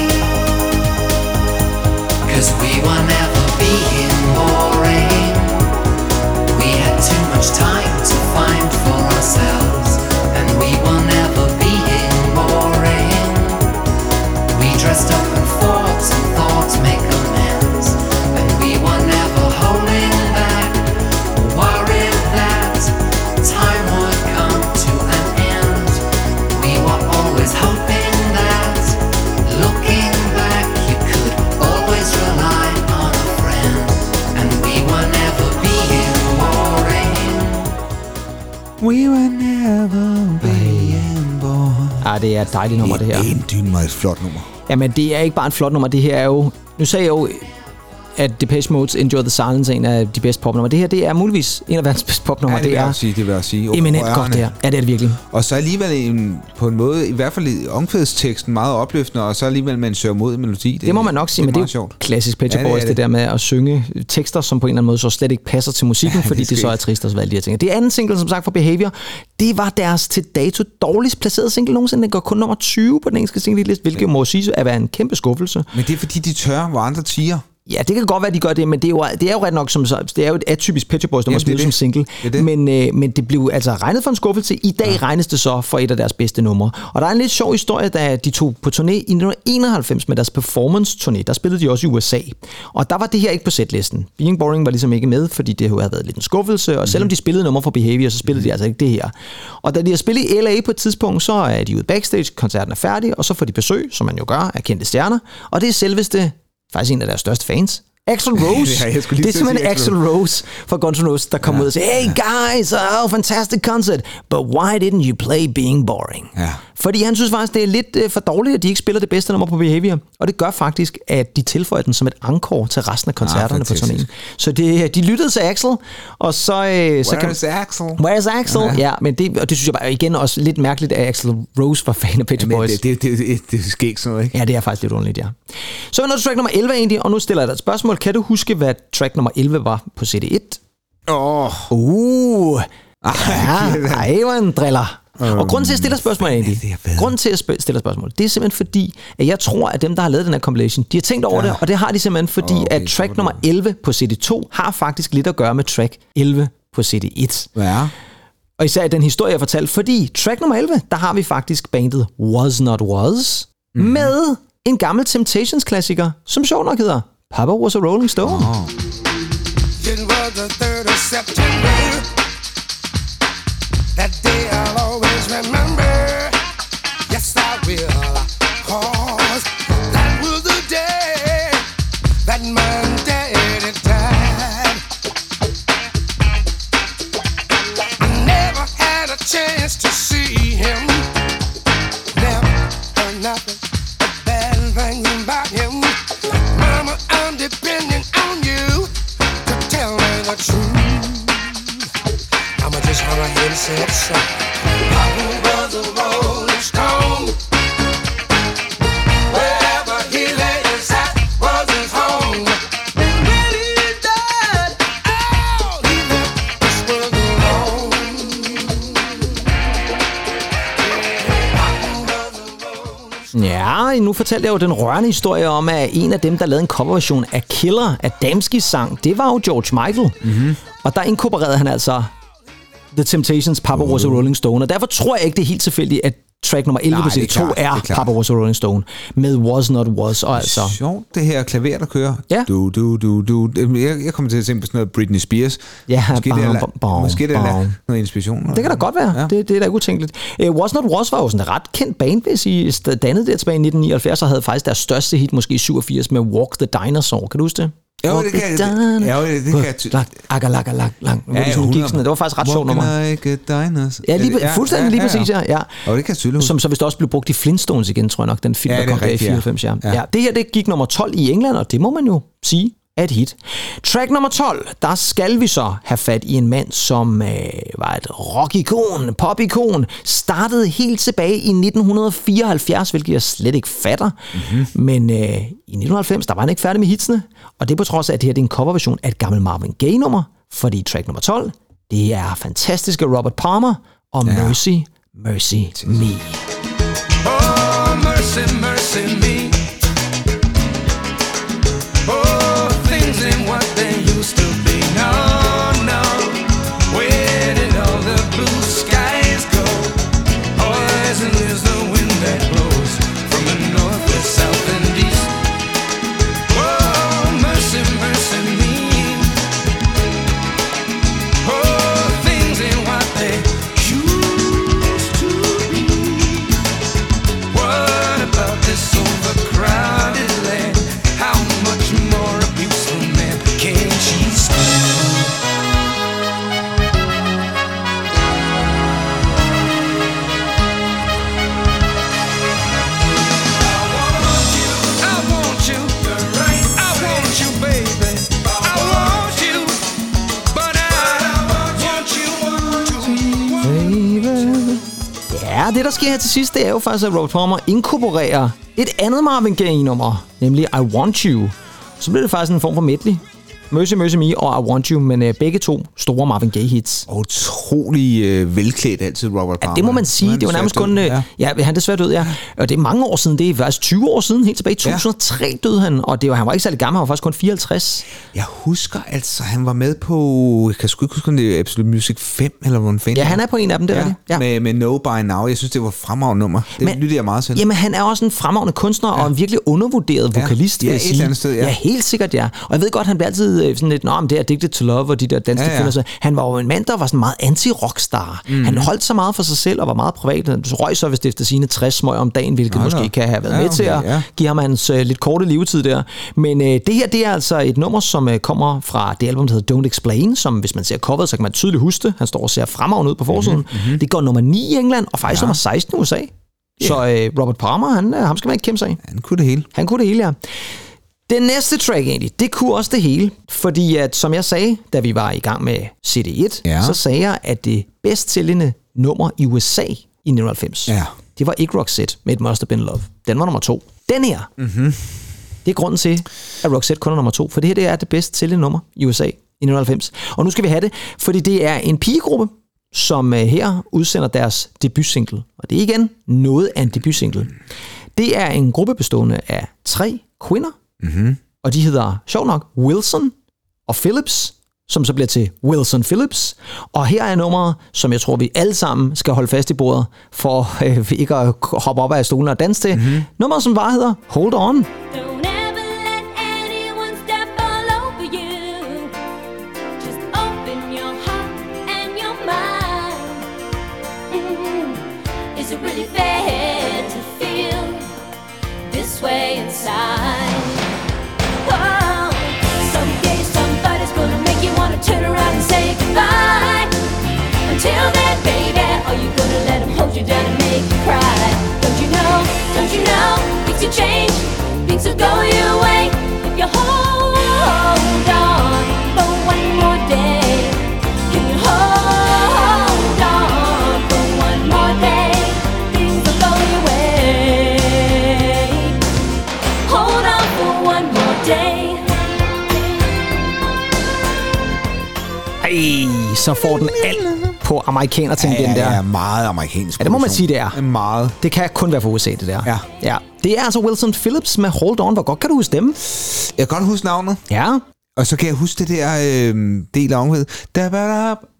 'Cause we were never being boring. We had too much time to find for ourselves, and we were never being boring. We dressed up and fought and thought make amends, and we were never holding back, worried that time would come to an end. We were always hoping that, looking back, you could always rely on a friend, and we were never being boring. We were never being born. Ah, det er et dejligt nummer, det her. Det er en dyn meget flot nummer. Jamen, det er ikke bare et flot nummer. Det her er jo... Nu sagde jeg jo, at Depeche Mode's Enjoy the Silence er en af de bedste popnummer. Det her, det er muligvis en af verdens bedste popnummer. Ja, det vil er jeg også sige, det vil jeg også sige. eminent godt, det her. Ja, det er det virkelig. Og så alligevel en, på en måde, i hvert fald i omkvædsteksten, meget opløftende, og så alligevel med en sørgmodig melodi. Det, Det må man nok sige, det men det er jo klassisk Pet Shop Ja, det er Boys, det, det. der med at synge tekster, som på en eller anden måde så slet ikke passer til musikken, Ja, det fordi er det så er skægt. trist og så alle de her ting. Det er anden single, som sagt, fra Behavior. Det var deres til dato dårligst placerede single nogensinde. Den går kun nummer tyve på den engelske single-liste, hvilket må sige at være en kæmpe skuffelse. Men det er fordi, de tør, hvor andre tiger. Ja, det kan godt være, at de gør det, men det er jo, det er jo ret nok som så, det er jo et atypisk Pet Shop Boys, der må Jamen, det er spille som det. single. Det er det. Men, øh, men det blev altså regnet for en skuffelse. I dag ja. regnes det så for et af deres bedste numre. Og der er en lidt sjov historie, da de tog på turné i nitten enoghalvfems med deres performance-turné. Der spillede de også i U S A. Og der var det her ikke på setlisten. Being Boring var ligesom ikke med, fordi det havde været lidt en skuffelse. Og mm-hmm. selvom de spillede nummer for Behavior, så spillede mm-hmm. de altså ikke det her. Og da de har spillet i L A på et tidspunkt, så er de ude backstage, koncerten er færdig, og så får de besøg, som man jo gør, af kendte stjerner. Og det er selveste, faktisk en af deres største fans, Axl Rose. Ja, jeg skulle lige det er til at simpelthen sige Axl Rose fra Guns N' Roses, der kom Ja. ud og sagde, hey guys, oh, fantastic concert, but why didn't you play Being Boring? Ja. Fordi han synes faktisk, det er lidt øh, for dårligt, at de ikke spiller det bedste nummer på Behavior. Og det gør faktisk, at de tilføjer den som et encore til resten af koncerterne på turnéen. Så det, de lyttede til Axl, og så... Øh, så kan, Where's Axl? Where's Axl? Ja, ja men det, og det synes jeg bare igen også lidt mærkeligt, at Axl Rose var fan af Pet Shop Jamen, Boys. det, det, det, det, det sker ikke sådan noget, ikke? Ja, det er faktisk lidt underligt, ja. Så er vi nået til track nummer elleve egentlig, og nu stiller jeg dig et spørgsmål. Kan du huske, hvad track nummer elleve var på C D et? Åh. Oh. Uh. Ja, ej, hvor en driller. Og grunden til, at jeg stiller spørgsmål egentlig, grunden til, at jeg stiller spørgsmål, det er simpelthen fordi, at jeg tror, at dem, der har lavet den her compilation, de har tænkt over ja. det, og det har de simpelthen fordi, okay, at track nummer elleve på C D to har faktisk lidt at gøre med track elleve på C D et. Ja. Og især i den historie, jeg fortalte, fordi track nummer elleve, der har vi faktisk bandet Was Not Was, mm-hmm. med en gammel Temptations-klassiker, som sjov nok hedder Papa Was a Rolling Stone. Oh. It was the third of September. That day I'll always remember. Yes, I will. Cause that was the day that my daddy died. I never had a chance to see him. Never heard nothing but bad things about him. Mama, I'm depending on you to tell me the truth. I'ma just run ahead and say it so. Papa was a rolling stone. Wherever he lay his hat was his home. And when he died, oh, he left this world alone. Ja, nu fortalte jeg jo den rørende historie om, at en af dem, der lavede en coverversion af Killer af Damskis sang, det var jo George Michael. Mm-hmm. Og der inkorporerede han altså The Temptations' Papa Was a Rolling Stone. Og derfor tror jeg ikke, det er helt tilfældigt, at track nummer elleve på side to er, er Papa Was a Rolling Stone med Was Not Was. Og altså, sjovt, det her klaver, der kører. Ja. Du, du, du, du. Jeg, jeg kommer til at tænke på sådan noget Britney Spears. Ja, måske bam, det er, bam, bam, måske det er noget inspiration. Det kan da godt være. Ja. Det, det er da ikke utænkeligt. Uh, Was Not Was var jo sådan et ret kendt band, hvis I dannede der tilbage i nitten nioghalvfjerds, og havde faktisk deres største hit måske i syvogfirs med Walk the Dinosaur. Kan du huske det? Jo, det kan jeg. Ja, det kan jeg. Lak, lak, lak. Det var faktisk ret sjovt nummer. Like a dinosaur. Ja, lige, fuldstændig lige præcis, ja. ja. Og det kan jeg som så vist også blev brugt i Flintstones igen, tror jeg nok, den film, der kom der i fireoghalvfems. Ja. Ja. Det her, det gik nummer tolv i England, og det må man jo sige er et hit. Track nummer tolv, der skal vi så have fat i en mand, som øh, var et rock-ikon, pop-ikon, startede helt tilbage i nitten fireoghalvfjerds, hvilket jeg slet ikke fatter. Mm-hmm. Men øh, i nitten halvfems, der var han ikke færdig med hitsene, og det på trods af, at det her det er en coverversion af et gammelt Marvin Gaye-nummer, fordi track nummer tolv, det er fantastiske Robert Palmer og ja. Mercy, Mercy Me. Oh, mercy, mercy me. Oh, things ain't what they used to be. No, no. Where did all the blue skies go? Poison is the wind that blows from the north, the south, and east. Oh, mercy, mercy me. Oh, things ain't what they used to be. What about this overcrowded land? How much more abuse from man can she stand? I want you, I want you, I want you, baby. I want you, but I want you to. Ja, det der sker her til sidst, det er jo faktisk, at Robert Palmer inkorporerer et andet Marvin Gaye-nummer, nemlig I Want You. Så bliver det faktisk en form for medley. Mercy, Mercy Me og I Want You, men uh, begge to store Marvin Gaye-hits. Og utrolig øh, velklædt altid, Robert Palmer. Ja, det må man sige. Det var nærmest kun... Øh, ja. ja, han er desværre død, ja. Og det er mange år siden. Det er faktisk tyve år siden. Helt tilbage i to tusind og tre ja. døde han. Og det var, han var ikke særlig gammel. Han var faktisk kun fireoghalvtreds. Jeg husker altså, han var med på... Jeg kan sgu ikke huske, om det er Absolute Music fem, eller hvor han Ja, han er på en af dem, det ja, er det. Ja. Med, med No By Now. Jeg synes, det var fremragende nummer. Det men, lytter jeg meget til. Jamen, han er også en fremragende kunstner, ja. og en virkelig undervurderet vokalist, ja. vil Ja, jeg sige. et eller andet sted, ja. Ja, helt sikkert, ja. Og jeg ved godt, han blev altid sådan lidt... Nå, men det er Addicted to Love, og de der danske ja, ja. Så han var jo en mand, der var sådan meget anti-rockstar. Mm. Han holdt så meget for sig selv og var meget privat. Han røg så vist efter sine tres smøger om dagen, hvilket Nå, måske ikke kan have været ja, med til at ja. give ham hans uh, lidt korte levetid der. Men uh, det her, det er altså et nummer, som uh, kommer fra det album, der hedder Don't Explain, som hvis man ser coveret, så kan man tydeligt huske det. Han står og ser fremragende ud på forsiden. Mm-hmm. Det går nummer ni i England, og faktisk ja. nummer seksten i U S A. Yeah. Så uh, Robert Palmer, han, uh, ham skal man ikke kæmpe sig af. Han kunne det hele. Han kunne det hele, ja. Den næste track egentlig, det kunne også det hele, fordi at, som jeg sagde, da vi var i gang med C D et, ja. så sagde jeg, at det bedst sælgende nummer i U S A i nitten halvfems, ja. det var ikke Roxette med It Must Have Been Love. Den var nummer to. Den her, mm-hmm. det er grunden til, at Roxette kun er nummer to, for det her det er det bedst sælgende nummer i U S A i nitten halvfems. Og nu skal vi have det, fordi det er en pigegruppe, som her udsender deres debutsingle. Og det er igen noget af en debutsingle. Det er en gruppe bestående af tre kvinder, mm-hmm. og de hedder, sjov nok, Wilson og Phillips, som så bliver til Wilson Phillips. Og her er nummeret, som jeg tror, vi alle sammen skal holde fast i bordet, for øh, ikke at hoppe op af stolen og danse til. Mm-hmm. Nummeret, som bare hedder Hold On. Way inside. Oh, someday somebody's gonna make you wanna turn around and say goodbye. Until then, baby, are you gonna let him hold you down and make you cry? Don't you know, don't you know, things will change, things will go your way if you hold on for one more day. Can you hold on for one more day? Things will go your way. Ej, så får den alt på amerikaner-ting, ja, den der. Ja, meget amerikansk. Ja, det må man sige, det er. Meget. Det kan kun være for U S A, det der. Ja. ja. Det er altså Wilson Phillips med Hold On. Hvor godt kan du huske dem? Jeg kan godt huske navnet. Ja. Og så kan jeg huske det der øh, del af omkvædet.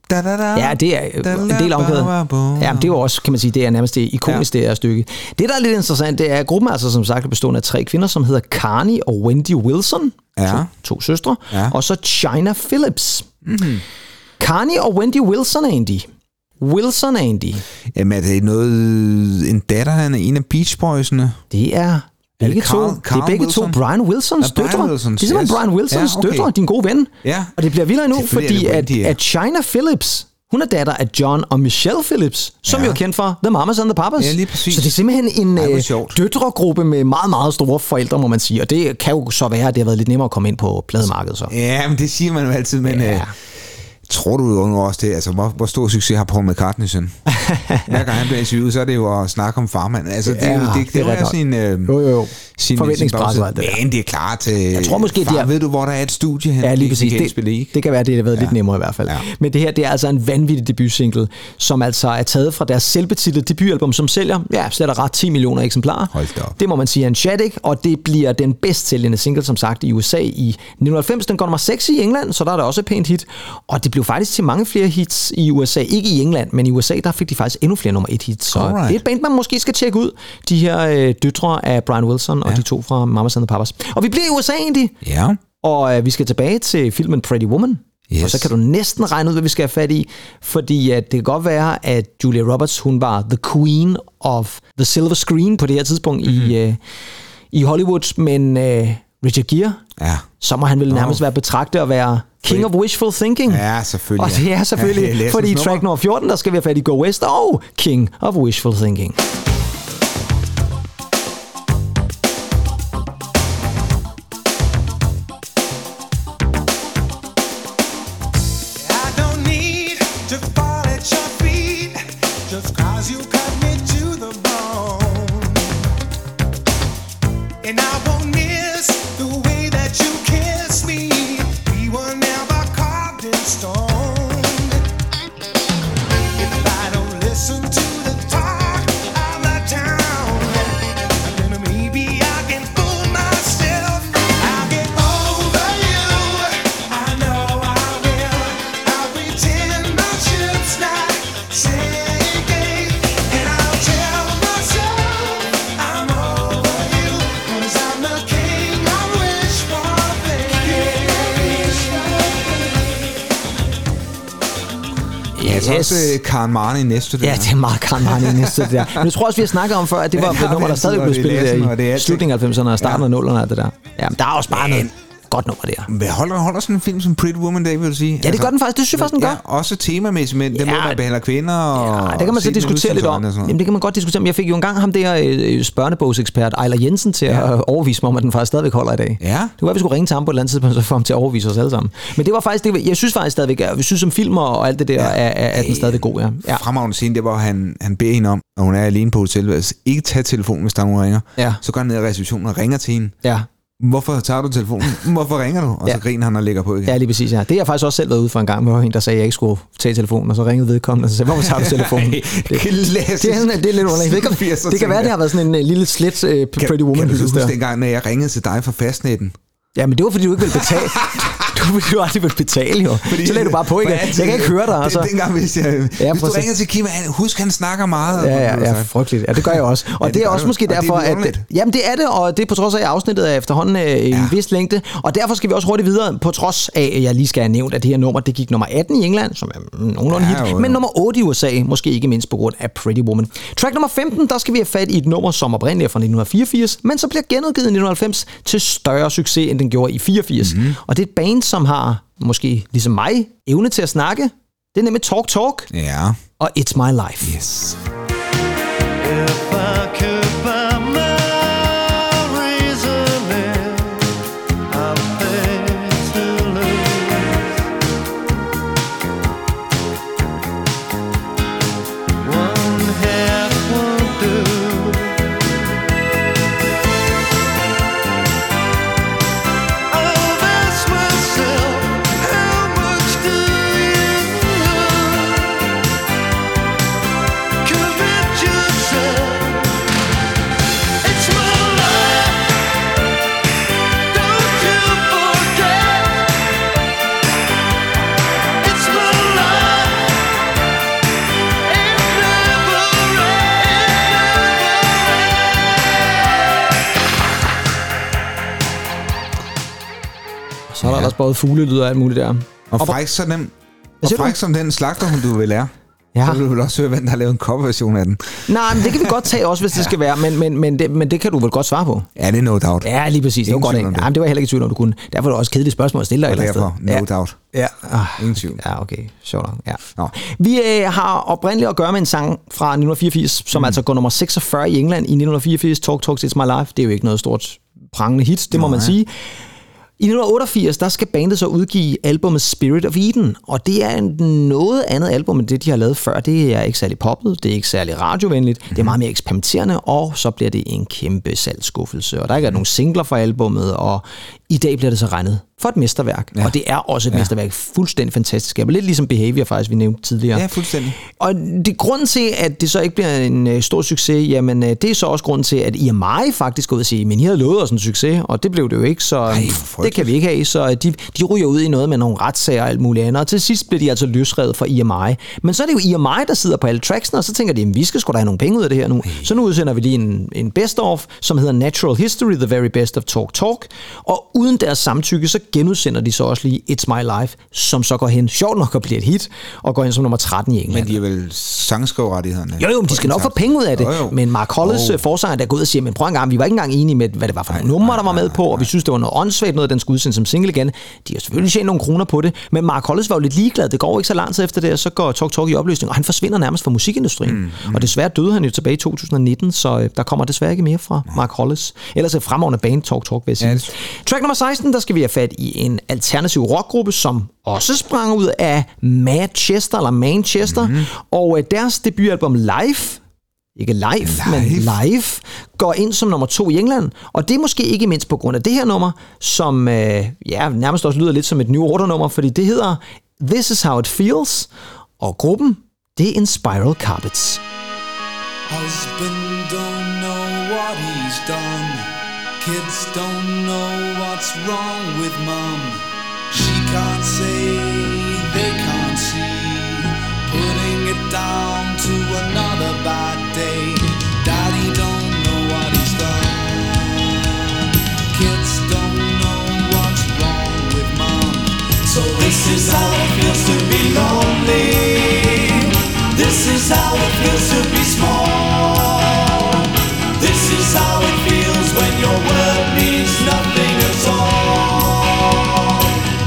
Da, da, da. Ja, det er en del omkvædet. Ja, men det er jo også, kan man sige, det er nærmest det ikoniske ja. stykke. Det, der er lidt interessant, det er, at gruppen altså som sagt bestående af tre kvinder, som hedder Carney og Wendy Wilson, ja. to, to søstre, ja. og så China Phillips. Mm-hmm. Carney og Wendy Wilson er Andy. Wilson er Andy. Jamen, er det noget, en datter af en af Beach Boys'ene? Det er... Begge Carl, to, Carl det er begge Wilson? to Brian Wilsons ja, Brian døtre. Wilsons, det er simpelthen yes. Brian Wilsons ja, okay. døtre, din gode ven. Ja. Og det bliver vildere endnu, fordi at, Wendy, ja. at China Phillips, hun er datter af John og Michelle Phillips, som ja. jo er kendt for The Mamas and the Papas. Ja, lige præcis. Så det er simpelthen en Ej, øh, døtregruppe med meget, meget store forældre, må man sige. Og det kan jo så være, at det har været lidt nemmere at komme ind på plademarkedet. Så. Ja, men det siger man jo altid, men... Ja. Øh, tror du jo også det? Altså, hvor, hvor stor succes har Paul McCartney sådan? Hver gang han bliver interviewet, så er det jo at snakke om farmand. Altså, det, ja, det, det, det, det er jo sin... Øh, jo, jo. sin forventningspres og alt det der. Men det er klart til... Jeg tror måske, far, de er... ved du, hvor der er et studie hen? Ja, lige præcis. Det, det, det kan være, det har været ja. lidt nemmere i hvert fald. Ja. Men det her, det er altså en vanvittig debutsingle, som altså er taget fra deres selvbetitlede debutalbum, som sælger, ja, slet ret ti millioner eksemplarer. Hold da op. Det må man sige er en Shattuck, og det bliver den bedst sælgende single, som sagt, i U S A i nitten halvfems. Den går nummer seks i England, så der er der også et pænt hit. Og det blev faktisk til mange flere hits i U S A. Ikke i England, men i U S A, der fik de faktisk endnu flere nummer et hits. Så Alright. det er et band, man måske skal tjekke ud. De her øh, døtre af Brian Wilson og ja. de to fra Mamas and the Papas. Og vi bliver i U S A egentlig. Ja. Og øh, vi skal tilbage til filmen Pretty Woman. Yes. Og så kan du næsten regne ud, hvad vi skal have fat i. Fordi at det kan godt være, at Julia Roberts, hun var the queen of the silver screen på det her tidspunkt mm-hmm. i, øh, i Hollywood. Men øh, Richard Gere, ja. så må han vel nærmest oh. være betragtet at være king of wishful thinking. Ja, selvfølgelig. Og det er selvfølgelig, ja, fordi i track nummer fjorten, der skal vi have fat i Go West og king of wishful thinking. Det er også Karen Marne i næste der. Ja, det er meget Karen Marne i næste der. Men jeg tror også, vi har snakket om før, at det var ja, et nummer, der stadig blev spillet der i slutningen af halvfemserne og starten af nullerne og alt det der. Ja, men der er også bare noget godt nummer der. Men holder, holder sådan en film som Pretty Woman, det vil du sige? Ja, det altså, gør den faktisk. Det synes jeg faktisk, den gør. Ja, også temamæssigt, men ja, den måde, man behandler kvinder. Og ja, det kan man så diskutere lidt om. Jamen, det kan man godt diskutere. Men jeg fik jo engang ham der øh, spørnebogsekspert, Ejler Jensen, til ja. at overvise mig om, at den faktisk stadigvæk holder i dag. Ja. Det var, at vi skulle ringe til ham på et eller andet tidspunkt, så få ham til at overvise os alle sammen. Men det var faktisk, det, jeg synes faktisk stadigvæk, jeg synes som filmer og alt det der, ja. er, er, er den stadigvæk god, ja. ja. Fremragende scene, det var, han, han beder hende om, når hun er alene på hotellet, altså ikke tage telefonen, hvis der er nogen, der ringer. Ja. Så går han ned i receptionen og ringer til hende. Ja. Hvorfor tager du telefonen? Hvorfor ringer du? Og ja. så griner han og lægger på igen. Ja, lige præcis, ja. Det har jeg faktisk også selv været ude for en gang, hvor en, der sagde, at jeg ikke skulle tage telefonen, og så ringede vedkommende, og så sagde, hvorfor tager du telefonen? det, det, det, er sådan, det er lidt underligt. Det kan, det kan være, det har været sådan en uh, lille slet uh, Pretty Woman. Kan du huske dengang, når jeg ringede til dig fra fastnetten? Ja, men det var, fordi du ikke ville betale. Du ville jo aldrig ville betale, jo. Fordi, så lagde du bare på igen. Jeg kan ikke høre dig. Altså. Det, dengang, hvis, jeg, ja, hvis du ringer til Kim, husk, han snakker meget. Ja, ja, ja, frygteligt. Ja, det gør jeg også. Og ja, det, det er også måske derfor, at... Jamen, det er det, og det er på trods af, at afsnittet er efterhånden øh, ja. en vis længde. Og derfor skal vi også hurtigt videre, på trods af, at jeg lige skal have nævnt, at det her nummer, det gik nummer atten i England, som er nogenlunde ja, hit, men nummer otte i U S A, måske ikke mindst på grund af Pretty Woman. Track nummer femten, der skal vi have fat i et nummer, som oprindeligt er fra nitten fireogfirs, men så bliver genudgivet i nitten halvfems til større succes, end den gjorde i fireogfirs. Mm-hmm. Og det er et band, som har, måske ligesom mig, evne til at snakke. Det er nemlig Talk Talk. Ja. Og It's My Life. Yes. If I could buy my reasoning, I'll pay to lose. One half won't do. I'll ask myself, how much do you commit yourself? både fuglelyd og alt muligt der. Og fræk som den, og fræk som den slagterhund, du vil lære. Ja. Så vil du vel også høre, hvem der har lavet en coverversion af den. Nej, men det kan vi godt tage også, hvis det skal være, men, men, men, det, men det kan du vel godt svare på. Ja, det er no doubt. Ja, lige præcis. Det var godt, ikke? Ja, men det var heller ikke i tvivl, om du kunne. Derfor er det også kedeligt spørgsmål at stille dig. Og eller derfor, no ja. doubt. Ja. Ah, ingen tvivl. Ja, okay. Sjovt nok. Ja. Nå. Vi øh, har oprindeligt at gøre med en sang fra nitten fireogfirs, som mm. altså går nummer seksogfyrre i England i nitten fireogfirs. Talk Talk It's My Life. Det er jo ikke noget stort prangende hit, det må Nå, man ja. sige. I nitten otteogfirs, der skal bandet så udgive albumet Spirit of Eden, og det er noget andet album end det, de har lavet før. Det er ikke særlig poppet, det er ikke særlig radiovenligt, mm-hmm. det er meget mere eksperimenterende, og så bliver det en kæmpe salgsskuffelse. Og der er ikke nogen singler fra albumet, og i dag bliver det så regnet for et mesterværk. Ja. Og det er også et ja. mesterværk, fuldstændig fantastisk. Det er lidt ligesom Behavior faktisk, vi nævnte tidligere. Ja, fuldstændig. Og det grunden til, at det så ikke bliver en uh, stor succes, jamen uh, det er så også grunden til, at I M I faktisk går ud og siger, men I havde lovet os en succes, og det blev det jo ikke, så Ej, det kan vi ikke have. Så de, de ryger ud i noget med nogle retssager og alt muligt andet, og til sidst bliver de altså løsrevet fra I M I. Men så er det jo I M I, der sidder på alle tracksene, og så tænker de, vi skal sgu da have nogle penge ud af det her nu. Ej. Så nu udsender vi lige en, en best-of, som hedder Natural History, The Very Best of Talk Talk, og uden deres samtykke, så genudsender de så også lige It's My Life, som så går hen, sjovt nok at blive et hit, og går hen som nummer tretten i England. Men de er vel sangskriverettighederne? Jo, jo, men de skal nok få penge ud af det. Jo, jo. Men Mark Hollis, oh. forsanger, der går ud og siger, men prøv en gang, vi var ikke engang enige med, hvad det var for nogle numre, der var med på, og vi synes, det var noget åndssvagt noget, den skulle udsendes som single igen. De har selvfølgelig tjent nogle kroner på det, men Mark Hollis var jo lidt ligeglad. Det går ikke så lang tid efter det, og så går Talk Talk i opløsning, og han forsvinder nærmest fra musikindustrien. Mm, mm. Og desværre døde han jo tilbage i to tusind nitten, så øh, der kommer desværre ikke mere fra Mark Hollis. Ellers er fremragende band Talk Talk, vil jeg sige. Ja, det... Track nummer seksten, der skal vi have fat i en alternativ rockgruppe, som også sprang ud af Manchester, eller Manchester, mm-hmm. og øh, deres debutalbum Live, ikke live, live, men live, går ind som nummer to i England. Og det er måske ikke mindst på grund af det her nummer, som øh, ja, nærmest også lyder lidt som et New Order-nummer, fordi det hedder This Is How It Feels, og gruppen, det er Inspiral Carpets. Husband don't know what he's done. Kids don't know what's wrong with mom. She can't say, they can't see. Putting it down to another bad day. Daddy don't know what he's done. Kids don't know what's wrong with mom. So this is how it feels to be lonely. This is how it feels to be small. This is how it feels when your word means nothing at all.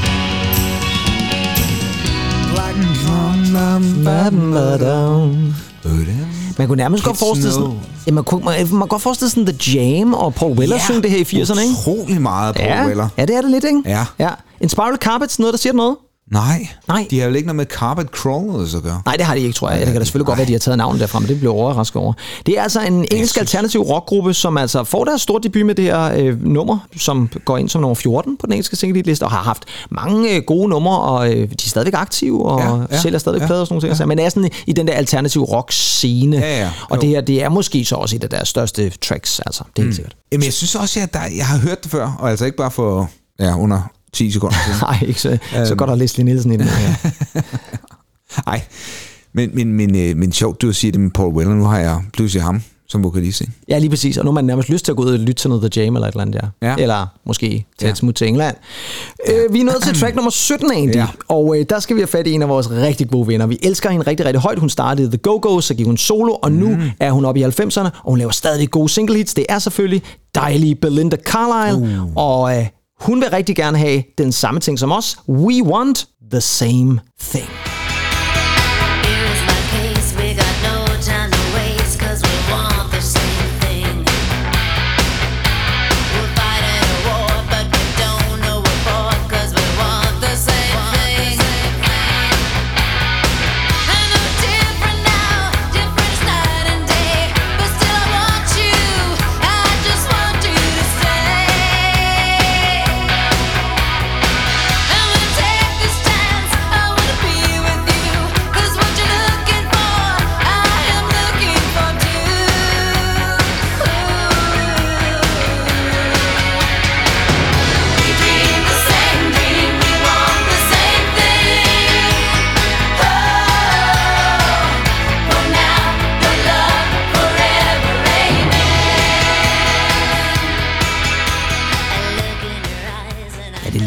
Black Man kunne nærmest godt forestille sig, ja, man, kunne, man, man kunne godt forestille sådan The Jam og Paul Weller ja, synge det her i firserne, ikke? Utrolig meget Paul ja, Weller. Ja, det er det lidt, ikke? Ja. ja. Inspiral Carpets, noget der siger noget? Nej, Nej, de har jo ikke noget med Carpet Crawlers at gøre. Nej, det har de ikke, tror jeg. Det kan da selvfølgelig godt være, at de har taget navnet derfra, men det bliver overrasket over. Det er altså en engelsk alternativ rockgruppe, som altså får deres store debut med det her øh, nummer, som går ind som nummer fjorten på den engelske single-liste, og har haft mange øh, gode numre, og øh, de er stadigvæk aktive, og ja, ja, sælger stadigvæk ja, plader og sådan nogle ting. Ja. Men er sådan i den der alternativ rock-scene, ja, ja, og det her, det er måske så også et af deres største tracks, altså. Det er mm. helt sikkert. Jamen, jeg synes også, at der, jeg har hørt det før, og altså ikke bare for, ja, under ti sekunder siden. Nej, ikke så, um, så godt at Leslie Nielsen i den. Nej, men, men, men, men sjovt, du siger det med Paul Weller. Nu har jeg pludselig ham som vokalist. Ja, lige præcis. Og nu har man nærmest lyst til at gå ud og lytte til noget The Jam eller et eller andet der. Ja. Eller måske tage et smut til England. Ja. Øh, vi er nået til track nummer sytten, Andy. Ja. Og øh, der skal vi have fat i en af vores rigtig gode venner. Vi elsker hende rigtig, rigtig højt. Hun startede The Go-Go, så gik hun solo, og nu mm. er hun oppe i halvfemserne, og hun laver stadig gode single hits. Det er selvfølgelig dejlige Belinda Carlisle. Uh. Og øh, hun vil rigtig gerne have den samme ting som os. We want the same thing. Be with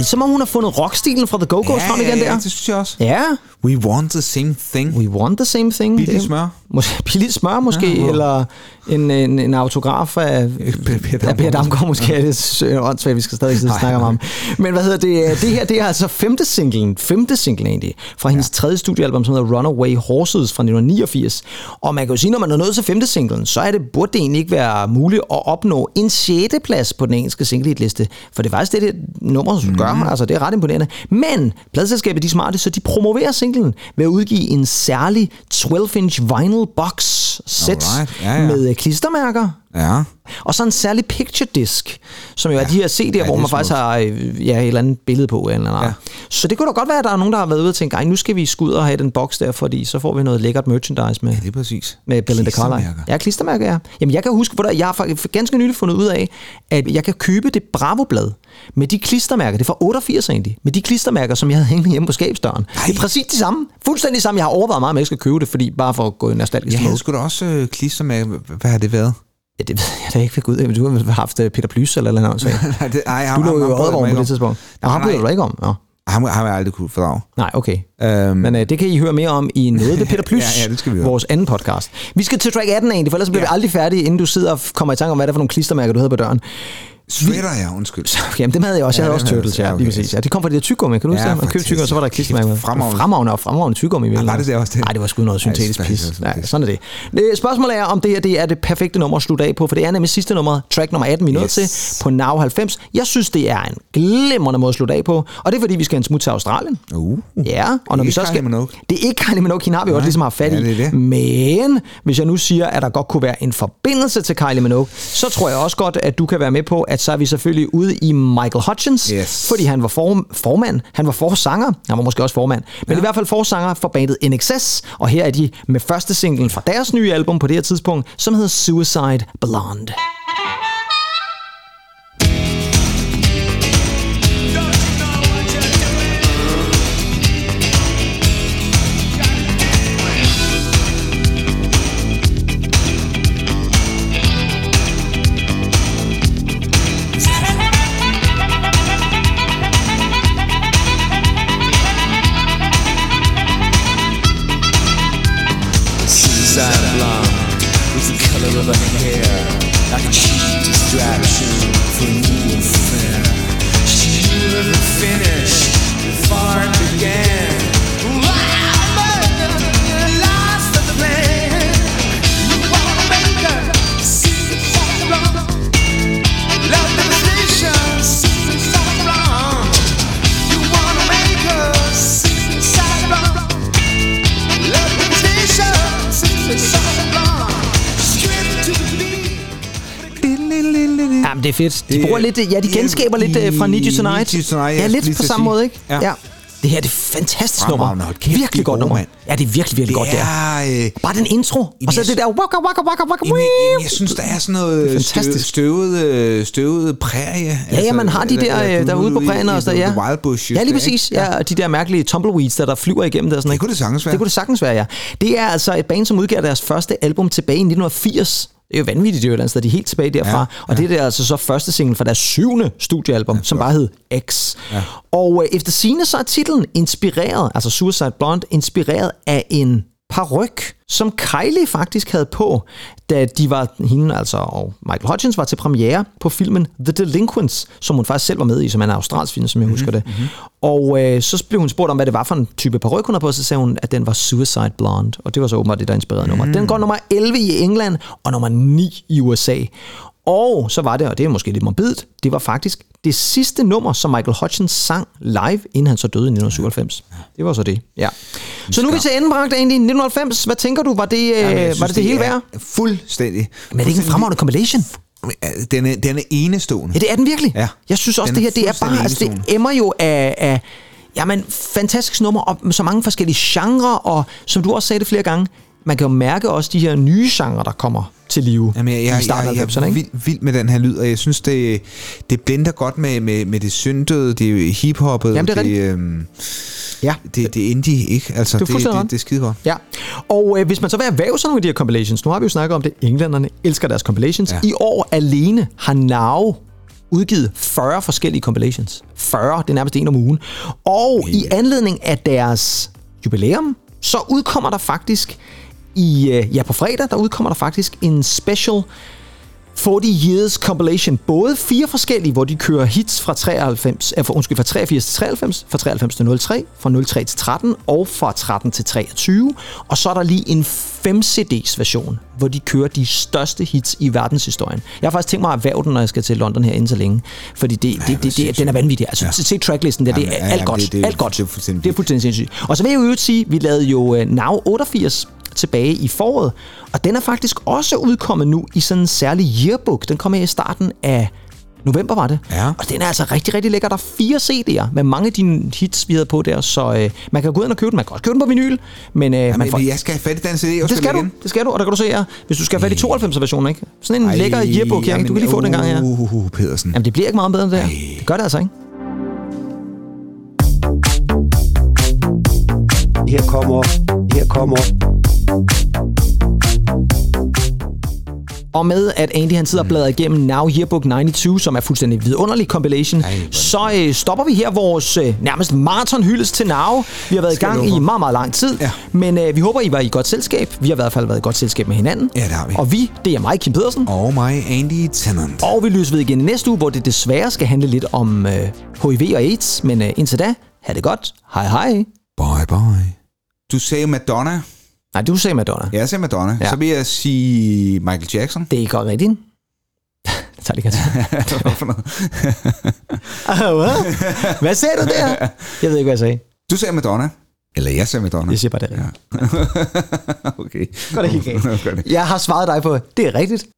så må hun have fundet rockstilen fra The Go-Go's Ja, frem igen ja, der. det synes jeg også. Ja. We want the same thing. We want the same thing. Billig Det- smør. Mås- billig smør måske, Ja, ja, hvor- eller en, en, en autograf af af Per Damgaard måske. Ja. Det er åndssvagt, vi skal stadig sidde og snakke om ham. Men hvad hedder det? Det her, det er altså femte singlen, femte singlen egentlig, fra hendes ja. tredje studiealbum, som hedder Runaway Horses fra nitten niogfirs. Og man kan jo sige, når man er nået til femte singlen, så er det, burde det egentlig ikke være muligt at opnå en sjette plads på den engelske single-hitliste. For det er faktisk det, det nummer mm. gør. Altså, det er ret imponerende. Men pladeselskabet, de er smarte, så de promoverer singlen ved at udgive en særlig tolv inch vinyl box set ja, ja. med klistermærker. Ja. Og så en særlig picture disc, som jo er Ja. de her C D'er, Ja, hvor det er man faktisk smukt. har øh, ja, et eller andet billede på. Eller noget. Ja. Så det kunne da godt være, at der er nogen, der har været ude og tænke, ej, nu skal vi skud og have den box der, fordi så får vi noget lækkert merchandise med, Ja, det er præcis. med Belinda Carlisle. Klistermærker. Ja, klistermærker, ja. Jamen, jeg kan huske, hvor der, jeg har faktisk ganske nyligt fundet ud af, at jeg kan købe det Bravo-blad med de klistermærker. Det er fra otteogfirs egentlig. Med de klistermærker, som jeg havde hængende hjemme på skabsdøren. Det er præcis de samme. Fuldstændig samme. Jeg har overvejet meget, om jeg skal købe det, fordi bare for at gå i nostalgisk Jeg mode. havde sgu da også øh, klistermærke. Hvad har det været? Ja, det ved jeg da ikke fik ud af. Du har haft øh, Peter Plys eller noget. Nej, det, ej, ham, Du lå ham- jo i ham bryder jeg Odderborg mig på ikke det om. tidspunkt. Nå, Nej, ham bryder du nej. dig ikke om. Nå. Ham har jeg aldrig kunne fordrage. Nej, okay. Um, Men øh, det kan I høre mere om i Noget ved Peter Plys, Ja, ja, det skal vi høre. vores anden podcast. Vi skal til track atten egentlig, for ellers bliver Ja. vi aldrig færdige, inden du sidder og kommer i tanke om, hvad det er for nogle klistermærker, du havde på døren. Shredder, ja, undskyld. Jamen, dem havde jeg også. Jeg Ja, havde også dem havde Turtles, jeg ja, også. lige Ja, okay. præcis. Ja, det kom fra de der tyggegummi, kan du huske Ja, det? Man købte tyggegummi, og så var der klistermærker med. Fremragende. Fremragende og fremragende tyggegummi. Ja, var det det også det? Nej, det var sgu noget syntetisk Ej, pis. det er Nej, sådan sådan er det. Det spørgsmålet er, om det her det er det perfekte nummer at slutte af på, for det er nemlig sidste nummer, track nummer atten, vi er nået til på Now halvfems. Jeg synes, det er en glimrende måde at slutte af på, og det er fordi, vi skal en smut til Australien. Uh, Ja, og når vi ikke så skal... Kylie Minogue. Det er ikke Kylie Minogue, hende har vi også ligesom haft fat i. Ja, det er det. Men hvis jeg nu siger, at der godt kunne være en forbindelse til Kylie Minogue, så tror jeg også godt, at du kan være med på, at så er vi selvfølgelig ude i Michael Hutchins, Yes. fordi han var for, formand, han var forsanger, han var måske også formand, men ja. i hvert fald forsanger for bandet N X S, og her er de med første singlen fra deres nye album på det her tidspunkt, som hedder Suicide Blonde. Suicide blonde is the color of her hair, like a cheap distraction for a new affair. She never finished before it began. Lost the plan. You wanna make her suicide blonde. Love devastation, suicide blonde. You wanna make her suicide blonde. Love devastation, suicide blonde. Straight to the beat. Jamen, det er fedt. De bruger lidt, ja, de genskaber lidt øh, fra Need You Tonight. Need You Tonight, Ja, jeg lidt skulle på lige samme til at måde, sige. ikke? Ja. Ja. Det her det er fantastisk Fremragende. nummer. Hold kæft, de er Virkelig godt gode, nummer. mand. Ja, det er virkelig, virkelig godt, det ja. er, øh, Bare den intro, og så jeg det der waka, waka, waka, waka, Jamen, jeg, jeg synes, der er sådan noget Det er støv, fantastisk. støvet, øh, støvet prærie. Ja, ja, man har de der, eller- øh, der er ude på prærien og sådan, ja. The wild bushes. Ja, lige der, præcis. ikke? Ja, og de der mærkelige tumbleweeds, der, der flyver igennem der. Sådan, Det kunne det sagtens være. Det kunne det sagtens være, ja. Det er altså et band, som udgav deres første album tilbage i nitten firs. Det er jo vanvittigt, det er jo et eller andet sted. De er helt tilbage derfra. Ja, og det er altså så første single fra deres syvende studiealbum, ja, som bare hed X. Ja. Og øh, efter sigende så er titlen inspireret, altså Suicide Blonde, inspireret af en paryk, som Kylie faktisk havde på, da de var, hende altså, og Michael Hutchins var til premiere på filmen The Delinquents, som hun faktisk selv var med i, som er en australsk film, som jeg husker det. Mm-hmm. Og øh, så blev hun spurgt om, hvad det var for en type paryk, hun havde på, så sagde hun, at den var Suicide Blonde, og det var så åbenbart det, der inspirerede mm. nummer. Den går nummer elleve i England, og nummer ni i U S A. Og så var det, og det er måske lidt morbidt, det var faktisk det sidste nummer, som Michael Hutchins sang live, inden han så døde i nitten syvoghalvfems. Det var så det, ja. Så nu er vi til endebragt egentlig i nitten halvfems. Hvad tænker du, var det Jamen, jeg øh, synes, var det, det hele værd? Fuldstændig. Men er det ikke en fremragende compilation? Den er, den er enestående. Ja, det er den virkelig. Ja. Jeg synes også, Den det er her, det er bare, fuldstændig altså det enestående. emmer jo af, af jamen, fantastisk nummer, og med så mange forskellige genrer, og som du også sagde det flere gange, man kan jo mærke også de her nye genrer, der kommer til live. Jamen, jeg, i jeg, starten jeg, af jeg halvfemserne, er ikke? vild, vild med den her lyd, og jeg synes, det, det blender godt med, med, med det syntede, det hiphoppede, Jamen, det er det, øhm, ja. det, det indie, ikke? Altså, Det er det, fuldstændig det, ret. det, det er skide godt. Ja, og øh, hvis man så vil erhverve sådan nogle af de her compilations, nu har vi jo snakket om det, englænderne elsker deres compilations. Ja. I år alene har Now udgivet fyrre forskellige compilations. fyrre, det er nærmest en om ugen. Og yeah. i anledning af deres jubilæum, så udkommer der faktisk i, ja, på fredag, der udkommer der faktisk en special fyrre years compilation. Både fire forskellige, hvor de kører hits fra treoghalvfems, øh, undskyld, fra treogfirs til treoghalvfems, fra treoghalvfems til nul tre, fra nul tre til tretten og fra tretten til treogtyve. Og så er der lige en fem C D's version, hvor de kører de største hits i verdenshistorien. Jeg har faktisk tænkt mig at erhverve den, når jeg skal til London her inden så længe. Fordi det, det, det, det, det, den er vanvittig. Altså, ja. Se tracklisten der, det er ja, alt godt. Det, det, alt godt. Det er fuldstændig, det er fuldstændig sindssygt. Og så vil jeg jo sige, vi lavede jo uh, Now otteogfirs tilbage i foråret, og den er faktisk også udkommet nu i sådan en særlig yearbook. Den kommer i starten af november, var det. Ja. Og den er altså rigtig, rigtig lækker. Der er fire C D'er med mange af dine hits, vi havde på der, så øh, man kan gå ind og købe den. Man kan også købe den på vinyl, men... Øh, Jamen, man får... jeg skal have fat i den C D og det skal du, igen. det skal du, og der kan du se her. Hvis du skal have fat i tooghalvfems-versionen, ikke? Sådan en Ej, lækker yearbook her, jamen, du kan lige få uh, den gang her. Uh, Pedersen. Jamen, det bliver ikke meget bedre end det her. Det gør det altså, ikke? Her kommer, her kommer. Og med at Andy han sidder og bladrer igennem Now Yearbook nioghalvfems, som er fuldstændig vidunderlig compilation, Ej, så øh, stopper vi her vores øh, nærmest maratonhyldes til Now. Vi har været i gang i meget, meget lang tid, ja. men øh, vi håber, I var i godt selskab. Vi har i hvert fald været i godt selskab med hinanden. Ja, det har vi. Og vi, det er mig, Kim Pedersen. Og mig, Andy Tennant. Og vi løser ved igen i næste uge, hvor det desværre skal handle lidt om øh, H I V og AIDS. Men øh, indtil da, ha' det godt. Hej hej. Bye bye. Du sagde Madonna. Nej, du sagde Madonna. Jeg sagde Madonna. Ja. Så vil jeg sige Michael Jackson. Det er godt rigtigt. Det tager lige godt. Hvad for noget? Hvad sagde du der? Jeg ved ikke, hvad jeg sagde. Du sagde Madonna. Eller jeg sagde Madonna. Jeg siger bare det. Ja. Okay. Godt det helt galt. Jeg har svaret dig på, det er rigtigt.